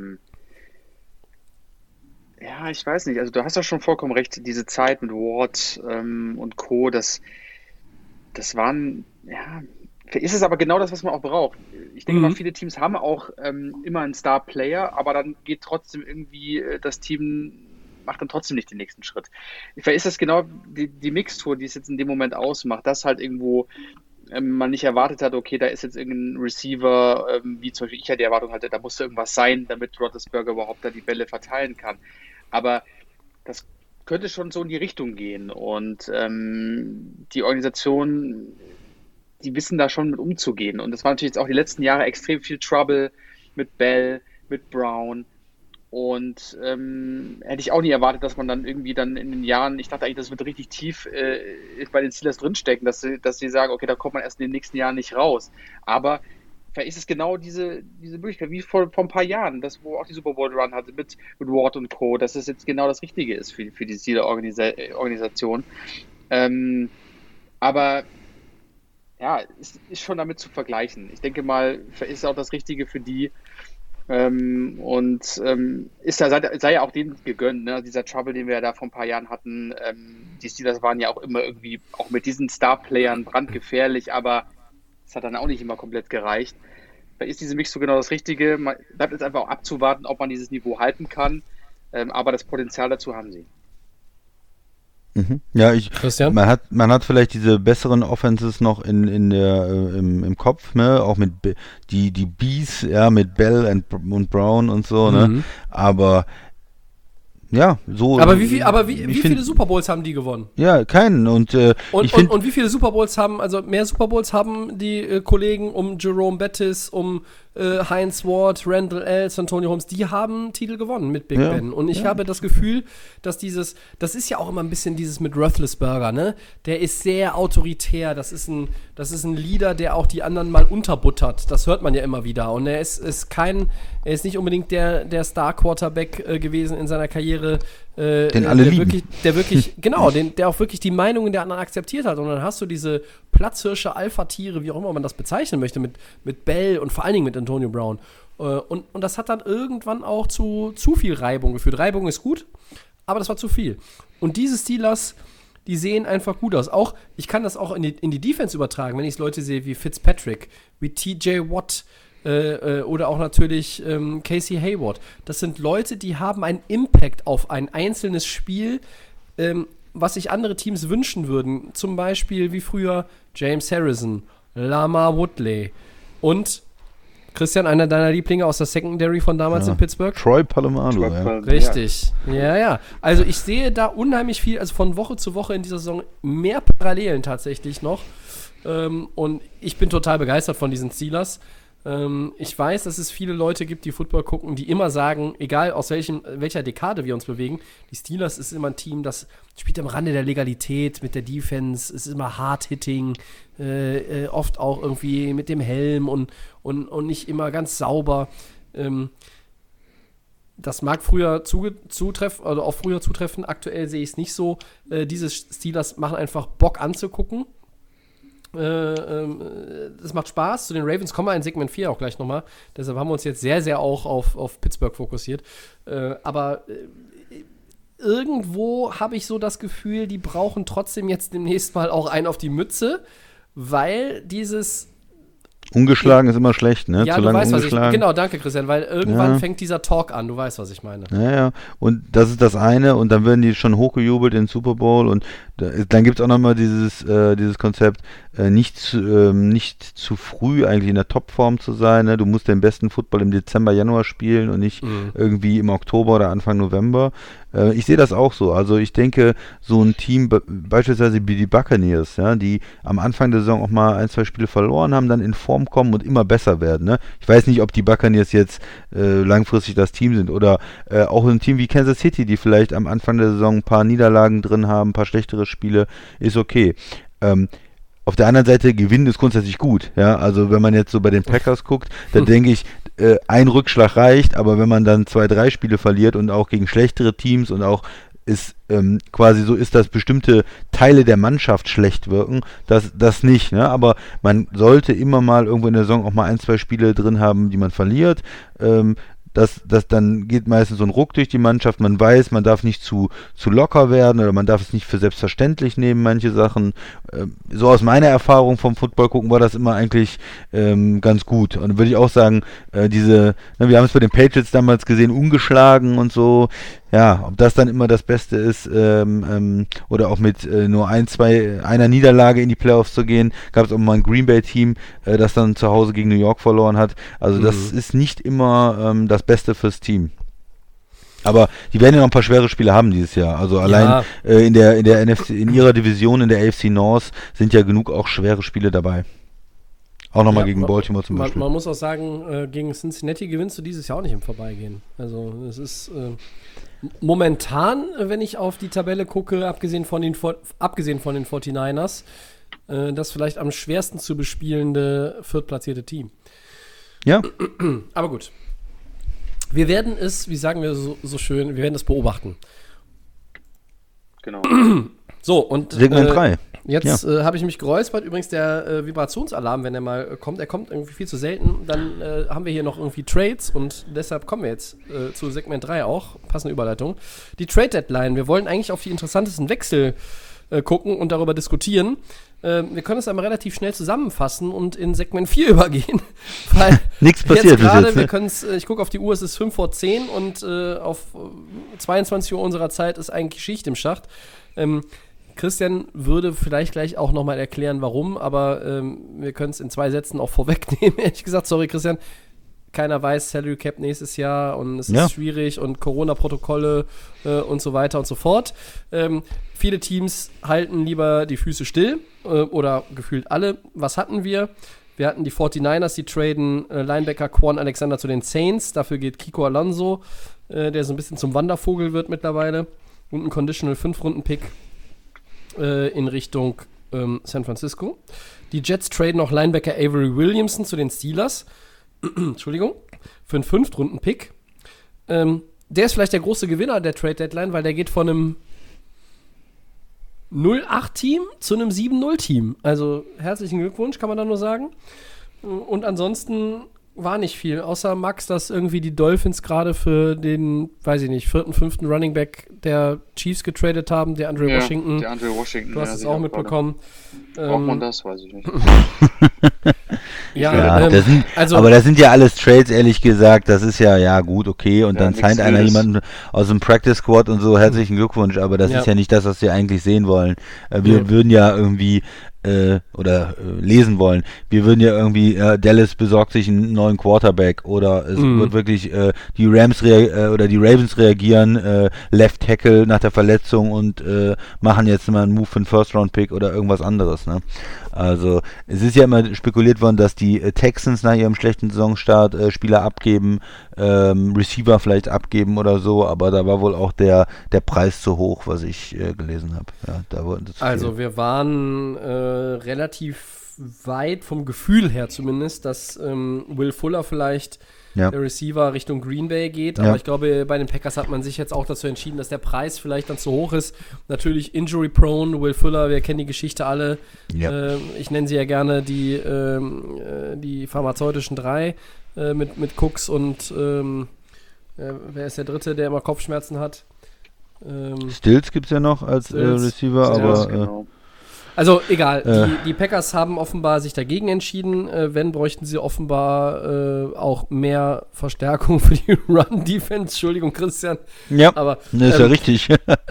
ja, ich weiß nicht. Also du hast ja schon vollkommen recht, diese Zeit mit Ward und Co., das waren, ja, ist es aber genau das, was man auch braucht. Ich denke mal, viele Teams haben auch immer einen Star-Player, aber dann geht trotzdem irgendwie das Team, macht dann trotzdem nicht den nächsten Schritt. Vielleicht ist das genau die Mixtur, die es jetzt in dem Moment ausmacht, dass halt irgendwo man nicht erwartet hat, okay, da ist jetzt irgendein Receiver, wie zum Beispiel ich ja die Erwartung hatte, da musste irgendwas sein, damit Roethlisberger überhaupt da die Bälle verteilen kann. Aber das könnte schon so in die Richtung gehen und die Organisation, die wissen da schon mit umzugehen. Und das war natürlich jetzt auch die letzten Jahre extrem viel Trouble mit Bell, mit Brown. Und hätte ich auch nie erwartet, dass man dann irgendwie dann in den Jahren, ich dachte eigentlich, das wird richtig tief bei den Steelers drinstecken, dass sie sagen, okay, da kommt man erst in den nächsten Jahren nicht raus. Aber vielleicht ist es genau diese Möglichkeit, wie vor ein paar Jahren, das wo auch die Super Bowl Run hatte mit Ward und Co., dass es jetzt genau das Richtige ist für die Steelers-Organisation. Aber ja, ist schon damit zu vergleichen. Ich denke mal, ist auch das Richtige für die. Sei ja auch denen gegönnt, ne? Dieser Trouble, den wir ja da vor ein paar Jahren hatten. Die Steelers waren ja auch immer irgendwie, auch mit diesen Star-Playern brandgefährlich, aber es hat dann auch nicht immer komplett gereicht. Da ist diese Mixtur genau das Richtige. Man bleibt jetzt einfach auch abzuwarten, ob man dieses Niveau halten kann. Aber das Potenzial dazu haben sie.
Ja, man hat vielleicht diese besseren Offenses noch im Kopf, ne, auch mit die Bees, ja, mit Bell und Brown und so, ne, aber ja, so.
Aber wie viele Super Bowls haben die gewonnen?
Ja, keinen. Und
wie viele Super Bowls mehr Super Bowls haben die Kollegen um Jerome Bettis, um Hines Ward, Randall L., Santonio Holmes, die haben Titel gewonnen mit Big Ben. Und ich habe das Gefühl, dass das ist ja auch immer ein bisschen dieses mit Roethlisberger, ne? Der ist sehr autoritär, das ist ein Leader, der auch die anderen mal unterbuttert. Das hört man ja immer wieder. Und er ist nicht unbedingt der Star-Quarterback gewesen in seiner Karriere,
den alle lieben.
Der auch wirklich die Meinungen der anderen akzeptiert hat. Und dann hast du diese Platzhirsche, Alpha-Tiere, wie auch immer man das bezeichnen möchte, mit Bell und vor allen Dingen mit Antonio Brown. Und das hat dann irgendwann auch zu viel Reibung geführt. Reibung ist gut, aber das war zu viel. Und diese Steelers, die sehen einfach gut aus. Auch, ich kann das auch in die Defense übertragen, wenn ich Leute sehe wie Fitzpatrick, wie TJ Watt, oder auch natürlich Casey Hayward. Das sind Leute, die haben einen Impact auf ein einzelnes Spiel, was sich andere Teams wünschen würden. Zum Beispiel wie früher James Harrison, Lamar Woodley und Christian, einer deiner Lieblinge aus der Secondary von damals in Pittsburgh?
Troy Polamalu, ja.
Richtig, ja. Also ich sehe da unheimlich viel, also von Woche zu Woche in dieser Saison mehr Parallelen tatsächlich noch. Und ich bin total begeistert von diesen Steelers. Ich weiß, dass es viele Leute gibt, die Football gucken, die immer sagen, egal aus welcher Dekade wir uns bewegen, die Steelers ist immer ein Team, das spielt am Rande der Legalität mit der Defense, es ist immer Hard-Hitting, oft auch irgendwie mit dem Helm und nicht immer ganz sauber. Das mag früher zutreffen, oder auch früher zutreffen, aktuell sehe ich es nicht so. Diese Steelers machen einfach Bock anzugucken. Das macht Spaß. Zu den Ravens kommen wir in Segment 4 auch gleich nochmal. Deshalb haben wir uns jetzt sehr, sehr auch auf Pittsburgh fokussiert. Aber irgendwo habe ich so das Gefühl, die brauchen trotzdem jetzt demnächst mal auch einen auf die Mütze, weil dieses
ungeschlagen ist immer schlecht, ne?
Ja,
zu
du
lange
weißt,
ungeschlagen.
was ich genau, danke Christian, weil irgendwann fängt dieser Talk an, du weißt, was ich meine.
Ja, und das ist das eine und dann werden die schon hochgejubelt in den Super Bowl und dann gibt es auch nochmal dieses Konzept, nicht zu früh eigentlich in der Topform zu sein, ne? Du musst den besten Football im Dezember, Januar spielen und nicht irgendwie im Oktober oder Anfang November. Ich sehe das auch so, also ich denke, so ein Team, beispielsweise wie die Buccaneers, ja, die am Anfang der Saison auch mal 1-2 Spiele verloren haben, dann in Form kommen und immer besser werden, ne? Ich weiß nicht, ob die Buccaneers jetzt langfristig das Team sind oder auch ein Team wie Kansas City, die vielleicht am Anfang der Saison ein paar Niederlagen drin haben, ein paar schlechtere Spiele, ist okay. Auf der anderen Seite, gewinnen ist grundsätzlich gut, ja, also wenn man jetzt so bei den Packers guckt, dann denke ich, ein Rückschlag reicht, aber wenn man dann 2-3 Spiele verliert und auch gegen schlechtere Teams und auch ist quasi so ist, dass bestimmte Teile der Mannschaft schlecht wirken, das nicht, ne? Aber man sollte immer mal irgendwo in der Saison auch mal 1-2 Spiele drin haben, die man verliert, dann geht meistens so ein Ruck durch die Mannschaft, man weiß, man darf nicht zu locker werden oder man darf es nicht für selbstverständlich nehmen, manche Sachen. So aus meiner Erfahrung vom Football gucken war das immer eigentlich ganz gut. Und würde ich auch sagen, wir haben es bei den Patriots damals gesehen, ungeschlagen und so, ja, ob das dann immer das Beste ist, oder auch mit nur einer Niederlage in die Playoffs zu gehen, gab es auch mal ein Green Bay Team, das dann zu Hause gegen New York verloren hat. Also das ist nicht immer das Beste fürs Team. Aber die werden ja noch ein paar schwere Spiele haben dieses Jahr. Also allein in der NFC, in ihrer Division, in der AFC North, sind ja genug auch schwere Spiele dabei. Auch nochmal gegen Baltimore zum Beispiel.
Man muss auch sagen, gegen Cincinnati gewinnst du dieses Jahr auch nicht im Vorbeigehen. Also es ist momentan, wenn ich auf die Tabelle gucke, abgesehen von den 49ers, das vielleicht am schwersten zu bespielende viertplatzierte Team.
Ja.
Aber gut. Wir werden es, wie sagen wir so schön, wir werden es beobachten.
Genau.
So, und
Segment 3.
Jetzt habe ich mich geräuspert. Übrigens, der Vibrationsalarm, wenn er mal kommt, er kommt irgendwie viel zu selten. Dann haben wir hier noch irgendwie Trades und deshalb kommen wir jetzt zu Segment 3 auch. Passende Überleitung. Die Trade-Deadline. Wir wollen eigentlich auf die interessantesten Wechsel gucken und darüber diskutieren. Wir können es aber relativ schnell zusammenfassen und in Segment 4 übergehen. Weil
nichts passiert
jetzt gerade,
ne?
Ich gucke auf die Uhr, es ist 5:10 und auf 22 Uhr unserer Zeit ist eigentlich Schicht im Schacht. Christian würde vielleicht gleich auch nochmal erklären, warum, aber wir können es in 2 Sätzen auch vorwegnehmen. Ehrlich gesagt, sorry Christian, keiner weiß, Salary Cap nächstes Jahr und es ist schwierig und Corona-Protokolle und so weiter und so fort. Viele Teams halten lieber die Füße still oder gefühlt alle. Was hatten wir? Wir hatten die 49ers, die traden Linebacker Quan Alexander zu den Saints. Dafür geht Kiko Alonso, der so ein bisschen zum Wandervogel wird mittlerweile. Und ein Conditional 5-Runden-Pick in Richtung San Francisco. Die Jets traden noch Linebacker Avery Williamson zu den Steelers. Entschuldigung. Für einen 5-Runden-Pick. Der ist vielleicht der große Gewinner der Trade-Deadline, weil der geht von einem 0-8-Team zu einem 7-0-Team. Also herzlichen Glückwunsch, kann man da nur sagen. Und ansonsten war nicht viel, außer Max, dass irgendwie die Dolphins gerade für den, weiß ich nicht, 4., 5. Running Back der Chiefs getradet haben, der Andre Washington.
Der Andre Washington.
Du hast es auch mitbekommen.
Braucht man das? Weiß ich nicht.
Aber das sind ja alles Trades, ehrlich gesagt, das ist ja gut, okay, und dann signed einer jemanden aus dem Practice Squad und so, herzlichen Glückwunsch, aber das ist ja nicht das, was wir eigentlich sehen wollen. Wir würden ja irgendwie lesen wollen. Wir würden ja irgendwie, Dallas besorgt sich einen neuen Quarterback oder es wird wirklich die Ravens reagieren, Left Tackle nach der Verletzung und machen jetzt mal einen Move für einen First-Round-Pick oder irgendwas anderes. Ne? Also es ist ja immer spekuliert worden, dass die Texans nach ihrem schlechten Saisonstart Spieler abgeben, Receiver vielleicht abgeben oder so, aber da war wohl auch der Preis zu hoch, was ich gelesen habe. Ja, da wollten sie zu viel.
Wir waren relativ weit vom Gefühl her zumindest, dass Will Fuller vielleicht der Receiver Richtung Green Bay geht, aber ich glaube, bei den Packers hat man sich jetzt auch dazu entschieden, dass der Preis vielleicht dann zu hoch ist. Natürlich injury-prone, Will Fuller, wir kennen die Geschichte alle. Ja. Ich nenne sie ja gerne die pharmazeutischen 3 mit Cooks und wer ist der Dritte, der immer Kopfschmerzen hat?
Stills gibt es ja noch als Receiver, aber
genau.
Also egal, die Packers haben offenbar sich dagegen entschieden. Wenn, bräuchten sie offenbar auch mehr Verstärkung für die Run-Defense. Entschuldigung, Christian.
Ja,
aber
ist ja richtig.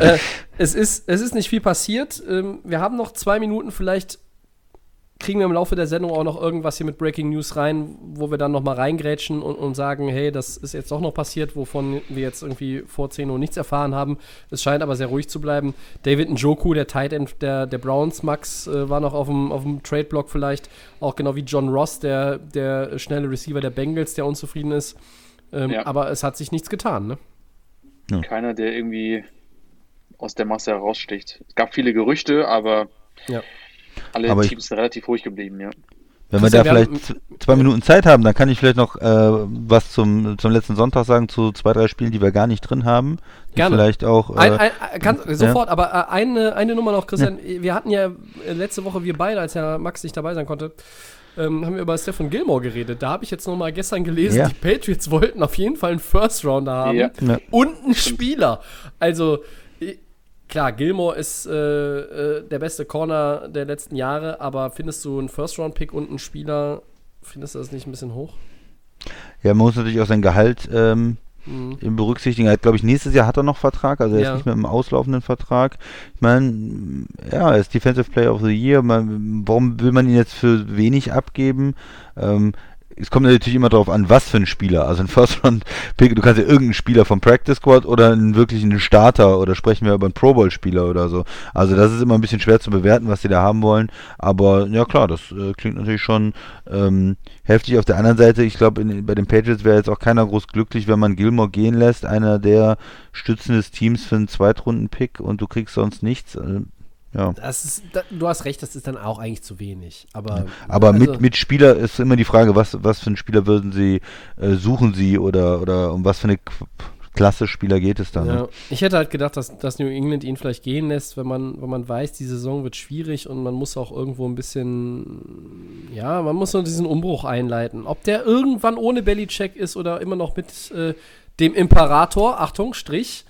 Es ist nicht viel passiert. Wir haben noch 2 Minuten, vielleicht kriegen wir im Laufe der Sendung auch noch irgendwas hier mit Breaking News rein, wo wir dann nochmal reingrätschen und sagen, hey, das ist jetzt doch noch passiert, wovon wir jetzt irgendwie vor 10 Uhr nichts erfahren haben. Es scheint aber sehr ruhig zu bleiben. David Njoku, der Tight End der Browns, Max, war noch auf dem Trade-Block vielleicht, auch genau wie John Ross, der schnelle Receiver der Bengals, der unzufrieden ist. Aber es hat sich nichts getan, ne?
Ja.
Keiner, der irgendwie aus der Masse heraussticht. Es gab viele Gerüchte, aber alle Teams sind relativ ruhig geblieben, ja.
Wenn wir da vielleicht 2 Minuten Zeit haben, dann kann ich vielleicht noch was zum letzten Sonntag sagen, zu 2, 3 Spielen, die wir gar nicht drin haben.
Gerne.
Vielleicht auch
sofort, aber eine Nummer noch, Christian. Ja. Wir hatten ja letzte Woche, wir beide, als Herr Max nicht dabei sein konnte, haben wir über Stephon Gilmore geredet. Da habe ich jetzt noch mal gestern gelesen, die Patriots wollten auf jeden Fall einen First-Rounder haben und einen Spieler. Also klar, Gilmore ist der beste Corner der letzten Jahre, aber findest du einen First-Round-Pick und einen Spieler, findest du das nicht ein bisschen hoch?
Ja, man muss natürlich auch sein Gehalt berücksichtigen. Er hat, glaube ich, nächstes Jahr hat er noch Vertrag, also er ist nicht mehr im auslaufenden Vertrag. Ich meine, er ist Defensive Player of the Year. Warum will man ihn jetzt für wenig abgeben? Es kommt natürlich immer darauf an, was für ein Spieler. Also ein First-Round-Pick, du kannst ja irgendeinen Spieler vom Practice-Squad oder wirklich einen Starter oder sprechen wir über einen Pro-Bowl-Spieler oder so. Also das ist immer ein bisschen schwer zu bewerten, was sie da haben wollen. Aber ja klar, das klingt natürlich schon heftig. Auf der anderen Seite, ich glaube, bei den Patriots wäre jetzt auch keiner groß glücklich, wenn man Gilmore gehen lässt, einer der Stützen des Teams für einen Zweitrunden-Pick und du kriegst sonst nichts. Ja.
Du hast recht, das ist dann auch eigentlich zu wenig. Aber
mit Spieler ist immer die Frage, was für einen Spieler suchen sie oder um was für eine Klasse Spieler geht es dann?
Ja. Ich hätte halt gedacht, dass New England ihn vielleicht gehen lässt, wenn man weiß, die Saison wird schwierig und man muss auch irgendwo ein bisschen, man muss so diesen Umbruch einleiten. Ob der irgendwann ohne Belichick ist oder immer noch mit dem Imperator, Achtung, Strich,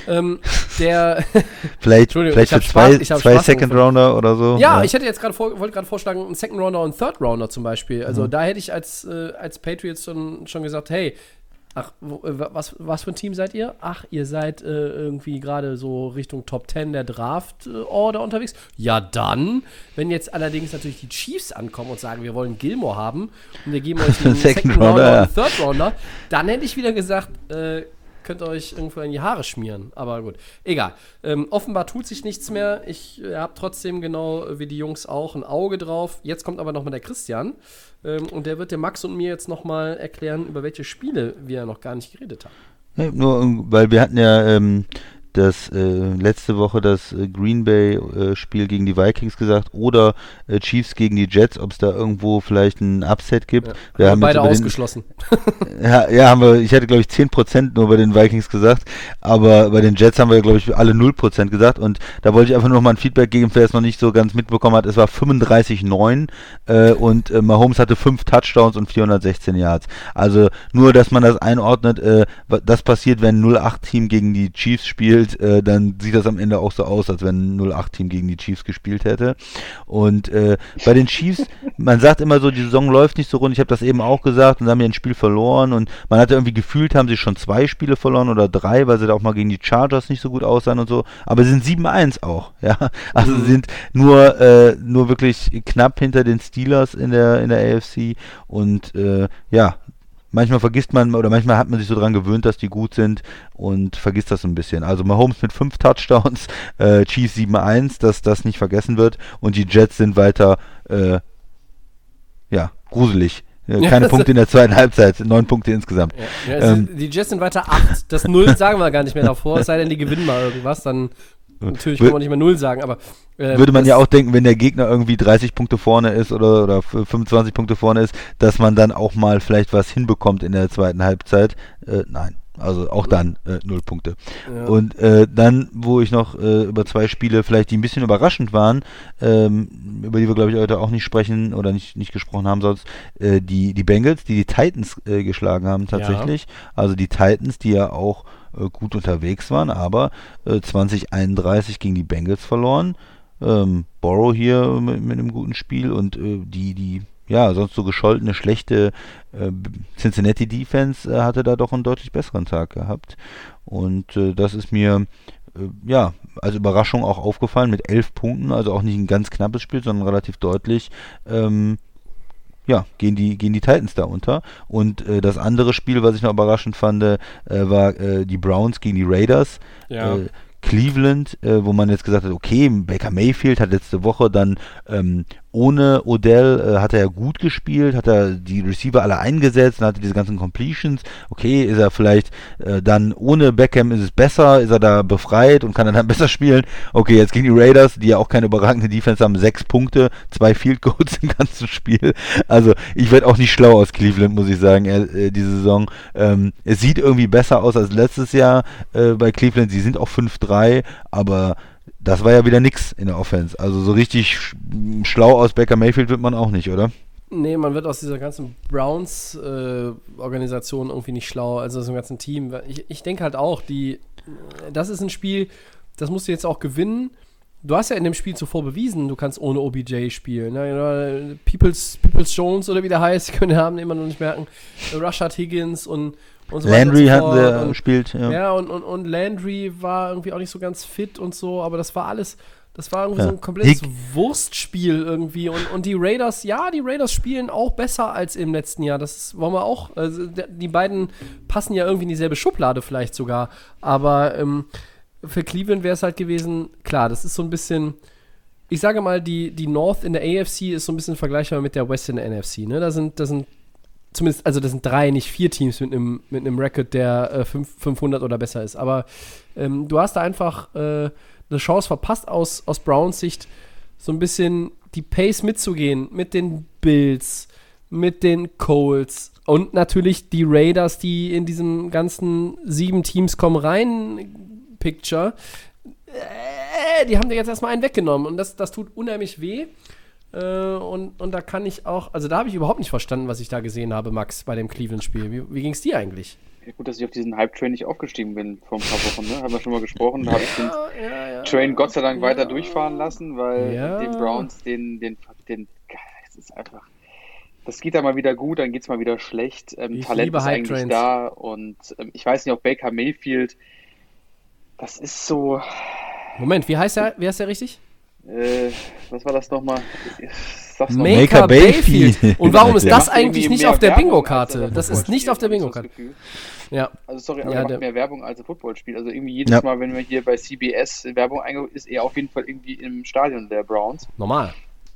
der
vielleicht für zwei Second Rounder oder so.
Ja, ich hätte jetzt wollte gerade vorschlagen, einen Second Rounder und einen Third Rounder zum Beispiel. Also da hätte ich als Patriots schon gesagt, hey, was für ein Team seid ihr? Ach, ihr seid irgendwie gerade so Richtung Top 10 der Draft-Order unterwegs. Ja, dann, wenn jetzt allerdings natürlich die Chiefs ankommen und sagen, wir wollen Gilmore haben und wir geben euch einen Second Rounder und einen Third Rounder, dann hätte ich wieder gesagt, könnt ihr euch irgendwo in die Haare schmieren. Aber gut, egal. Offenbar tut sich nichts mehr. Ich habe trotzdem genau wie die Jungs auch ein Auge drauf. Jetzt kommt aber nochmal der Christian. Und der wird dem Max und mir jetzt nochmal erklären, über welche Spiele wir noch gar nicht geredet haben.
Ja, nur, weil wir hatten ja letzte Woche das Green Bay Spiel gegen die Vikings gesagt oder Chiefs gegen die Jets, ob es da irgendwo vielleicht ein Upset gibt.
Ja, wir haben beide ausgeschlossen.
Ich hatte glaube ich 10% nur bei den Vikings gesagt, aber bei den Jets haben wir glaube ich alle 0% gesagt und da wollte ich einfach nur noch mal ein Feedback geben, wer es noch nicht so ganz mitbekommen hat. Es war 35-9 und Mahomes hatte 5 Touchdowns und 416 Yards. Also nur, dass man das einordnet, das passiert, wenn ein 0-8-Team gegen die Chiefs spielt, spielt, dann sieht das am Ende auch so aus, als wenn ein 0-8-Team gegen die Chiefs gespielt hätte. Und bei den Chiefs, man sagt immer so, die Saison läuft nicht so rund, ich habe das eben auch gesagt, und haben ja ein Spiel verloren und man hatte irgendwie gefühlt, haben sie schon 2 Spiele verloren oder 3, weil sie da auch mal gegen die Chargers nicht so gut aussahen und so, aber sie sind 7-1 auch, ja, also sie sind nur wirklich knapp hinter den Steelers in der AFC und manchmal vergisst man oder manchmal hat man sich so dran gewöhnt, dass die gut sind und vergisst das so ein bisschen. Also Mahomes mit 5 Touchdowns, Chiefs 7-1, dass das nicht vergessen wird und die Jets sind weiter gruselig. Keine Punkte in der zweiten Halbzeit, 9 Punkte insgesamt.
Die Jets sind weiter 8. Das 0 sagen wir gar nicht mehr davor, es sei denn, die gewinnen mal irgendwas, dann natürlich kann man nicht mehr 0 sagen, aber
würde man ja auch denken, wenn der Gegner irgendwie 30 Punkte vorne ist oder 25 Punkte vorne ist, dass man dann auch mal vielleicht was hinbekommt in der zweiten Halbzeit. Nein, also auch dann 0 Punkte. Ja. Und dann, wo ich noch über 2 Spiele vielleicht, die ein bisschen überraschend waren, über die wir, glaube ich, heute auch nicht sprechen oder nicht gesprochen haben sonst, die Bengals, die Titans geschlagen haben tatsächlich. Ja. Also die Titans, die ja auch gut unterwegs waren, aber 2031 gegen die Bengals verloren. Burrow hier mit einem guten Spiel und die sonst so gescholtene, schlechte Cincinnati Defense hatte da doch einen deutlich besseren Tag gehabt. Und das ist mir als Überraschung auch aufgefallen mit 11 Punkten, also auch nicht ein ganz knappes Spiel, sondern relativ deutlich. Gehen die Titans da unter. Und das andere Spiel, was ich noch überraschend fand, war die Browns gegen die Raiders. Ja. Cleveland, wo man jetzt gesagt hat, okay, Baker Mayfield hat letzte Woche dann ohne Odell hat er ja gut gespielt, hat er die Receiver alle eingesetzt und hatte diese ganzen Completions. Okay, ist er vielleicht dann ohne Beckham ist es besser, ist er da befreit und kann dann besser spielen. Okay, jetzt gegen die Raiders, die ja auch keine überragende Defense haben, 6 Punkte, 2 Field Goals im ganzen Spiel. Also ich werde auch nicht schlau aus Cleveland, muss ich sagen, diese Saison. Es sieht irgendwie besser aus als letztes Jahr bei Cleveland. Sie sind auch 5-3, aber das war ja wieder nix in der Offense. Also so richtig schlau aus Baker Mayfield wird man auch nicht, oder?
Nee, man wird aus dieser ganzen Browns-Organisation irgendwie nicht schlau, also aus dem ganzen Team. Ich denke halt auch, das ist ein Spiel, das musst du jetzt auch gewinnen. Du hast ja in dem Spiel zuvor bewiesen, du kannst ohne OBJ spielen. Ne? Peoples Jones oder wie der heißt, können den Namen immer noch nicht merken. Rashad Higgins und so
Landry hat gespielt.
Ja, und Landry war irgendwie auch nicht so ganz fit und so, aber das war irgendwie so ein komplettes Wurstspiel irgendwie. Und die Raiders, die Raiders spielen auch besser als im letzten Jahr. Das wollen wir auch. Also die beiden passen ja irgendwie in dieselbe Schublade vielleicht sogar. Aber für Cleveland wäre es halt gewesen, klar, das ist so ein bisschen, ich sage mal, die North in der AFC ist so ein bisschen vergleichbar mit der West in der NFC. Ne? Da sind zumindest, also das sind 3, nicht 4 Teams mit einem Record, der 500 oder besser ist. Aber du hast da einfach eine Chance verpasst aus Browns Sicht, so ein bisschen die Pace mitzugehen mit den Bills, mit den Colts und natürlich die Raiders, die in diesem ganzen 7 Teams kommen rein Picture. Die haben dir jetzt erstmal einen weggenommen und das tut unheimlich weh. Und da kann ich auch, also da habe ich überhaupt nicht verstanden, was ich da gesehen habe, Max, bei dem Cleveland-Spiel. Wie ging es dir eigentlich?
Ja, gut, dass ich auf diesen Hype-Train nicht aufgestiegen bin vor ein paar Wochen, ne? Haben wir schon mal gesprochen. Da habe ich den Train Gott sei Dank weiter durchfahren lassen, weil den Browns, das ist einfach, das geht dann mal wieder gut, dann geht es mal wieder schlecht. Talent ist eigentlich da und ich weiß nicht, ob Baker Mayfield, das ist so...
Moment, wie heißt der richtig?
Was war das nochmal?
Baker Mayfield. Und warum ist das eigentlich nicht auf der Bingo-Karte? Das ist nicht auf der Bingo-Karte.
Ja. Also sorry, aber er macht mehr Werbung als ein Footballspiel. Also irgendwie jedes Mal, wenn wir hier bei CBS Werbung eingeben, ist er auf jeden Fall irgendwie im Stadion der Browns.
Normal.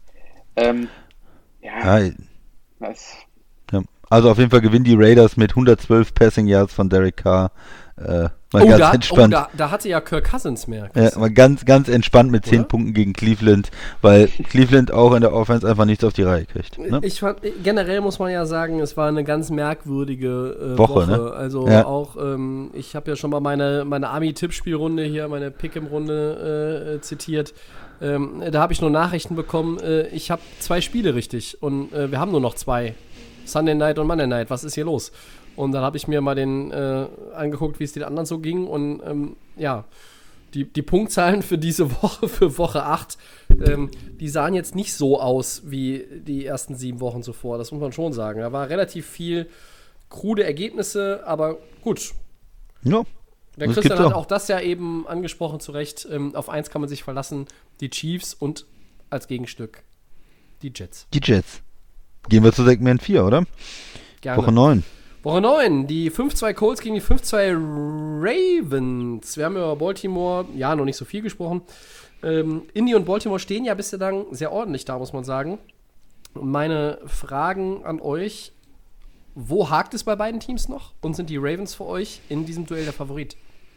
Also auf jeden Fall gewinnen die Raiders mit 112 Passing Yards von Derek Carr. Ganz entspannt.
Da hatte ja Kirk Cousins mehr.
Mal ganz entspannt mit 10 Punkten gegen Cleveland, weil Cleveland auch in der Offense einfach nichts auf die Reihe kriegt. Ne?
Generell muss man ja sagen, es war eine ganz merkwürdige Woche. Ne? Also auch, ich habe ja schon mal meine Army-Tippspielrunde hier, meine Pick'em-Runde zitiert. Da habe ich nur Nachrichten bekommen, ich habe 2 Spiele richtig und wir haben nur noch 2. Sunday Night und Monday Night, was ist hier los? Und dann habe ich mir mal den angeguckt, wie es den anderen so ging und Die Punktzahlen für diese Woche, für Woche 8, die sahen jetzt nicht so aus wie die ersten 7 Wochen zuvor. Das muss man schon sagen. Da war relativ viel krude Ergebnisse, aber gut.
Ja.
Der Christian hat auch das ja eben angesprochen, zu Recht. Auf eins kann man sich verlassen, die Chiefs und als Gegenstück die Jets.
Die Jets. Gehen wir zu Segment 4, oder?
Gerne.
Woche 9.
Woche 9, die 5-2 Colts gegen die 5-2 Ravens. Wir haben über Baltimore, ja, noch nicht so viel gesprochen. Indy und Baltimore stehen ja bislang sehr ordentlich da, muss man sagen. Und meine Fragen an euch: Wo hakt es bei beiden Teams noch? Und sind die Ravens für euch in diesem Duell der Favorit?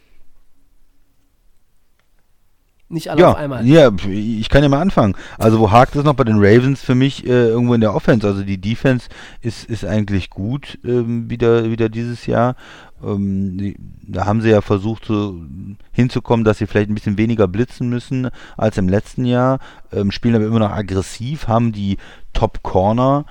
Nicht alle auf einmal.
Ja, ich kann ja mal anfangen. Also wo hakt es noch bei den Ravens? Für mich irgendwo in der Offense. Also die Defense ist eigentlich gut wieder dieses Jahr. Da haben sie ja versucht hinzukommen, dass sie vielleicht ein bisschen weniger blitzen müssen als im letzten Jahr. Spielen aber immer noch aggressiv, haben die Top-Corner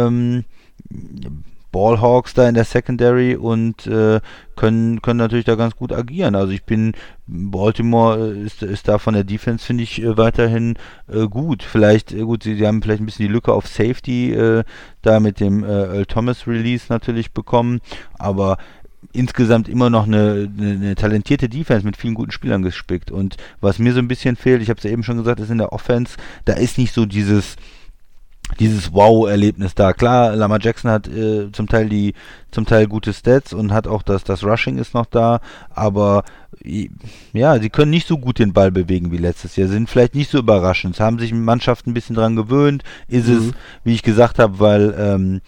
Ballhawks da in der Secondary und können natürlich da ganz gut agieren. Also Baltimore ist da von der Defense, finde ich, weiterhin gut. Sie haben vielleicht ein bisschen die Lücke auf Safety da mit dem Earl Thomas Release natürlich bekommen, aber insgesamt immer noch eine talentierte Defense mit vielen guten Spielern gespickt. Und was mir so ein bisschen fehlt, ich habe es ja eben schon gesagt, ist in der Offense, da ist nicht so dieses Wow-Erlebnis da. Klar, Lamar Jackson hat zum Teil gute Stats und hat auch das Rushing ist noch da, aber ja, sie können nicht so gut den Ball bewegen wie letztes Jahr, sind vielleicht nicht so überraschend, es haben sich Mannschaften ein bisschen dran gewöhnt, ist es, wie ich gesagt habe, weil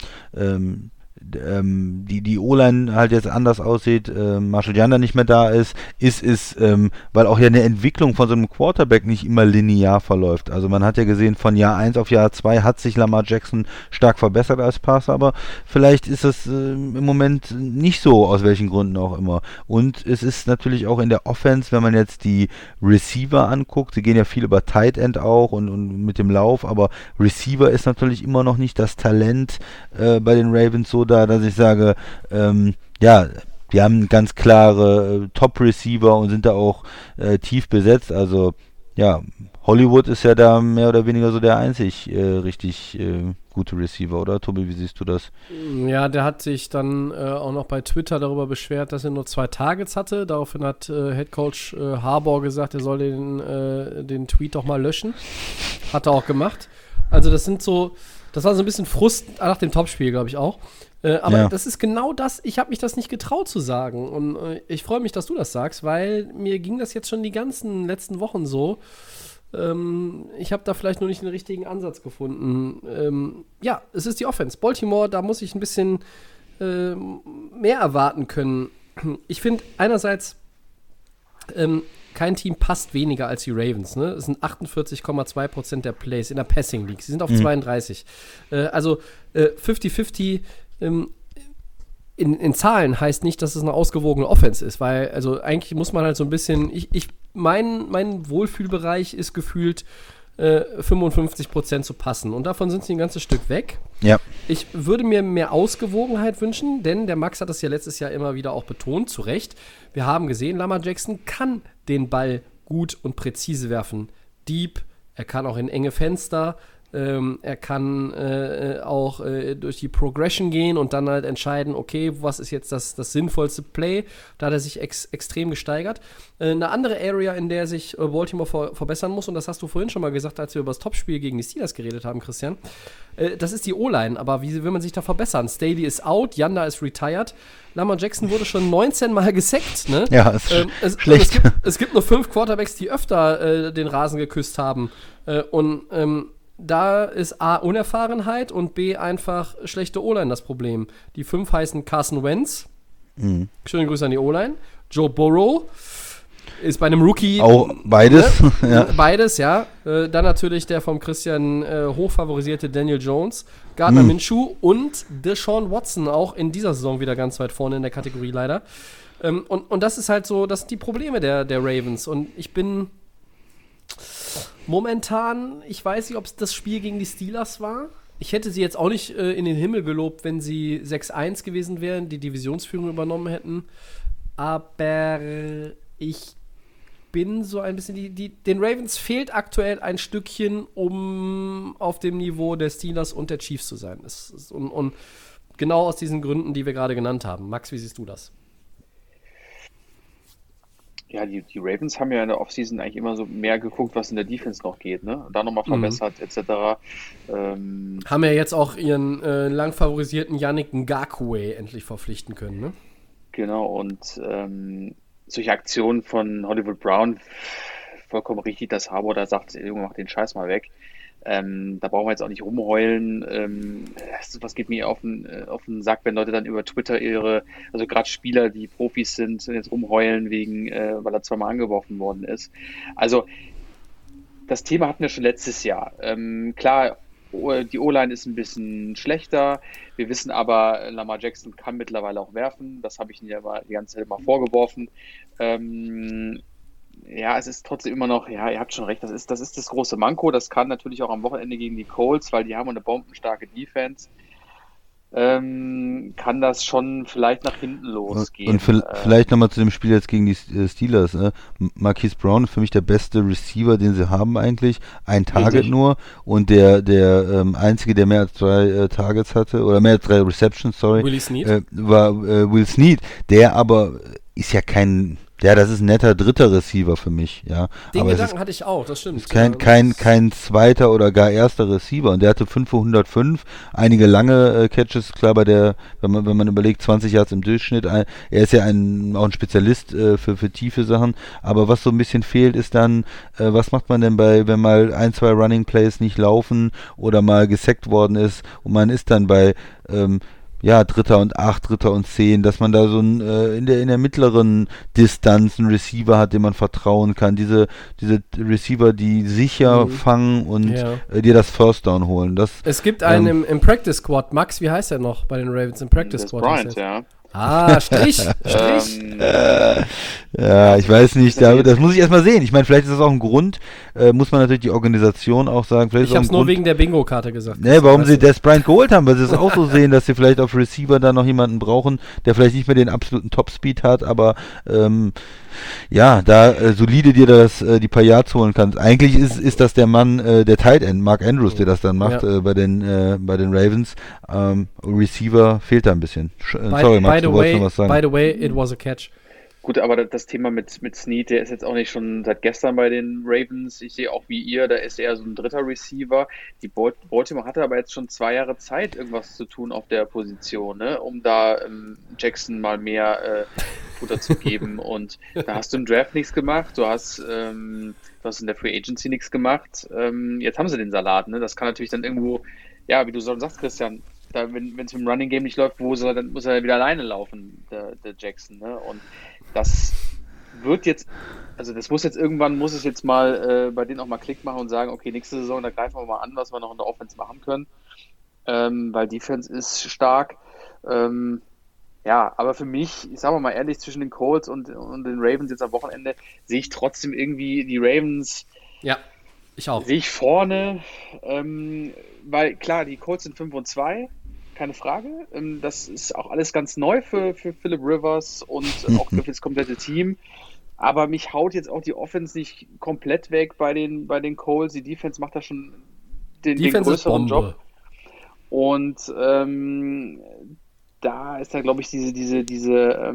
die O-Line halt jetzt anders aussieht, Marshall Yanda nicht mehr da ist, weil auch ja eine Entwicklung von so einem Quarterback nicht immer linear verläuft. Also man hat ja gesehen, von Jahr 1 auf Jahr 2 hat sich Lamar Jackson stark verbessert als Passer, aber vielleicht ist es im Moment nicht so, aus welchen Gründen auch immer. Und es ist natürlich auch in der Offense, wenn man jetzt die Receiver anguckt, sie gehen ja viel über Tight End auch und mit dem Lauf, aber Receiver ist natürlich immer noch nicht das Talent bei den Ravens so da, dass ich sage, die haben ganz klare Top-Receiver und sind da auch tief besetzt. Also ja, Hollywood ist ja da mehr oder weniger so der einzig richtig gute Receiver, oder? Tobi, wie siehst du das?
Ja, der hat sich dann auch noch bei Twitter darüber beschwert, dass er nur 2 Targets hatte. Daraufhin hat Headcoach Harbaugh gesagt, er soll den Tweet doch mal löschen. Hat er auch gemacht. Also das war so ein bisschen Frust nach dem Topspiel, glaube ich auch. Aber das ist genau das, ich habe mich das nicht getraut zu sagen. Und ich freue mich, dass du das sagst, weil mir ging das jetzt schon die ganzen letzten Wochen so. Ich habe da vielleicht nur nicht den richtigen Ansatz gefunden. Es ist die Offense. Baltimore, da muss ich ein bisschen mehr erwarten können. Ich finde einerseits, kein Team passt weniger als die Ravens. Ne? Es sind 48,2% der Plays in der Passing League. Sie sind auf 32. Also 50-50 in Zahlen heißt nicht, dass es eine ausgewogene Offense ist, weil also eigentlich muss man halt so ein bisschen, mein Wohlfühlbereich ist gefühlt 55% zu passen und davon sind sie ein ganzes Stück weg.
Ja.
Ich würde mir mehr Ausgewogenheit wünschen, denn der Max hat das ja letztes Jahr immer wieder auch betont, zu Recht. Wir haben gesehen, Lamar Jackson kann den Ball gut und präzise werfen. Deep, er kann auch in enge Fenster, er kann auch durch die Progression gehen und dann halt entscheiden, okay, was ist jetzt das sinnvollste Play? Da hat er sich extrem gesteigert. Eine andere Area, in der sich Baltimore verbessern muss, und das hast du vorhin schon mal gesagt, als wir über das Topspiel gegen die Steelers geredet haben, Christian, das ist die O-Line. Aber wie will man sich da verbessern? Staley ist out, Yanda ist retired. Lamar Jackson wurde schon 19 Mal gesackt. Ne?
Ja, ist schlecht.
Es gibt nur 5 Quarterbacks, die öfter den Rasen geküsst haben. Da ist A, Unerfahrenheit und B, einfach schlechte O-Line das Problem. Die 5 heißen Carson Wentz. Schöne Grüße an die O-Line. Joe Burrow ist bei einem Rookie.
Auch beides.
Ne?
Ja.
Beides, ja. Dann natürlich der vom Christian hochfavorisierte Daniel Jones, Gardner Minshew und Deshaun Watson, auch in dieser Saison wieder ganz weit vorne in der Kategorie leider. Und das ist halt so, das sind die Probleme der Ravens. Und ich bin momentan, ich weiß nicht, ob es das Spiel gegen die Steelers war. Ich hätte sie jetzt auch nicht in den Himmel gelobt, wenn sie 6-1 gewesen wären, die Divisionsführung übernommen hätten. Aber ich bin so ein bisschen, den Ravens fehlt aktuell ein Stückchen, um auf dem Niveau der Steelers und der Chiefs zu sein. Und genau aus diesen Gründen, die wir gerade genannt haben. Max, wie siehst du das?
Ja, die Ravens haben ja in der Offseason eigentlich immer so mehr geguckt, was in der Defense noch geht, ne? Da nochmal verbessert, etc.
Haben ja jetzt auch ihren lang favorisierten Yannick Ngakoue endlich verpflichten können, ne?
Genau, und solche Aktionen von Hollywood Brown, vollkommen richtig, dass Harbour da sagt, Junge, mach den Scheiß mal weg. Da brauchen wir jetzt auch nicht rumheulen. Was geht mir auf den Sack, wenn Leute dann über Twitter also gerade Spieler, die Profis sind, jetzt rumheulen weil er zweimal angeworfen worden ist. Also das Thema hatten wir schon letztes Jahr. Klar, die O-Line ist ein bisschen schlechter. Wir wissen aber, Lamar Jackson kann mittlerweile auch werfen. Das habe ich ihm ja die ganze Zeit mal vorgeworfen. Ja, es ist trotzdem immer noch, ja, ihr habt schon recht, das ist das große Manko. Das kann natürlich auch am Wochenende gegen die Colts, weil die haben eine bombenstarke Defense. Kann das schon vielleicht nach hinten losgehen.
Und vielleicht nochmal zu dem Spiel jetzt gegen die Steelers. Marquise Brown ist für mich der beste Receiver, den sie haben eigentlich. Ein Target
Richtig.
nur. Und der Einzige, der mehr als 3 Targets hatte, oder mehr als 3 Receptions, sorry,
Willie Snead.
war Will Snead. Der aber ist ja kein... Ja, das ist ein netter dritter Receiver für mich, ja.
Den
aber
Gedanken hatte ich auch, das stimmt.
ist kein zweiter oder gar erster Receiver. Und der hatte 505, einige lange Catches, klar wenn man überlegt, 20 Yards im Durchschnitt. Er ist ja auch ein Spezialist für tiefe Sachen. Aber was so ein bisschen fehlt, ist dann, was macht man denn wenn mal 1, 2 Running Plays nicht laufen oder mal gesackt worden ist und man ist dann bei 3. und 8, 3. und 10, dass man da so in der mittleren Distanz einen Receiver hat, dem man vertrauen kann. Diese Receiver, die sicher fangen und dir das First Down holen.
Es gibt einen im Practice Squad. Max, wie heißt er noch bei den Ravens im Practice Squad?
Bryant, ja.
Strich.
Ja, ich weiß nicht, das muss ich erstmal sehen. Ich meine, vielleicht ist das auch ein Grund, muss man natürlich die Organisation auch sagen. Vielleicht
Ich habe es nur wegen der Bingo-Karte gesagt.
Ne, warum sie Des Bryant geholt haben, weil sie es auch so sehen, dass sie vielleicht auf Receiver da noch jemanden brauchen, der vielleicht nicht mehr den absoluten Top-Speed hat, aber solide dir die paar Yards holen kannst. Eigentlich ist das der Mann, der Tight End, Mark Andrews, der das dann macht bei den Ravens. Receiver fehlt da ein bisschen. Sorry, Max, du wolltest noch was sagen.
By the way, it was a catch.
Gut, aber das Thema mit Snead, der ist jetzt auch nicht schon seit gestern bei den Ravens. Ich sehe auch wie ihr, da ist er so ein dritter Receiver. Die Baltimore hatte aber jetzt schon 2 Jahre Zeit, irgendwas zu tun auf der Position, ne? Um da Jackson mal mehr Futter zu geben. Und da hast du im Draft nichts gemacht, du hast in der Free Agency nichts gemacht. Jetzt haben sie den Salat, ne? Das kann natürlich dann irgendwo, ja, wie du schon sagst, Christian, wenn es im Running Game nicht läuft, dann muss er wieder alleine laufen, der Jackson, ne? Und das wird jetzt, also das muss es jetzt mal bei denen auch mal Klick machen und sagen, okay, nächste Saison, da greifen wir mal an, was wir noch in der Offense machen können, weil Defense ist stark. Aber für mich, ich sage mal ehrlich, zwischen den Colts und den Ravens jetzt am Wochenende sehe ich trotzdem irgendwie die Ravens.
Ja, ich auch.
Sehe ich vorne, weil klar, die Colts sind 5-2. Keine Frage. Das ist auch alles ganz neu für Philip Rivers und auch für das komplette Team. Aber mich haut jetzt auch die Offense nicht komplett weg bei den Colts. Die Defense macht da schon den größeren Job. Und da ist da, glaube ich, dieser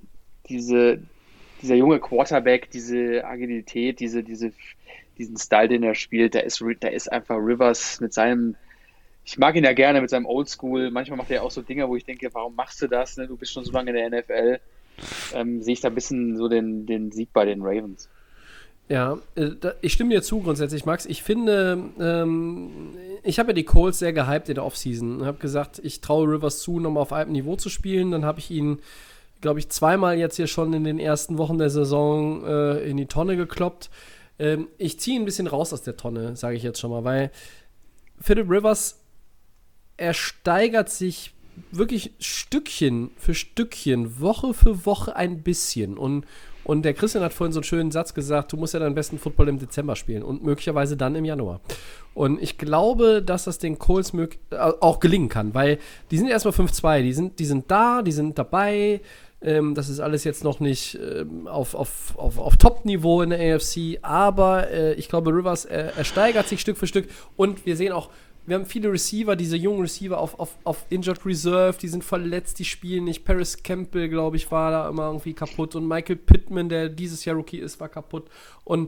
junge Quarterback, diese Agilität, diesen Style, den er spielt, da ist einfach Rivers mit seinem. Ich mag ihn ja gerne mit seinem Oldschool. Manchmal macht er auch so Dinge, wo ich denke, warum machst du das? Ne? Du bist schon so lange in der NFL. Sehe ich da ein bisschen so den Sieg bei den Ravens.
Ja, ich stimme dir zu grundsätzlich, Max. Ich finde, ich habe ja die Colts sehr gehypt in der Offseason. Ich habe gesagt, ich traue Rivers zu, nochmal auf einem Niveau zu spielen. Dann habe ich ihn, glaube ich, 2-mal jetzt hier schon in den ersten Wochen der Saison in die Tonne gekloppt. Ich ziehe ihn ein bisschen raus aus der Tonne, sage ich jetzt schon mal, weil Philip Rivers, er steigert sich wirklich Stückchen für Stückchen, Woche für Woche ein bisschen. Und der Christian hat vorhin so einen schönen Satz gesagt, du musst ja deinen besten Football im Dezember spielen und möglicherweise dann im Januar. Und ich glaube, dass das den Colts auch gelingen kann, weil die sind erstmal 5-2, die sind da, die sind dabei. Das ist alles jetzt noch nicht auf Top-Niveau in der AFC, aber ich glaube, Rivers er steigert sich Stück für Stück und wir sehen auch, wir haben viele Receiver, diese jungen Receiver auf Injured Reserve, die sind verletzt, die spielen nicht. Paris Campbell, glaube ich, war da immer irgendwie kaputt und Michael Pittman, der dieses Jahr Rookie ist, war kaputt. Und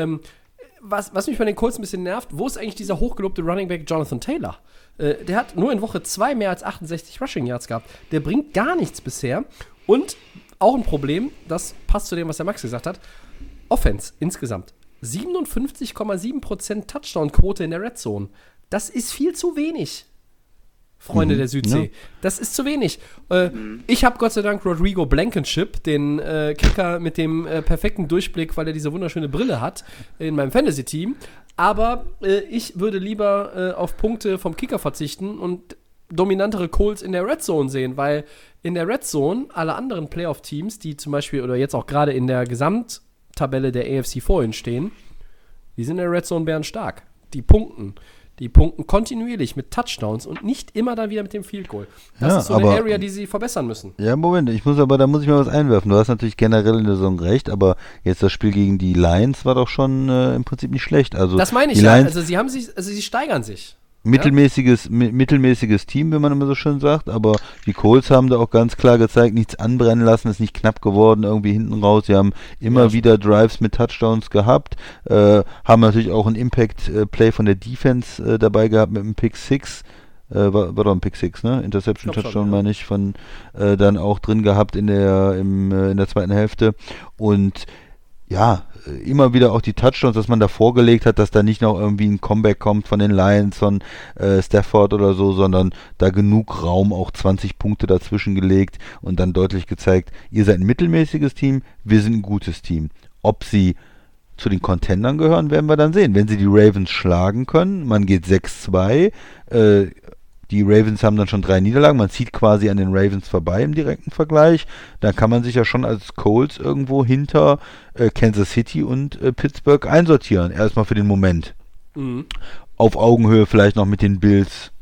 was mich bei den Colts ein bisschen nervt, wo ist eigentlich dieser hochgelobte Running Back Jonathan Taylor? Der hat nur in Woche 2 mehr als 68 Rushing Yards gehabt. Der bringt gar nichts bisher. Und auch ein Problem, das passt zu dem, was der Max gesagt hat, Offense insgesamt. 57,7% Touchdown-Quote in der Red Zone. Das ist viel zu wenig, Freunde der Südsee. Ja. Das ist zu wenig. Ich habe Gott sei Dank Rodrigo Blankenship, den Kicker mit dem perfekten Durchblick, weil er diese wunderschöne Brille hat, in meinem Fantasy-Team. Aber ich würde lieber auf Punkte vom Kicker verzichten und dominantere Colts in der Red Zone sehen, weil in der Red Zone alle anderen Playoff-Teams, die zum Beispiel oder jetzt auch gerade in der Gesamttabelle der AFC vorhin stehen, die sind in der Red Zone bärenstark. Die punkten kontinuierlich mit Touchdowns und nicht immer dann wieder mit dem Field Goal. Das ist so eine Area, die sie verbessern müssen.
Ja, Moment, da muss ich mal was einwerfen. Du hast natürlich generell in der Saison recht, aber jetzt das Spiel gegen die Lions war doch schon im Prinzip nicht schlecht. Also
das meine ich ja. Also sie steigern sich.
Mittelmäßiges Team, wie man immer so schön sagt, aber die Colts haben da auch ganz klar gezeigt, nichts anbrennen lassen, ist nicht knapp geworden, irgendwie hinten raus. Sie haben immer wieder Drives mit Touchdowns gehabt, haben natürlich auch ein Impact-Play von der Defense dabei gehabt mit einem Pick 6. War doch ein Pick 6, ne? Interception Touchdown, meine ich, von dann auch drin gehabt in der zweiten Hälfte. Und ja, immer wieder auch die Touchdowns, dass man da vorgelegt hat, dass da nicht noch irgendwie ein Comeback kommt von den Lions, von Stafford oder so, sondern da genug Raum, auch 20 Punkte dazwischen gelegt und dann deutlich gezeigt, ihr seid ein mittelmäßiges Team, wir sind ein gutes Team. Ob sie zu den Contendern gehören, werden wir dann sehen. Wenn sie die Ravens schlagen können, man geht 6-2, die Ravens haben dann schon 3 Niederlagen, man zieht quasi an den Ravens vorbei im direkten Vergleich. Dann kann man sich ja schon als Colts irgendwo hinter Kansas City und Pittsburgh einsortieren, erstmal für den Moment. Mhm. Auf Augenhöhe vielleicht noch mit den Bills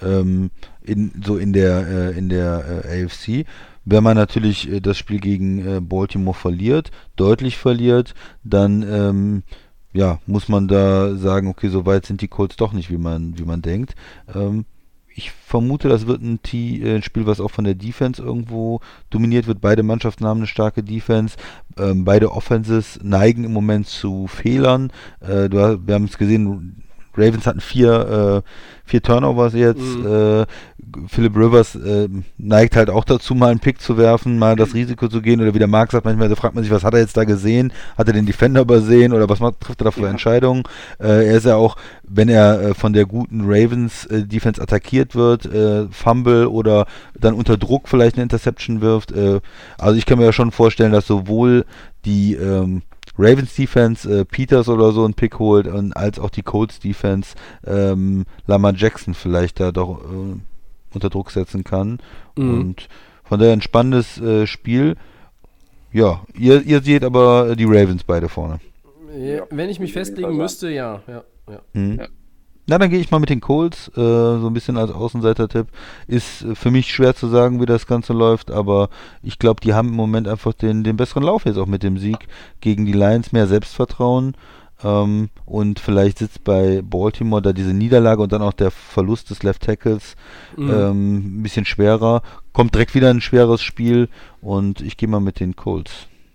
in der AFC. Wenn man natürlich das Spiel gegen Baltimore verliert, deutlich verliert, dann muss man da sagen, okay, so weit sind die Colts doch nicht, wie man denkt. Ich vermute, das wird ein Spiel, was auch von der Defense irgendwo dominiert wird. Beide Mannschaften haben eine starke Defense. Beide Offenses neigen im Moment zu Fehlern. Wir haben es gesehen, Ravens hatten 4 Turnovers jetzt. Philip Rivers neigt halt auch dazu, mal einen Pick zu werfen, mal das Risiko zu gehen. Oder wie der Marc sagt, manchmal da fragt man sich, was hat er jetzt da gesehen? Hat er den Defender übersehen? Oder was trifft er da für Entscheidungen? Er ist ja auch, wenn er von der guten Ravens Defense attackiert wird, Fumble oder dann unter Druck vielleicht eine Interception wirft. Also ich kann mir ja schon vorstellen, dass sowohl die Ravens Defense, Peters oder so einen Pick holt, als auch die Colts Defense Lamar Jackson vielleicht da doch unter Druck setzen kann. Und von daher ein spannendes Spiel. Ja, ihr seht aber die Ravens beide vorne.
Ja, wenn ich mich festlegen müsste, ja.
Na, dann gehe ich mal mit den Colts, so ein bisschen als Außenseiter-Tipp. Ist für mich schwer zu sagen, wie das Ganze läuft, aber ich glaube, die haben im Moment einfach den besseren Lauf jetzt auch mit dem Sieg gegen die Lions, mehr Selbstvertrauen. Und vielleicht sitzt bei Baltimore da diese Niederlage und dann auch der Verlust des Left Tackles ein bisschen schwerer. Kommt direkt wieder ein schweres Spiel und ich gehe mal mit den Colts.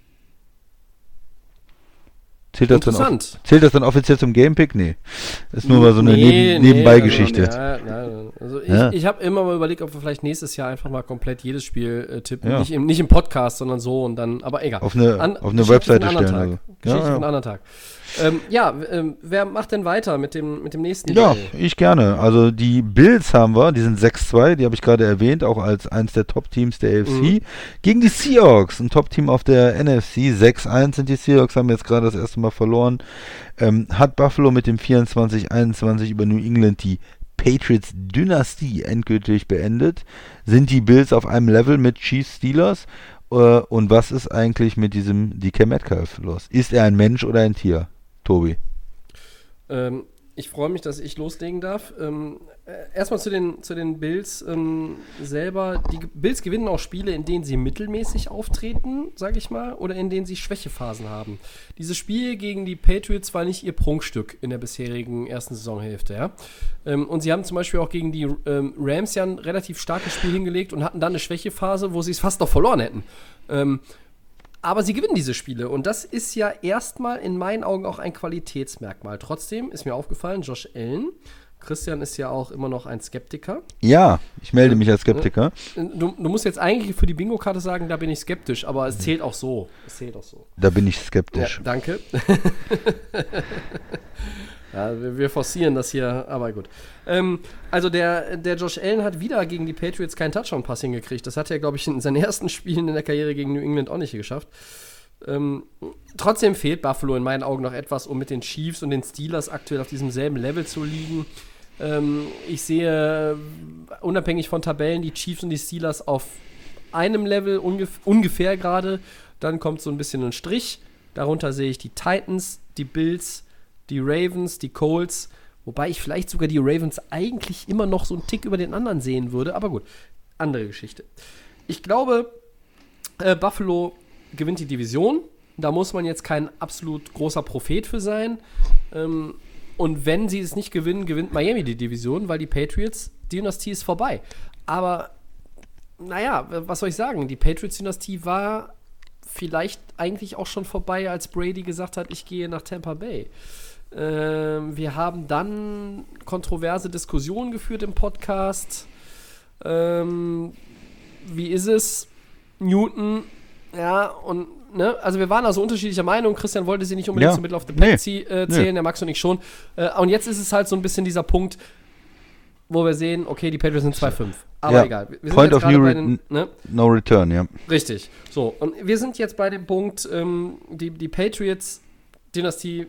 Zählt das dann offiziell zum Gamepick? Nee. Ist nur mal so eine Nebenbei-Geschichte.
Also ich habe immer mal überlegt, ob wir vielleicht nächstes Jahr einfach mal komplett jedes Spiel tippen. Ja. Nicht im Podcast, sondern so und dann, aber egal.
Auf eine Webseite stellen. Also.
Geschichte für einen anderen Tag. Wer macht denn weiter mit dem nächsten
Ja,
Duell?
Ich gerne. Also die Bills haben wir, die sind 6-2, die habe ich gerade erwähnt, auch als eins der Top-Teams der AFC. Gegen die Seahawks, ein Top-Team auf der NFC. 6-1 sind die Seahawks, haben jetzt gerade das erste Mal verloren. Hat Buffalo mit dem 24-21 über New England die Patriots-Dynastie endgültig beendet. Sind die Bills auf einem Level mit Chiefs Steelers? Und was ist eigentlich mit diesem DK Metcalf los? Ist er ein Mensch oder ein Tier? Tobi?
Ich freue mich, dass ich loslegen darf. Erstmal zu den Bills selber. Die Bills gewinnen auch Spiele, in denen sie mittelmäßig auftreten, sage ich mal, oder in denen sie Schwächephasen haben. Dieses Spiel gegen die Patriots war nicht ihr Prunkstück in der bisherigen ersten Saisonhälfte. Ja? Und sie haben zum Beispiel auch gegen die Rams ja ein relativ starkes Spiel hingelegt und hatten dann eine Schwächephase, wo sie es fast noch verloren hätten. Aber sie gewinnen diese Spiele und das ist ja erstmal in meinen Augen auch ein Qualitätsmerkmal. Trotzdem ist mir aufgefallen, Josh Allen, Christian ist ja auch immer noch ein Skeptiker.
Ja, ich melde mich als Skeptiker.
Du musst jetzt eigentlich für die Bingo-Karte sagen, da bin ich skeptisch, aber es zählt auch so.
Da bin ich skeptisch.
Ja, danke. Ja, wir forcieren das hier, aber gut. Also der Josh Allen hat wieder gegen die Patriots keinen Touchdown-Pass hingekriegt. Das hat er, glaube ich, in seinen ersten Spielen in der Karriere gegen New England auch nicht geschafft. Trotzdem fehlt Buffalo in meinen Augen noch etwas, um mit den Chiefs und den Steelers aktuell auf diesem selben Level zu liegen. Ich sehe, unabhängig von Tabellen, die Chiefs und die Steelers auf einem Level ungefähr gerade. Dann kommt so ein bisschen ein Strich. Darunter sehe ich die Titans, die Bills, die Ravens, die Colts, wobei ich vielleicht sogar die Ravens eigentlich immer noch so einen Tick über den anderen sehen würde, aber gut, andere Geschichte. Ich glaube, Buffalo gewinnt die Division, da muss man jetzt kein absolut großer Prophet für sein, und wenn sie es nicht gewinnen, gewinnt Miami die Division, weil die Patriots-Dynastie ist vorbei. Aber, naja, was soll ich sagen, die Patriots-Dynastie war vielleicht eigentlich auch schon vorbei, als Brady gesagt hat, ich gehe nach Tampa Bay. Wir haben dann kontroverse Diskussionen geführt im Podcast. Wie ist es? Newton, ja, und, ne, also wir waren also unterschiedlicher Meinung. Christian wollte sie nicht unbedingt zum Middle of the Pack zählen, der Max und ich schon. Und jetzt ist es halt so ein bisschen dieser Punkt, wo wir sehen, okay, die Patriots sind 2-5. Aber egal. Wir sind
Point
jetzt
of
no
return, ja.
Richtig. So, und wir sind jetzt bei dem Punkt, die Patriots-Dynastie,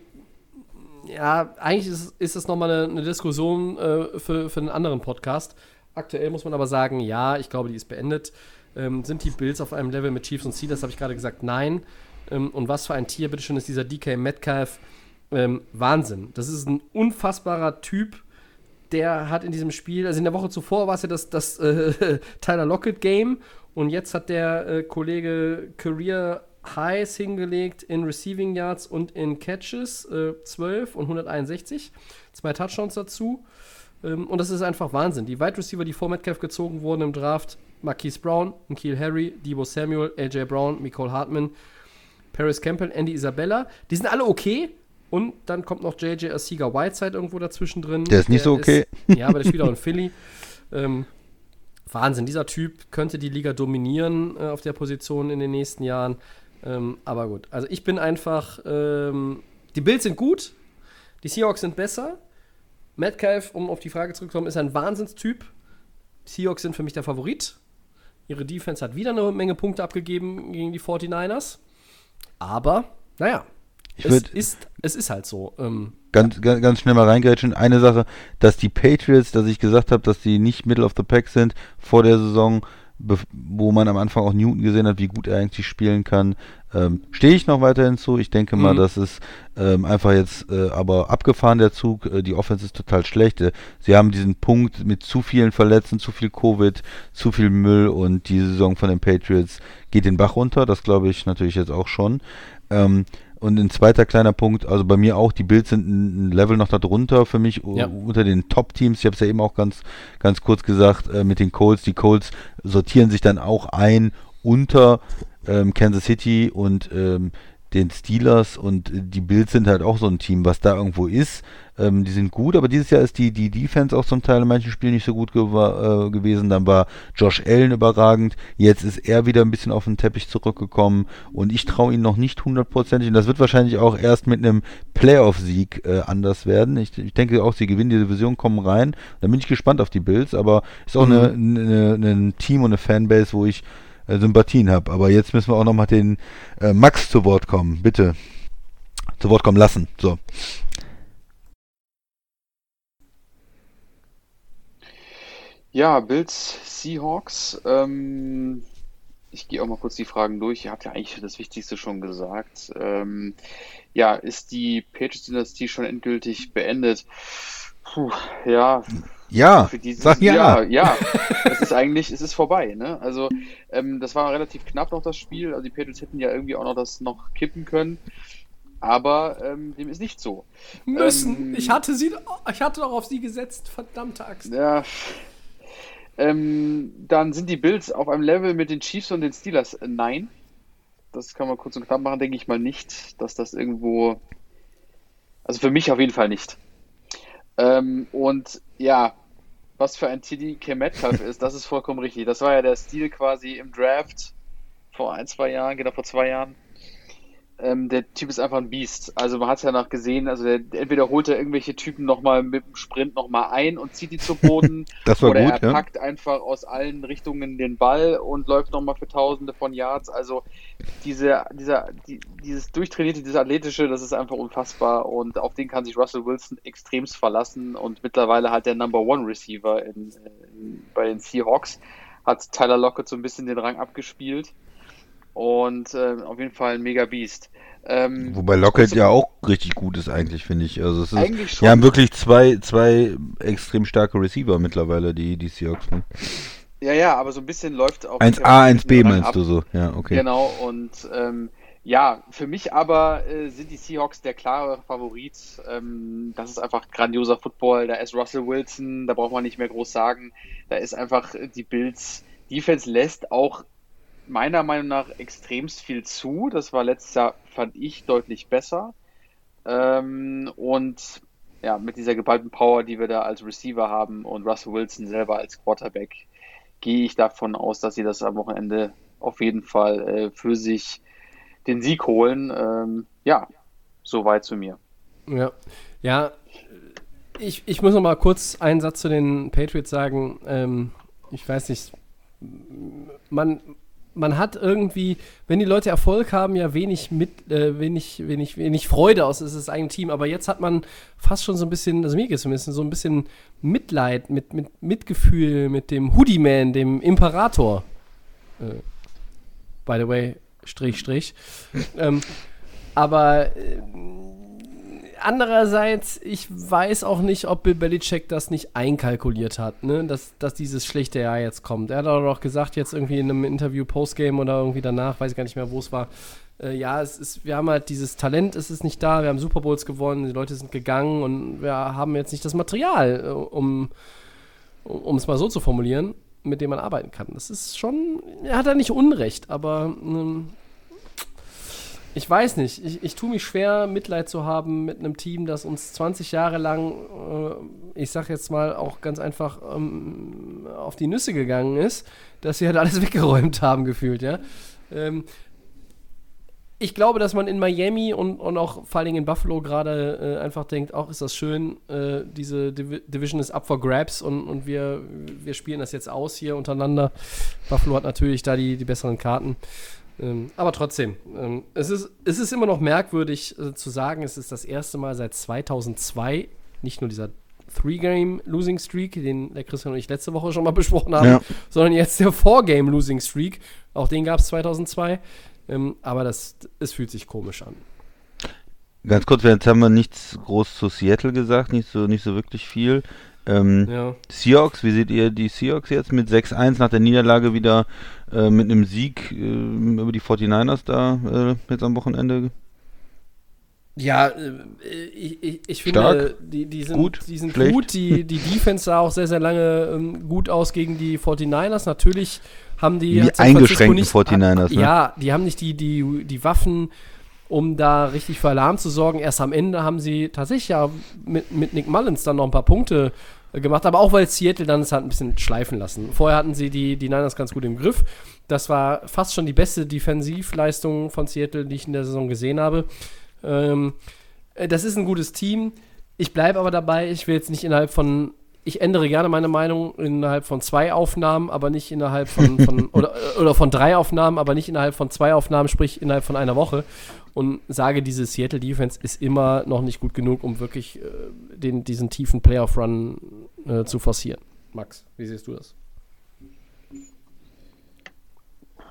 ja, eigentlich ist das nochmal eine Diskussion für einen anderen Podcast. Aktuell muss man aber sagen, ja, ich glaube, die ist beendet. Sind die Bills auf einem Level mit Chiefs und Steelers, habe ich gerade gesagt, nein. Und was für ein Tier, bitteschön, ist dieser DK Metcalf. Wahnsinn. Das ist ein unfassbarer Typ. Der hat in diesem Spiel, also in der Woche zuvor war es ja das Tyler Lockett-Game und jetzt hat der Kollege Career Highs hingelegt in Receiving Yards und in Catches, 12 und 161, 2 Touchdowns dazu. Und das ist einfach Wahnsinn. Die Wide Receiver, die vor Metcalf gezogen wurden im Draft, Marquise Brown, N'Keal Harry, Deebo Samuel, AJ Brown, Mecole Hardman, Paris Campbell, Andy Isabella, die sind alle okay. Und dann kommt noch J.J. Arcega-Whiteside irgendwo dazwischen drin.
Der ist nicht so okay.
Ja, aber der spielt auch in Philly. Wahnsinn, dieser Typ könnte die Liga dominieren auf der Position in den nächsten Jahren. Aber gut, also ich bin einfach, die Bills sind gut, die Seahawks sind besser. Metcalf, um auf die Frage zurückzukommen, ist ein Wahnsinnstyp. Die Seahawks sind für mich der Favorit. Ihre Defense hat wieder eine Menge Punkte abgegeben gegen die 49ers. Aber, naja, es ist halt so.
Ganz schnell mal reingrätschen. Eine Sache, dass die Patriots, dass ich gesagt habe, dass die nicht Middle of the Pack sind vor der Saison, wo man am Anfang auch Newton gesehen hat, wie gut er eigentlich spielen kann, stehe ich noch weiterhin zu. Ich denke mal, das ist einfach jetzt aber abgefahren, der Zug. Die Offense ist total schlecht. Sie haben diesen Punkt mit zu vielen Verletzten, zu viel Covid, zu viel Müll und die Saison von den Patriots geht den Bach runter. Das glaube ich natürlich jetzt auch schon. Und ein zweiter kleiner Punkt, also bei mir auch, die Bills sind ein Level noch darunter für mich, unter den Top-Teams. Ich habe es ja eben auch ganz kurz gesagt, mit den Colts. Die Colts sortieren sich dann auch ein unter Kansas City und den Steelers, und die Bills sind halt auch so ein Team, was da irgendwo ist. Die sind gut, aber dieses Jahr ist die Defense auch zum Teil in manchen Spielen nicht so gut gewesen. Dann war Josh Allen überragend. Jetzt ist er wieder ein bisschen auf den Teppich zurückgekommen und ich traue ihn noch nicht 100%. Und das wird wahrscheinlich auch erst mit einem Playoff-Sieg anders werden. Ich denke auch, sie gewinnen die Division, kommen rein. Dann bin ich gespannt auf die Bills, aber ist auch ein Team und eine Fanbase, wo ich Sympathien habe. Aber jetzt müssen wir auch nochmal den Max zu Wort kommen. Bitte zu Wort kommen lassen. So.
Ja, Bills, Seahawks. Ich gehe auch mal kurz die Fragen durch. Ihr habt ja eigentlich das Wichtigste schon gesagt. Ja, ist die Patriots-Dynastie schon endgültig beendet? Puh, ja,
Ja,
für dieses
sag ja.
Ja, es ist vorbei, ne? Also, das war relativ knapp noch das Spiel. Also die Patriots hätten ja irgendwie auch noch das noch kippen können. Aber dem ist nicht so.
Müssen. Ich hatte doch auf sie gesetzt, verdammte Axt.
Ja, dann sind die Bills auf einem Level mit den Chiefs und den Steelers. Nein, das kann man kurz und knapp machen, denke ich mal nicht, dass das irgendwo, also für mich auf jeden Fall nicht. Und ja, was für ein TD Metcalf ist, das ist vollkommen richtig. Das war ja der Stil quasi im Draft vor 2 Jahren. Der Typ ist einfach ein Biest. Also man hat es ja noch gesehen, also entweder holt er irgendwelche Typen nochmal mit dem Sprint nochmal ein und zieht die zu Boden,
Das war
oder
gut,
er
ja.
packt einfach aus allen Richtungen den Ball und läuft nochmal für Tausende von Yards. Also dieses durchtrainierte, dieses athletische, das ist einfach unfassbar, und auf den kann sich Russell Wilson extremst verlassen, und mittlerweile halt der Number One Receiver bei den Seahawks, hat Tyler Lockett so ein bisschen den Rang abgespielt. Und auf jeden Fall ein mega Beast.
Wobei Lockett ja auch richtig gut ist eigentlich, finde ich. Also es ist,
Eigentlich schon.
wir haben wirklich zwei extrem starke Receiver mittlerweile, die Seahawks. Ne?
Ja, aber so ein bisschen läuft auch
1A, 1B
Rang
meinst
ab.
du so? Ja, okay.
Genau, und ja, für mich aber sind die Seahawks der klare Favorit. Das ist einfach grandioser Football. Da ist Russell Wilson, da braucht man nicht mehr groß sagen. Da ist einfach die Bills Defense lässt auch meiner Meinung nach extremst viel zu. Das war letztes Jahr, fand ich, deutlich besser. Und ja, mit dieser geballten Power, die wir da als Receiver haben, und Russell Wilson selber als Quarterback, gehe ich davon aus, dass sie das am Wochenende auf jeden Fall für sich den Sieg holen. Ja, soweit zu mir.
Ja, ich muss noch mal kurz einen Satz zu den Patriots sagen. Ich weiß nicht, man hat irgendwie, wenn die Leute Erfolg haben, ja wenig Freude aus das eigene Team, aber jetzt hat man fast schon so ein bisschen, also mir geht es zumindest, so ein bisschen Mitleid, Mitgefühl mit dem Hoodie-Man, dem Imperator. By the way, Strich. Aber andererseits, ich weiß auch nicht, ob Bill Belichick das nicht einkalkuliert hat, ne? Dass dieses schlechte Jahr jetzt kommt. Er hat auch gesagt, jetzt irgendwie in einem Interview Postgame oder irgendwie danach, weiß ich gar nicht mehr, wo es war, wir haben halt dieses Talent, es ist nicht da, wir haben Super Bowls gewonnen, die Leute sind gegangen und wir haben jetzt nicht das Material, um es mal so zu formulieren, mit dem man arbeiten kann. Das ist schon, er hat da nicht Unrecht, aber ich weiß nicht, ich tue mich schwer, Mitleid zu haben mit einem Team, das uns 20 Jahre lang, ich sag jetzt mal auch ganz einfach, auf die Nüsse gegangen ist, dass sie halt alles weggeräumt haben, gefühlt, ja. Ich glaube, dass man in Miami und auch vor allen Dingen in Buffalo gerade einfach denkt, auch ist das schön, diese Division ist up for grabs und wir spielen das jetzt aus hier untereinander. Buffalo hat natürlich da die besseren Karten. Aber trotzdem, es ist immer noch merkwürdig zu sagen, es ist das erste Mal seit 2002, nicht nur dieser 3-Game-Losing-Streak, den der Christian und ich letzte Woche schon mal besprochen haben, sondern jetzt der 4-Game-Losing-Streak, auch den gab es 2002, aber es fühlt sich komisch an.
Ganz kurz, jetzt haben wir nichts groß zu Seattle gesagt, nicht so wirklich viel. Seahawks, wie seht ihr die Seahawks jetzt mit 6-1 nach der Niederlage wieder mit einem Sieg über die 49ers da jetzt am Wochenende?
Ja, ich finde, die sind gut. Die Defense sah auch sehr, sehr lange gut aus gegen die 49ers. Natürlich haben die
eingeschränkten 49ers, ne?
Ja, die haben nicht die Waffen, um da richtig für Alarm zu sorgen. Erst am Ende haben sie tatsächlich ja mit Nick Mullins dann noch ein paar Punkte gemacht, aber auch weil Seattle dann es hat ein bisschen schleifen lassen. Vorher hatten sie die Niners ganz gut im Griff. Das war fast schon die beste Defensivleistung von Seattle, die ich in der Saison gesehen habe. Das ist ein gutes Team. Ich bleibe aber dabei, ich will jetzt nicht ich ändere gerne meine Meinung innerhalb von 2 Aufnahmen, aber nicht innerhalb von oder von 3 Aufnahmen, aber nicht innerhalb von 2 Aufnahmen, sprich innerhalb von einer Woche, und sage, diese Seattle Defense ist immer noch nicht gut genug, um wirklich diesen tiefen Playoff-Run zu forcieren. Max, wie siehst du das?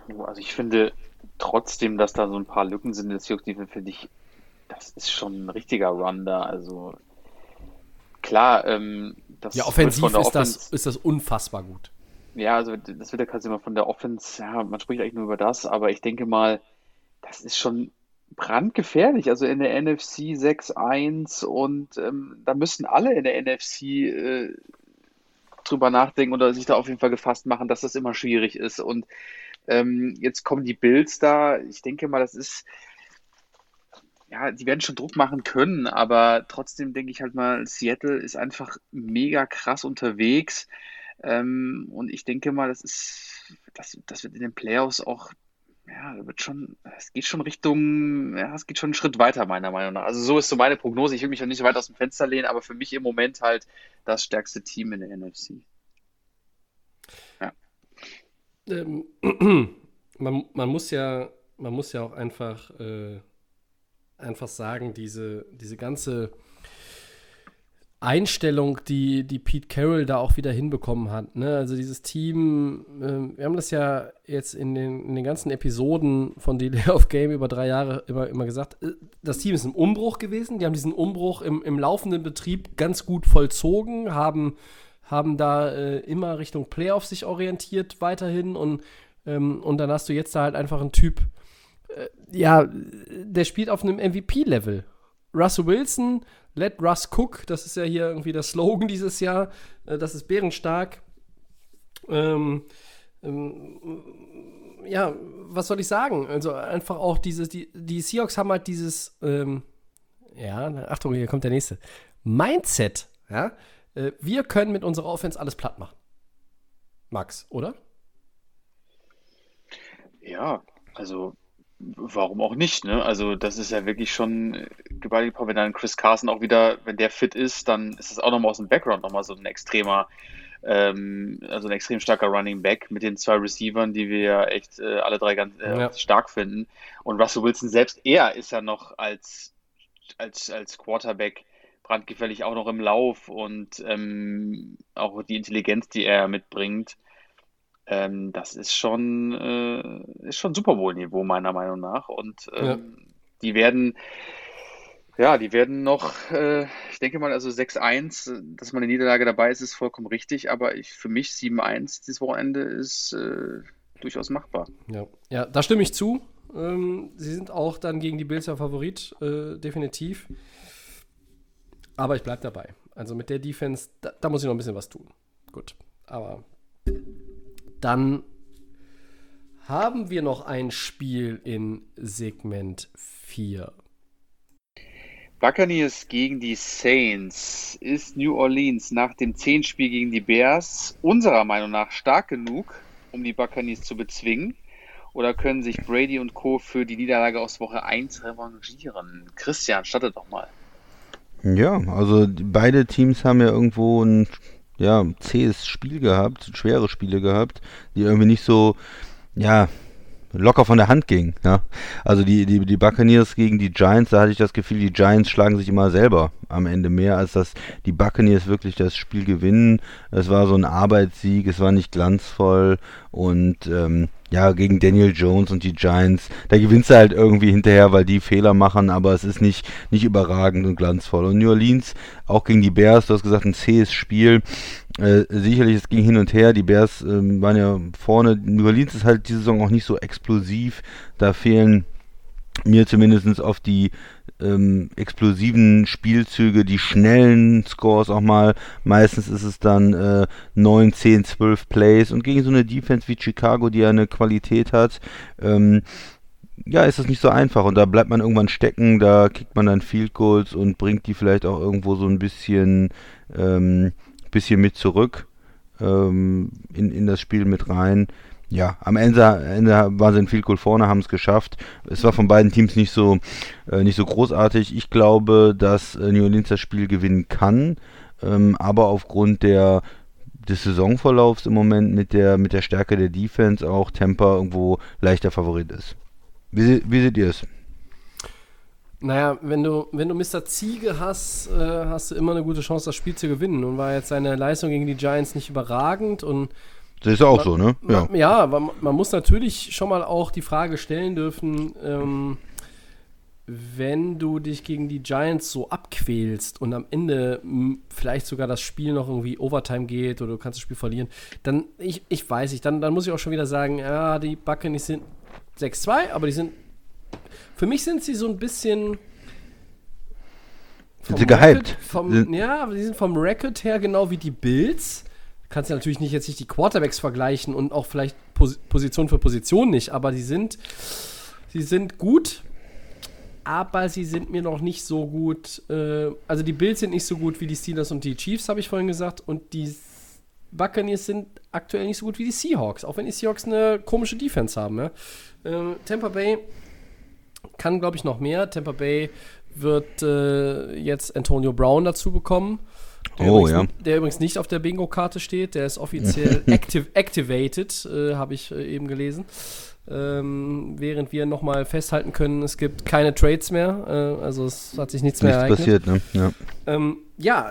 Also ich finde trotzdem, dass da so ein paar Lücken sind in der Seahawks-Defense, finde ich, das ist schon ein richtiger Run da. Also klar, das
Ja,
wird
offensiv
von der
ist das unfassbar gut.
ja, also das wird ja quasi immer von der Offense, ja, man spricht eigentlich nur über das, aber ich denke mal, das ist schon brandgefährlich. Also in der NFC 6-1 und da müssten alle in der NFC drüber nachdenken oder sich da auf jeden Fall gefasst machen, dass das immer schwierig ist. Und jetzt kommen die Bills da. Ich denke mal, das ist, ja, die werden schon Druck machen können, aber trotzdem denke ich halt mal, Seattle ist einfach mega krass unterwegs. Und ich denke mal, das wird in den Playoffs auch, ja, es geht schon Richtung, ja, es geht schon einen Schritt weiter, meiner Meinung nach. Also so ist so meine Prognose. Ich will mich noch nicht so weit aus dem Fenster lehnen, aber für mich im Moment halt das stärkste Team in der NFC. Ja.
Man muss ja auch einfach sagen, diese ganze Einstellung, die Pete Carroll da auch wieder hinbekommen hat, ne? Also dieses Team, wir haben das ja jetzt in den ganzen Episoden von Delay of Game über 3 Jahre immer gesagt, das Team ist im Umbruch gewesen, die haben diesen Umbruch im laufenden Betrieb ganz gut vollzogen, haben da immer Richtung Playoffs sich orientiert weiterhin und dann hast du jetzt da halt einfach einen Typ, der spielt auf einem MVP-Level. Russell Wilson, let Russ cook, das ist ja hier irgendwie der Slogan dieses Jahr, das ist bärenstark. Ja, was soll ich sagen? Also einfach auch die Seahawks haben halt dieses, Achtung, hier kommt der nächste, Mindset, ja, wir können mit unserer Offense alles platt machen. Max, oder?
Ja, also warum auch nicht, ne? Also das ist ja wirklich schon gewaltig, wenn dann Chris Carson auch wieder, wenn der fit ist, dann ist das auch nochmal aus dem Background nochmal so ein extrem starker Running Back mit den 2 Receivern, die wir ja echt alle 3 ganz stark finden. Und Russell Wilson selbst, er ist ja noch als Quarterback brandgefährlich auch noch im Lauf und auch die Intelligenz, die er mitbringt. Das ist schon Super Bowl-Niveau, meiner Meinung nach. Und die werden noch, ich denke mal, also 6-1, dass mal eine Niederlage dabei ist, ist vollkommen richtig. Aber für mich 7-1 dieses Wochenende ist durchaus machbar.
Ja, da stimme ich zu. Sie sind auch dann gegen die Bills ja Favorit, definitiv. Aber ich bleibe dabei. Also mit der Defense, da muss ich noch ein bisschen was tun. Gut, aber dann haben wir noch ein Spiel in Segment 4.
Buccaneers gegen die Saints. Ist New Orleans nach dem 10-Spiel gegen die Bears unserer Meinung nach stark genug, um die Buccaneers zu bezwingen? Oder können sich Brady und Co. für die Niederlage aus Woche 1 revanchieren? Christian, startet doch mal.
Ja, also beide Teams haben ja irgendwo ein zähes Spiel gehabt, schwere Spiele gehabt, die irgendwie nicht so, locker von der Hand gingen. Ja? Also die Buccaneers gegen die Giants, da hatte ich das Gefühl, die Giants schlagen sich immer selber am Ende mehr, als dass die Buccaneers wirklich das Spiel gewinnen. Es war so ein Arbeitssieg, es war nicht glanzvoll und gegen Daniel Jones und die Giants, da gewinnst du halt irgendwie hinterher, weil die Fehler machen, aber es ist nicht überragend und glanzvoll. Und New Orleans, auch gegen die Bears, du hast gesagt, ein zähes Spiel, sicherlich, es ging hin und her, die Bears waren ja vorne, New Orleans ist halt diese Saison auch nicht so explosiv, da fehlen mir zumindest auf die explosiven Spielzüge, die schnellen Scores auch mal. Meistens ist es dann 9, 10, 12 Plays und gegen so eine Defense wie Chicago, die ja eine Qualität hat, ist das nicht so einfach und da bleibt man irgendwann stecken, da kriegt man dann Field Goals und bringt die vielleicht auch irgendwo so ein bisschen mit zurück in das Spiel mit rein. Ja, am Ende waren sie in Field Goal vorne, haben es geschafft. Es war von beiden Teams nicht so großartig. Ich glaube, dass New Orleans das Spiel gewinnen kann, aber aufgrund des Saisonverlaufs im Moment mit der Stärke der Defense auch Tampa irgendwo leichter Favorit ist. Wie seht ihr es?
Naja, wenn du Mr. Ziege hast, hast du immer eine gute Chance, das Spiel zu gewinnen. Nun war jetzt seine Leistung gegen die Giants nicht überragend und
Das ist auch so, ne?
Ja, aber man muss natürlich schon mal auch die Frage stellen dürfen, wenn du dich gegen die Giants so abquälst und am Ende vielleicht sogar das Spiel noch irgendwie Overtime geht oder du kannst das Spiel verlieren, dann, ich weiß nicht, dann muss ich auch schon wieder sagen, ja, die Buccaneers sind 6-2, aber für mich sind sie so ein bisschen
sind sie gehypt?
Aber die sind vom Record her genau wie die Bills. Du kannst ja natürlich nicht jetzt nicht die Quarterbacks vergleichen und auch vielleicht Position für Position nicht, aber sie sind gut, aber sie sind mir noch nicht so gut, also die Bills sind nicht so gut wie die Steelers und die Chiefs, habe ich vorhin gesagt, und die Buccaneers sind aktuell nicht so gut wie die Seahawks, auch wenn die Seahawks eine komische Defense haben. Ja? Tampa Bay kann, glaube ich, noch mehr. Tampa Bay wird jetzt Antonio Brown dazu bekommen. Der übrigens nicht auf der Bingo-Karte steht. Der ist offiziell activated, habe ich eben gelesen. Während wir nochmal festhalten können, es gibt keine Trades mehr. Also es hat sich nichts mehr ereignet.
Passiert, ne? Ja.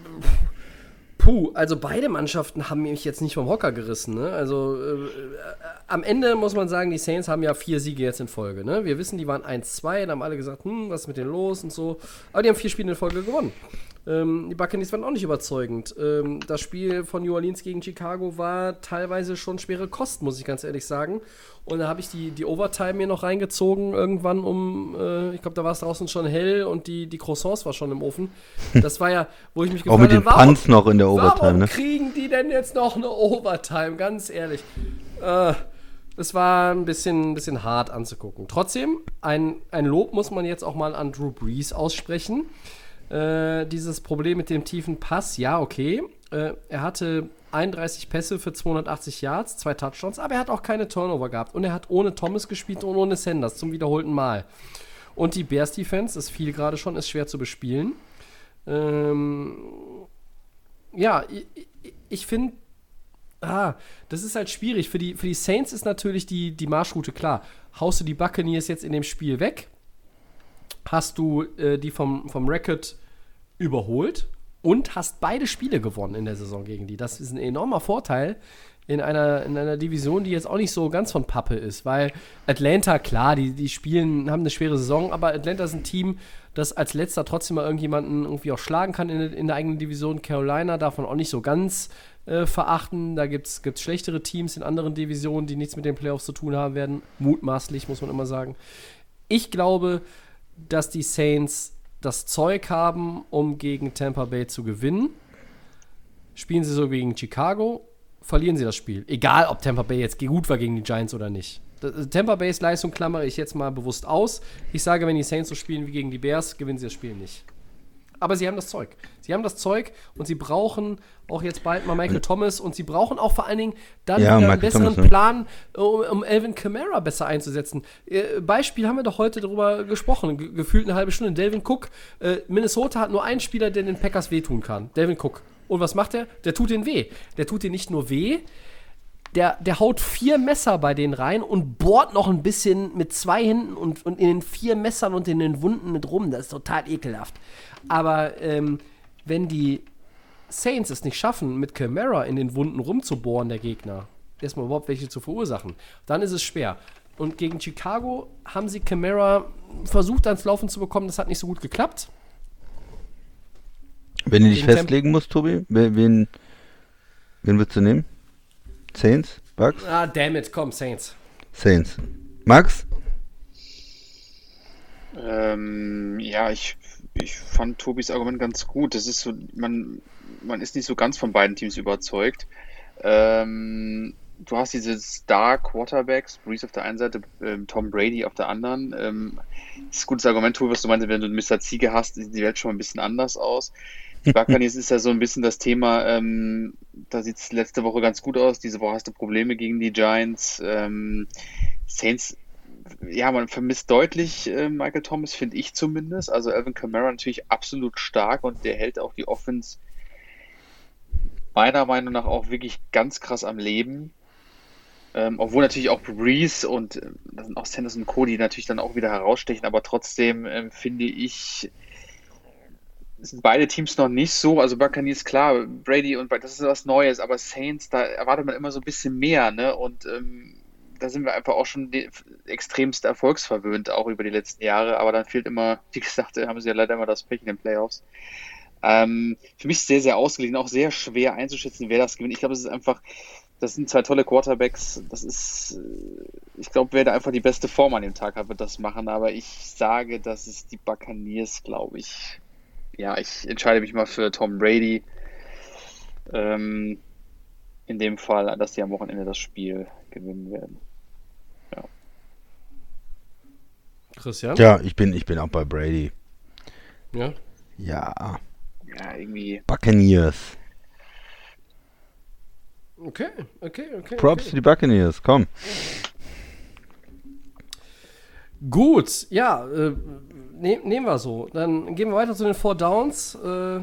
Also beide Mannschaften haben mich jetzt nicht vom Hocker gerissen. Ne? Also am Ende muss man sagen, die Saints haben ja 4 Siege jetzt in Folge. Ne? Wir wissen, die waren 1-2, dann haben alle gesagt, was ist mit denen los und so. Aber die haben 4 Spiele in Folge gewonnen. Die Buccaneers waren auch nicht überzeugend. Das Spiel von New Orleans gegen Chicago war teilweise schon schwere Kost, muss ich ganz ehrlich sagen. Und da habe ich die Overtime mir noch reingezogen, irgendwann ich glaube, da war es draußen schon hell und die Croissants war schon im Ofen. Das war ja, wo ich mich gefragt habe,
auch mit den Punts noch in der Overtime,
warum
ne?
kriegen die denn jetzt noch eine Overtime, ganz ehrlich. Das war ein bisschen hart anzugucken. Trotzdem, ein Lob muss man jetzt auch mal an Drew Brees aussprechen. Dieses Problem mit dem tiefen Pass, ja, okay. Er hatte 31 Pässe für 280 Yards, 2 Touchdowns, aber er hat auch keine Turnover gehabt. Und er hat ohne Thomas gespielt und ohne Sanders zum wiederholten Mal. Und die Bears-Defense, das fiel gerade schon, ist schwer zu bespielen. Ich finde, das ist halt schwierig. Für die Saints ist natürlich die Marschroute klar. Haust du die Buccaneers jetzt in dem Spiel weg, hast du die vom Record überholt und hast beide Spiele gewonnen in der Saison gegen die. Das ist ein enormer Vorteil in einer Division, die jetzt auch nicht so ganz von Pappe ist, weil Atlanta, klar, die haben eine schwere Saison, aber Atlanta ist ein Team, das als letzter trotzdem mal irgendjemanden irgendwie auch schlagen kann in der eigenen Division. Carolina darf man auch nicht so ganz verachten. Da gibt's schlechtere Teams in anderen Divisionen, die nichts mit den Playoffs zu tun haben werden. Mutmaßlich, muss man immer sagen. Ich glaube, dass die Saints das Zeug haben, um gegen Tampa Bay zu gewinnen. Spielen sie so gegen Chicago, verlieren sie das Spiel. Egal, ob Tampa Bay jetzt gut war gegen die Giants oder nicht. Tampa Bays Leistung klammere ich jetzt mal bewusst aus. Ich sage, wenn die Saints so spielen wie gegen die Bears, gewinnen sie das Spiel nicht. Aber sie haben das Zeug. Sie haben das Zeug und sie brauchen auch jetzt bald mal Michael Thomas und sie brauchen auch vor allen Dingen dann wieder einen besseren Plan, um Alvin Kamara besser einzusetzen. Beispiel haben wir doch heute darüber gesprochen, gefühlt eine halbe Stunde. Dalvin Cook, Minnesota hat nur einen Spieler, der den Packers wehtun kann. Dalvin Cook. Und was macht er? Der tut denen weh. Der tut denen nicht nur weh, der haut 4 Messer bei denen rein und bohrt noch ein bisschen mit 2 Händen und in den 4 Messern und in den Wunden mit rum. Das ist total ekelhaft. Aber wenn die Saints es nicht schaffen, mit Kamara in den Wunden rumzubohren, der Gegner, erstmal überhaupt welche zu verursachen, dann ist es schwer. Und gegen Chicago haben sie Kamara versucht, ans Laufen zu bekommen. Das hat nicht so gut geklappt.
Wenn du dich festlegen musst, Tobi, wen würdest du nehmen? Saints? Bucks?
Damn it, komm, Saints.
Saints. Max?
Ich fand Tobis Argument ganz gut. Das ist so, man ist nicht so ganz von beiden Teams überzeugt. Du hast diese Star-Quarterbacks, Brees auf der einen Seite, Tom Brady auf der anderen. Das ist ein gutes Argument, Tobi, was du meinst, wenn du einen Mr. Ziege hast, sieht die Welt schon mal ein bisschen anders aus. Die Buccaneers ist ja so ein bisschen das Thema, da sieht es letzte Woche ganz gut aus, diese Woche hast du Probleme gegen die Giants. Saints, ja, man vermisst deutlich Michael Thomas, finde ich zumindest. Also Alvin Kamara natürlich absolut stark und der hält auch die Offense meiner Meinung nach auch wirklich ganz krass am Leben. Obwohl natürlich auch Brees und auch Sanders und Co., die natürlich dann auch wieder herausstechen, aber trotzdem finde ich, sind beide Teams noch nicht so. Also Buccaneers, klar, Brady und das ist was Neues, aber Saints, da erwartet man immer so ein bisschen mehr, ne? Und da sind wir einfach auch schon extremst erfolgsverwöhnt, auch über die letzten Jahre. Aber dann fehlt immer, wie gesagt, haben sie ja leider immer das Pech in den Playoffs. Für mich ist es sehr, sehr ausgeglichen, auch sehr schwer einzuschätzen, wer das gewinnt. Ich glaube, es ist einfach, das sind zwei tolle Quarterbacks. Das ist, ich glaube, wer da einfach die beste Form an dem Tag hat, wird das machen. Aber ich sage, dass es die Buccaneers, glaube ich. Ja, ich entscheide mich mal für Tom Brady. In dem Fall, dass die am Wochenende das Spiel gewinnen werden. Ja.
Christian?
Ja, ich bin auch bei Brady.
Ja.
Ja.
Ja, irgendwie.
Buccaneers.
Okay.
Props für die Buccaneers, komm.
Gut, ja, nehmen wir so. Dann gehen wir weiter zu den 4 Downs.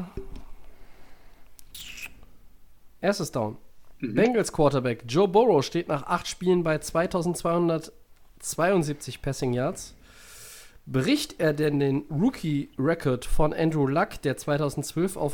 Erstes Down. Bengals Quarterback Joe Burrow steht nach 8 Spielen bei 2272 Passing Yards. Bricht er denn den Rookie-Record von Andrew Luck, der 2012 auf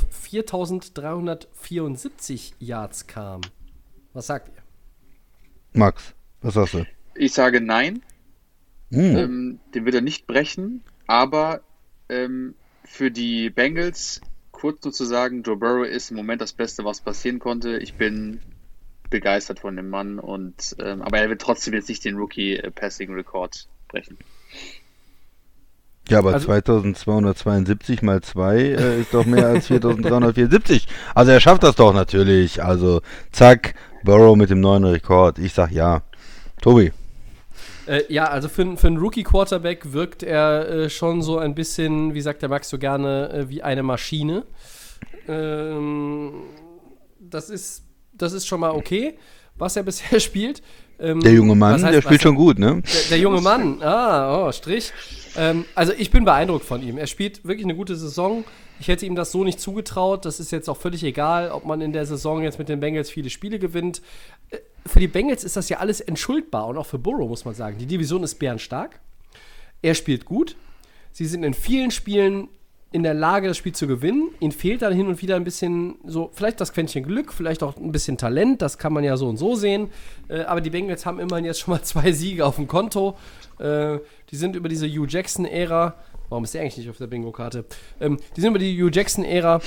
4374 Yards kam? Was sagt ihr?
Max, was sagst du?
Ich sage nein. Den wird er nicht brechen, aber für die Bengals, kurz nur zu sagen, Joe Burrow ist im Moment das Beste, was passieren konnte. Ich bin begeistert von dem Mann, aber er wird trotzdem jetzt nicht den Rookie-Passing-Rekord brechen.
Ja, aber 2272 mal 2 ist doch mehr als 4374. Also er schafft das doch natürlich. Also zack, Burrow mit dem neuen Rekord. Ich sag ja. Tobi.
Ja, also für einen Rookie-Quarterback wirkt er schon so ein bisschen, wie sagt der Max so gerne, wie eine Maschine. Das ist schon mal okay, was er bisher spielt.
Der junge Mann, der spielt schon gut, ne?
Der junge Mann, Strich. Also ich bin beeindruckt von ihm. Er spielt wirklich eine gute Saison. Ich hätte ihm das so nicht zugetraut. Das ist jetzt auch völlig egal, ob man in der Saison jetzt mit den Bengals viele Spiele gewinnt. Für die Bengals ist das ja alles entschuldbar und auch für Burrow, muss man sagen. Die Division ist bärenstark. Er spielt gut. Sie sind in vielen Spielen in der Lage, das Spiel zu gewinnen. Ihnen fehlt dann hin und wieder ein bisschen so, vielleicht das Quäntchen Glück, vielleicht auch ein bisschen Talent, das kann man ja so und so sehen. Aber die Bengals haben immerhin jetzt schon mal 2 Siege auf dem Konto. Die sind über diese Hugh Jackson-Ära, warum ist der eigentlich nicht auf der Bingo-Karte? Die sind über die Hugh Jackson-Ära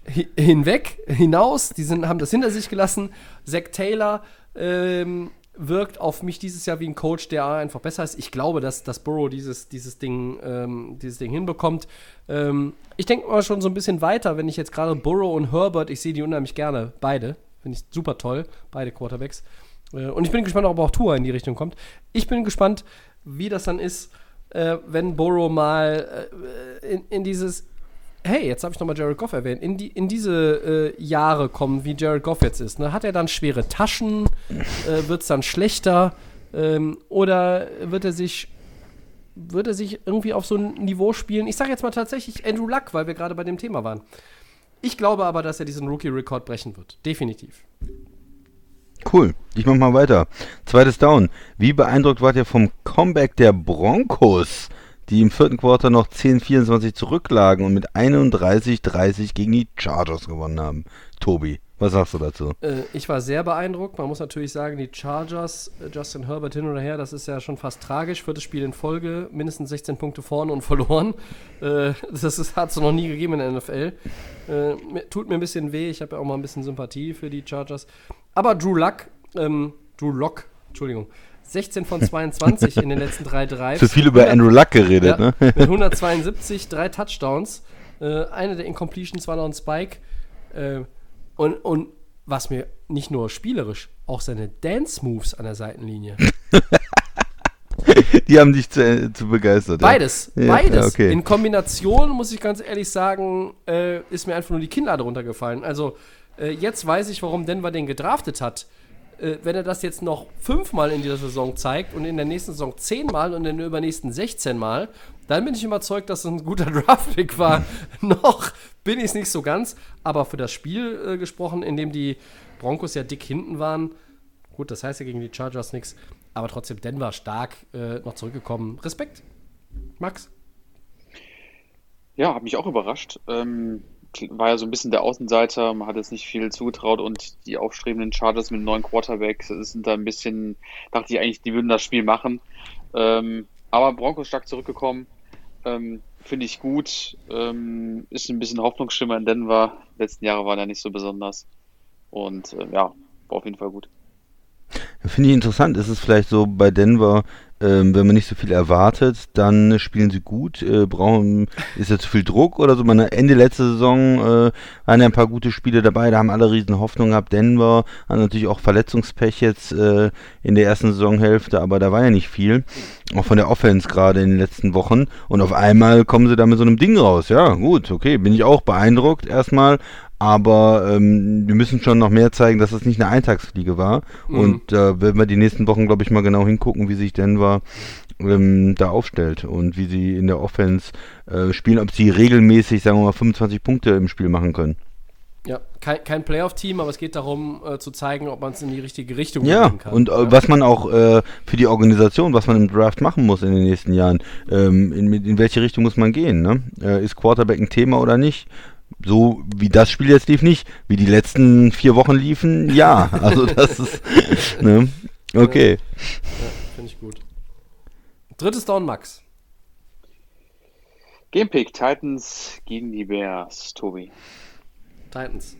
hinaus, haben das hinter sich gelassen. Zach Taylor wirkt auf mich dieses Jahr wie ein Coach, der einfach besser ist. Ich glaube, dass Burrow dieses Ding hinbekommt. Ich denke mal schon so ein bisschen weiter, wenn ich jetzt gerade Burrow und Herbert, ich sehe die unheimlich gerne, beide. Finde ich super toll, beide Quarterbacks. Und ich bin gespannt, ob auch Tua in die Richtung kommt. Ich bin gespannt, wie das dann ist, wenn Burrow mal in dieses hey, jetzt habe ich nochmal Jared Goff erwähnt, in diese Jahre kommen, wie Jared Goff jetzt ist. Ne? Hat er dann schwere Taschen? Wird es dann schlechter? Oder wird er sich irgendwie auf so ein Niveau spielen? Ich sage jetzt mal tatsächlich Andrew Luck, weil wir gerade bei dem Thema waren. Ich glaube aber, dass er diesen Rookie-Rekord brechen wird. Definitiv.
Cool, ich mach mal weiter. Zweites Down. Wie beeindruckt wart ihr vom Comeback der Broncos, die im 4. Quarter noch 10-24 zurücklagen und mit 31-30 gegen die Chargers gewonnen haben? Tobi, was sagst du dazu?
Ich war sehr beeindruckt. Man muss natürlich sagen, die Chargers, Justin Herbert hin oder her, das ist ja schon fast tragisch. 4. Spiel in Folge, mindestens 16 Punkte vorne und verloren. Das hat es noch nie gegeben in der NFL. Tut mir ein bisschen weh. Ich habe ja auch mal ein bisschen Sympathie für die Chargers. Aber Drew Lock, 16 von 22 in den letzten 3 Drives.
Zu viel über Andrew Luck geredet,
ja,
ne?
Mit 172, 3 Touchdowns. Eine der Incompletions war noch ein Spike. Und was mir nicht nur spielerisch, auch seine Dance-Moves an der Seitenlinie.
Die haben dich zu begeistert.
Beides,
ja.
beides.
Ja, okay.
In Kombination, muss ich ganz ehrlich sagen, ist mir einfach nur die Kinnlade runtergefallen. Also, jetzt weiß ich, warum Denver den gedraftet hat. Wenn er das jetzt noch 5-mal in dieser Saison zeigt und in der nächsten Saison 10-mal und in der übernächsten 16-mal, dann bin ich überzeugt, dass es ein guter Draftpick war. Noch bin ich es nicht so ganz, aber für das Spiel gesprochen, in dem die Broncos ja dick hinten waren, gut, das heißt ja gegen die Chargers nichts, aber trotzdem Denver stark noch zurückgekommen. Respekt. Max?
Ja, hat mich auch überrascht. War ja so ein bisschen der Außenseiter, man hat jetzt nicht viel zugetraut und die aufstrebenden Chargers mit einem neuen Quarterback sind da ein bisschen, dachte ich eigentlich, die würden das Spiel machen. Aber Broncos stark zurückgekommen, finde ich gut. Ist ein bisschen Hoffnungsschimmer in Denver. Die letzten Jahre waren ja nicht so besonders. Und ja, war auf jeden Fall gut.
Finde ich interessant. Ist es vielleicht so bei Denver, wenn man nicht so viel erwartet, dann spielen sie gut, ist ja zu viel Druck oder so. Ende letzte Saison waren ja ein paar gute Spiele dabei, da haben alle riesen Hoffnung gehabt. Denver hat natürlich auch Verletzungspech jetzt in der ersten Saisonhälfte, aber da war ja nicht viel. Auch von der Offense gerade in den letzten Wochen. Und auf einmal kommen sie da mit so einem Ding raus. Ja, gut, okay, bin ich auch beeindruckt erstmal. Aber wir müssen schon noch mehr zeigen, dass es nicht eine Eintagsfliege war. Und da werden wir die nächsten Wochen, glaube ich, mal genau hingucken, wie sich Denver da aufstellt und wie sie in der Offense spielen, ob sie regelmäßig, sagen wir mal, 25 Punkte im Spiel machen können.
Ja, kein Playoff-Team, aber es geht darum, zu zeigen, ob man es in die richtige Richtung
bringen kann. Und was man auch für die Organisation, was man im Draft machen muss in den nächsten Jahren, in welche Richtung muss man gehen, ne? Ist Quarterback ein Thema oder nicht? So wie das Spiel jetzt lief nicht, wie die letzten 4 Wochen liefen, ja. Also das ist, ne? Okay.
Ja, finde ich gut. Drittes Down, Max.
Gamepick, Titans gegen die Bears, Tobi.
Titans.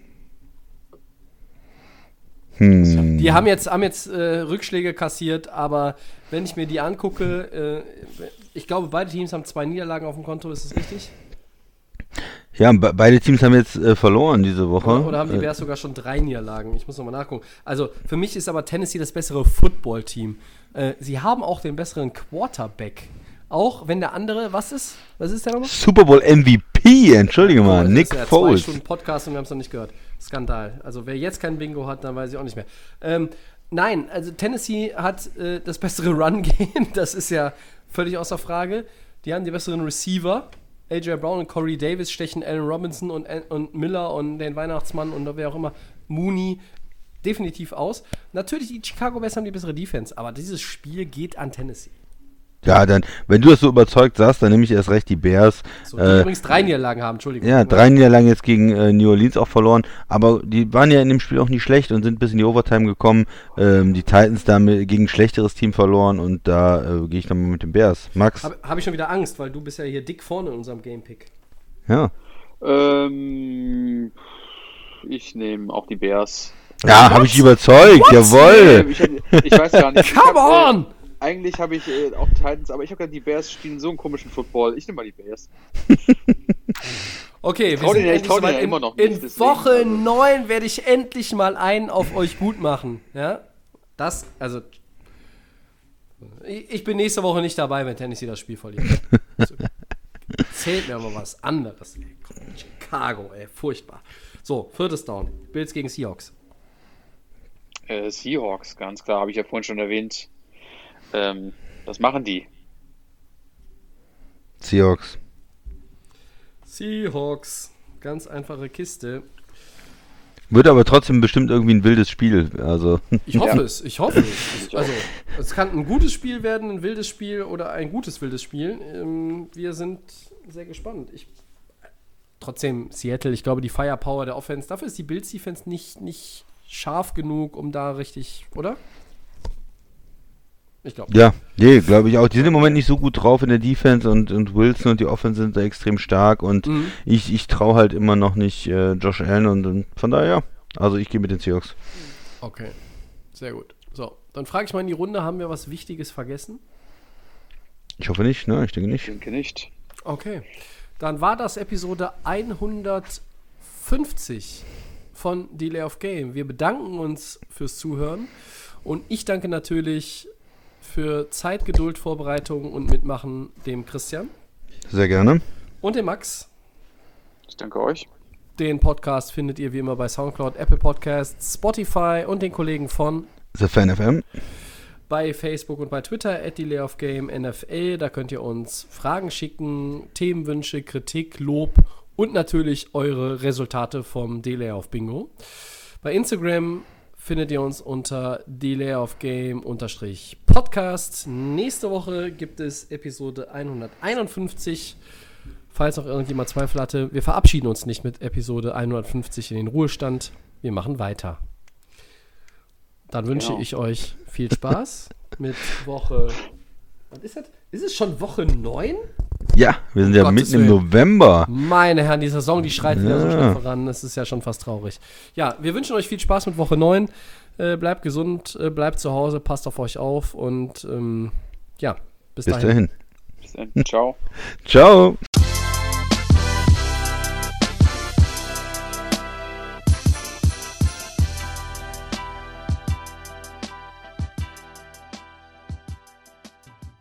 Die haben jetzt Rückschläge kassiert, aber wenn ich mir die angucke, ich glaube, beide Teams haben 2 Niederlagen auf dem Konto, ist das richtig?
Ja, beide Teams haben jetzt verloren diese Woche.
Oder haben die Bears sogar schon 3 Niederlagen? Ich muss nochmal nachgucken. Also für mich ist aber Tennessee das bessere Football-Team. Sie haben auch den besseren Quarterback. Auch wenn der andere, was ist der nochmal?
Super Bowl MVP, entschuldige mal, Nick
Foles. Das ist ja
Foles.
2 Stunden Podcast und wir haben es noch nicht gehört. Skandal. Also wer jetzt kein Bingo hat, dann weiß ich auch nicht mehr. Nein, also Tennessee hat das bessere Run-Game, das ist ja völlig außer Frage. Die haben die besseren Receiver. A.J. Brown und Corey Davis stechen Allen Robinson und Miller und den Weihnachtsmann und wer auch immer, Mooney, definitiv aus. Natürlich, die Chicago Bears haben die bessere Defense, aber dieses Spiel geht an Tennessee.
Ja, dann, wenn du das so überzeugt sagst, dann nehme ich erst recht die Bears.
So, die übrigens 3 Niederlagen haben, Entschuldigung.
Ja, 3 Niederlagen jetzt gegen New Orleans auch verloren, aber die waren ja in dem Spiel auch nicht schlecht und sind bis in die Overtime gekommen. Die Titans da gegen ein schlechteres Team verloren und da gehe ich dann mal mit den Bears. Max?
Hab ich schon wieder Angst, weil du bist ja hier dick vorne in unserem Gamepick.
Ja.
Ich nehme auch die Bears.
Ja, habe ich überzeugt, jawohl.
Ich weiß gar nicht.
Come on!
Eigentlich habe ich auch Titans, aber ich habe gedacht, die Bears spielen so einen komischen Football. Ich nehme mal die Bears.
Okay, wir sind endlich mal immer noch nicht, in Woche 9 werde ich endlich mal einen auf euch gut machen. Ja? Ich bin nächste Woche nicht dabei, wenn Tennessee das Spiel verliert. Zählt mir aber was anderes. Ey. Chicago, ey, furchtbar. So, 4. Down. Bills gegen Seahawks.
Seahawks, ganz klar, habe ich ja vorhin schon erwähnt. Was machen die?
Seahawks.
Ganz einfache Kiste.
Wird aber trotzdem bestimmt irgendwie ein wildes Spiel. Also.
Ich hoffe es. Also, es kann ein gutes Spiel werden, ein wildes Spiel oder ein gutes wildes Spiel. Wir sind sehr gespannt. Trotzdem Seattle, ich glaube, die Firepower der Offense, dafür ist die Bills-Defense nicht scharf genug, um da richtig, oder? Ich glaube.
Ja, nee, glaube ich auch. Die sind im Moment nicht so gut drauf in der Defense und Wilson und die Offense sind da extrem stark und ich traue halt immer noch nicht Josh Allen und von daher, also ich gehe mit den Seahawks.
Okay, sehr gut. So, dann frage ich mal in die Runde, haben wir was Wichtiges vergessen?
Ich hoffe nicht, ne? Ich denke nicht.
Ich denke nicht.
Okay, dann war das Episode 150 von Delay of Game. Wir bedanken uns fürs Zuhören und ich danke natürlich für Zeit, Geduld, Vorbereitung und Mitmachen dem Christian.
Sehr gerne.
Und dem Max.
Ich danke euch.
Den Podcast findet ihr wie immer bei Soundcloud, Apple Podcasts, Spotify und den Kollegen von
The Fan FM.
Bei Facebook und bei Twitter @DelayOfGameNFL. Da könnt ihr uns Fragen schicken, Themenwünsche, Kritik, Lob und natürlich eure Resultate vom Delay of Bingo. Bei Instagram findet ihr uns unter DelayOfGame_Podcast. Nächste Woche gibt es Episode 151 falls noch irgendjemand Zweifel hatte. Wir verabschieden uns nicht mit Episode 150 in den Ruhestand. Wir machen weiter. Dann wünsche ich euch viel Spaß mit Woche... Was ist das? Ist es schon Woche 9?
Ja, wir sind ja mitten im November.
Meine Herren, die Saison, die schreit wieder so schnell voran. Das ist ja schon fast traurig. Ja, wir wünschen euch viel Spaß mit Woche 9. Bleibt gesund, bleibt zu Hause, passt auf euch auf und bis dahin.
Bis dann. Ciao.
Ciao.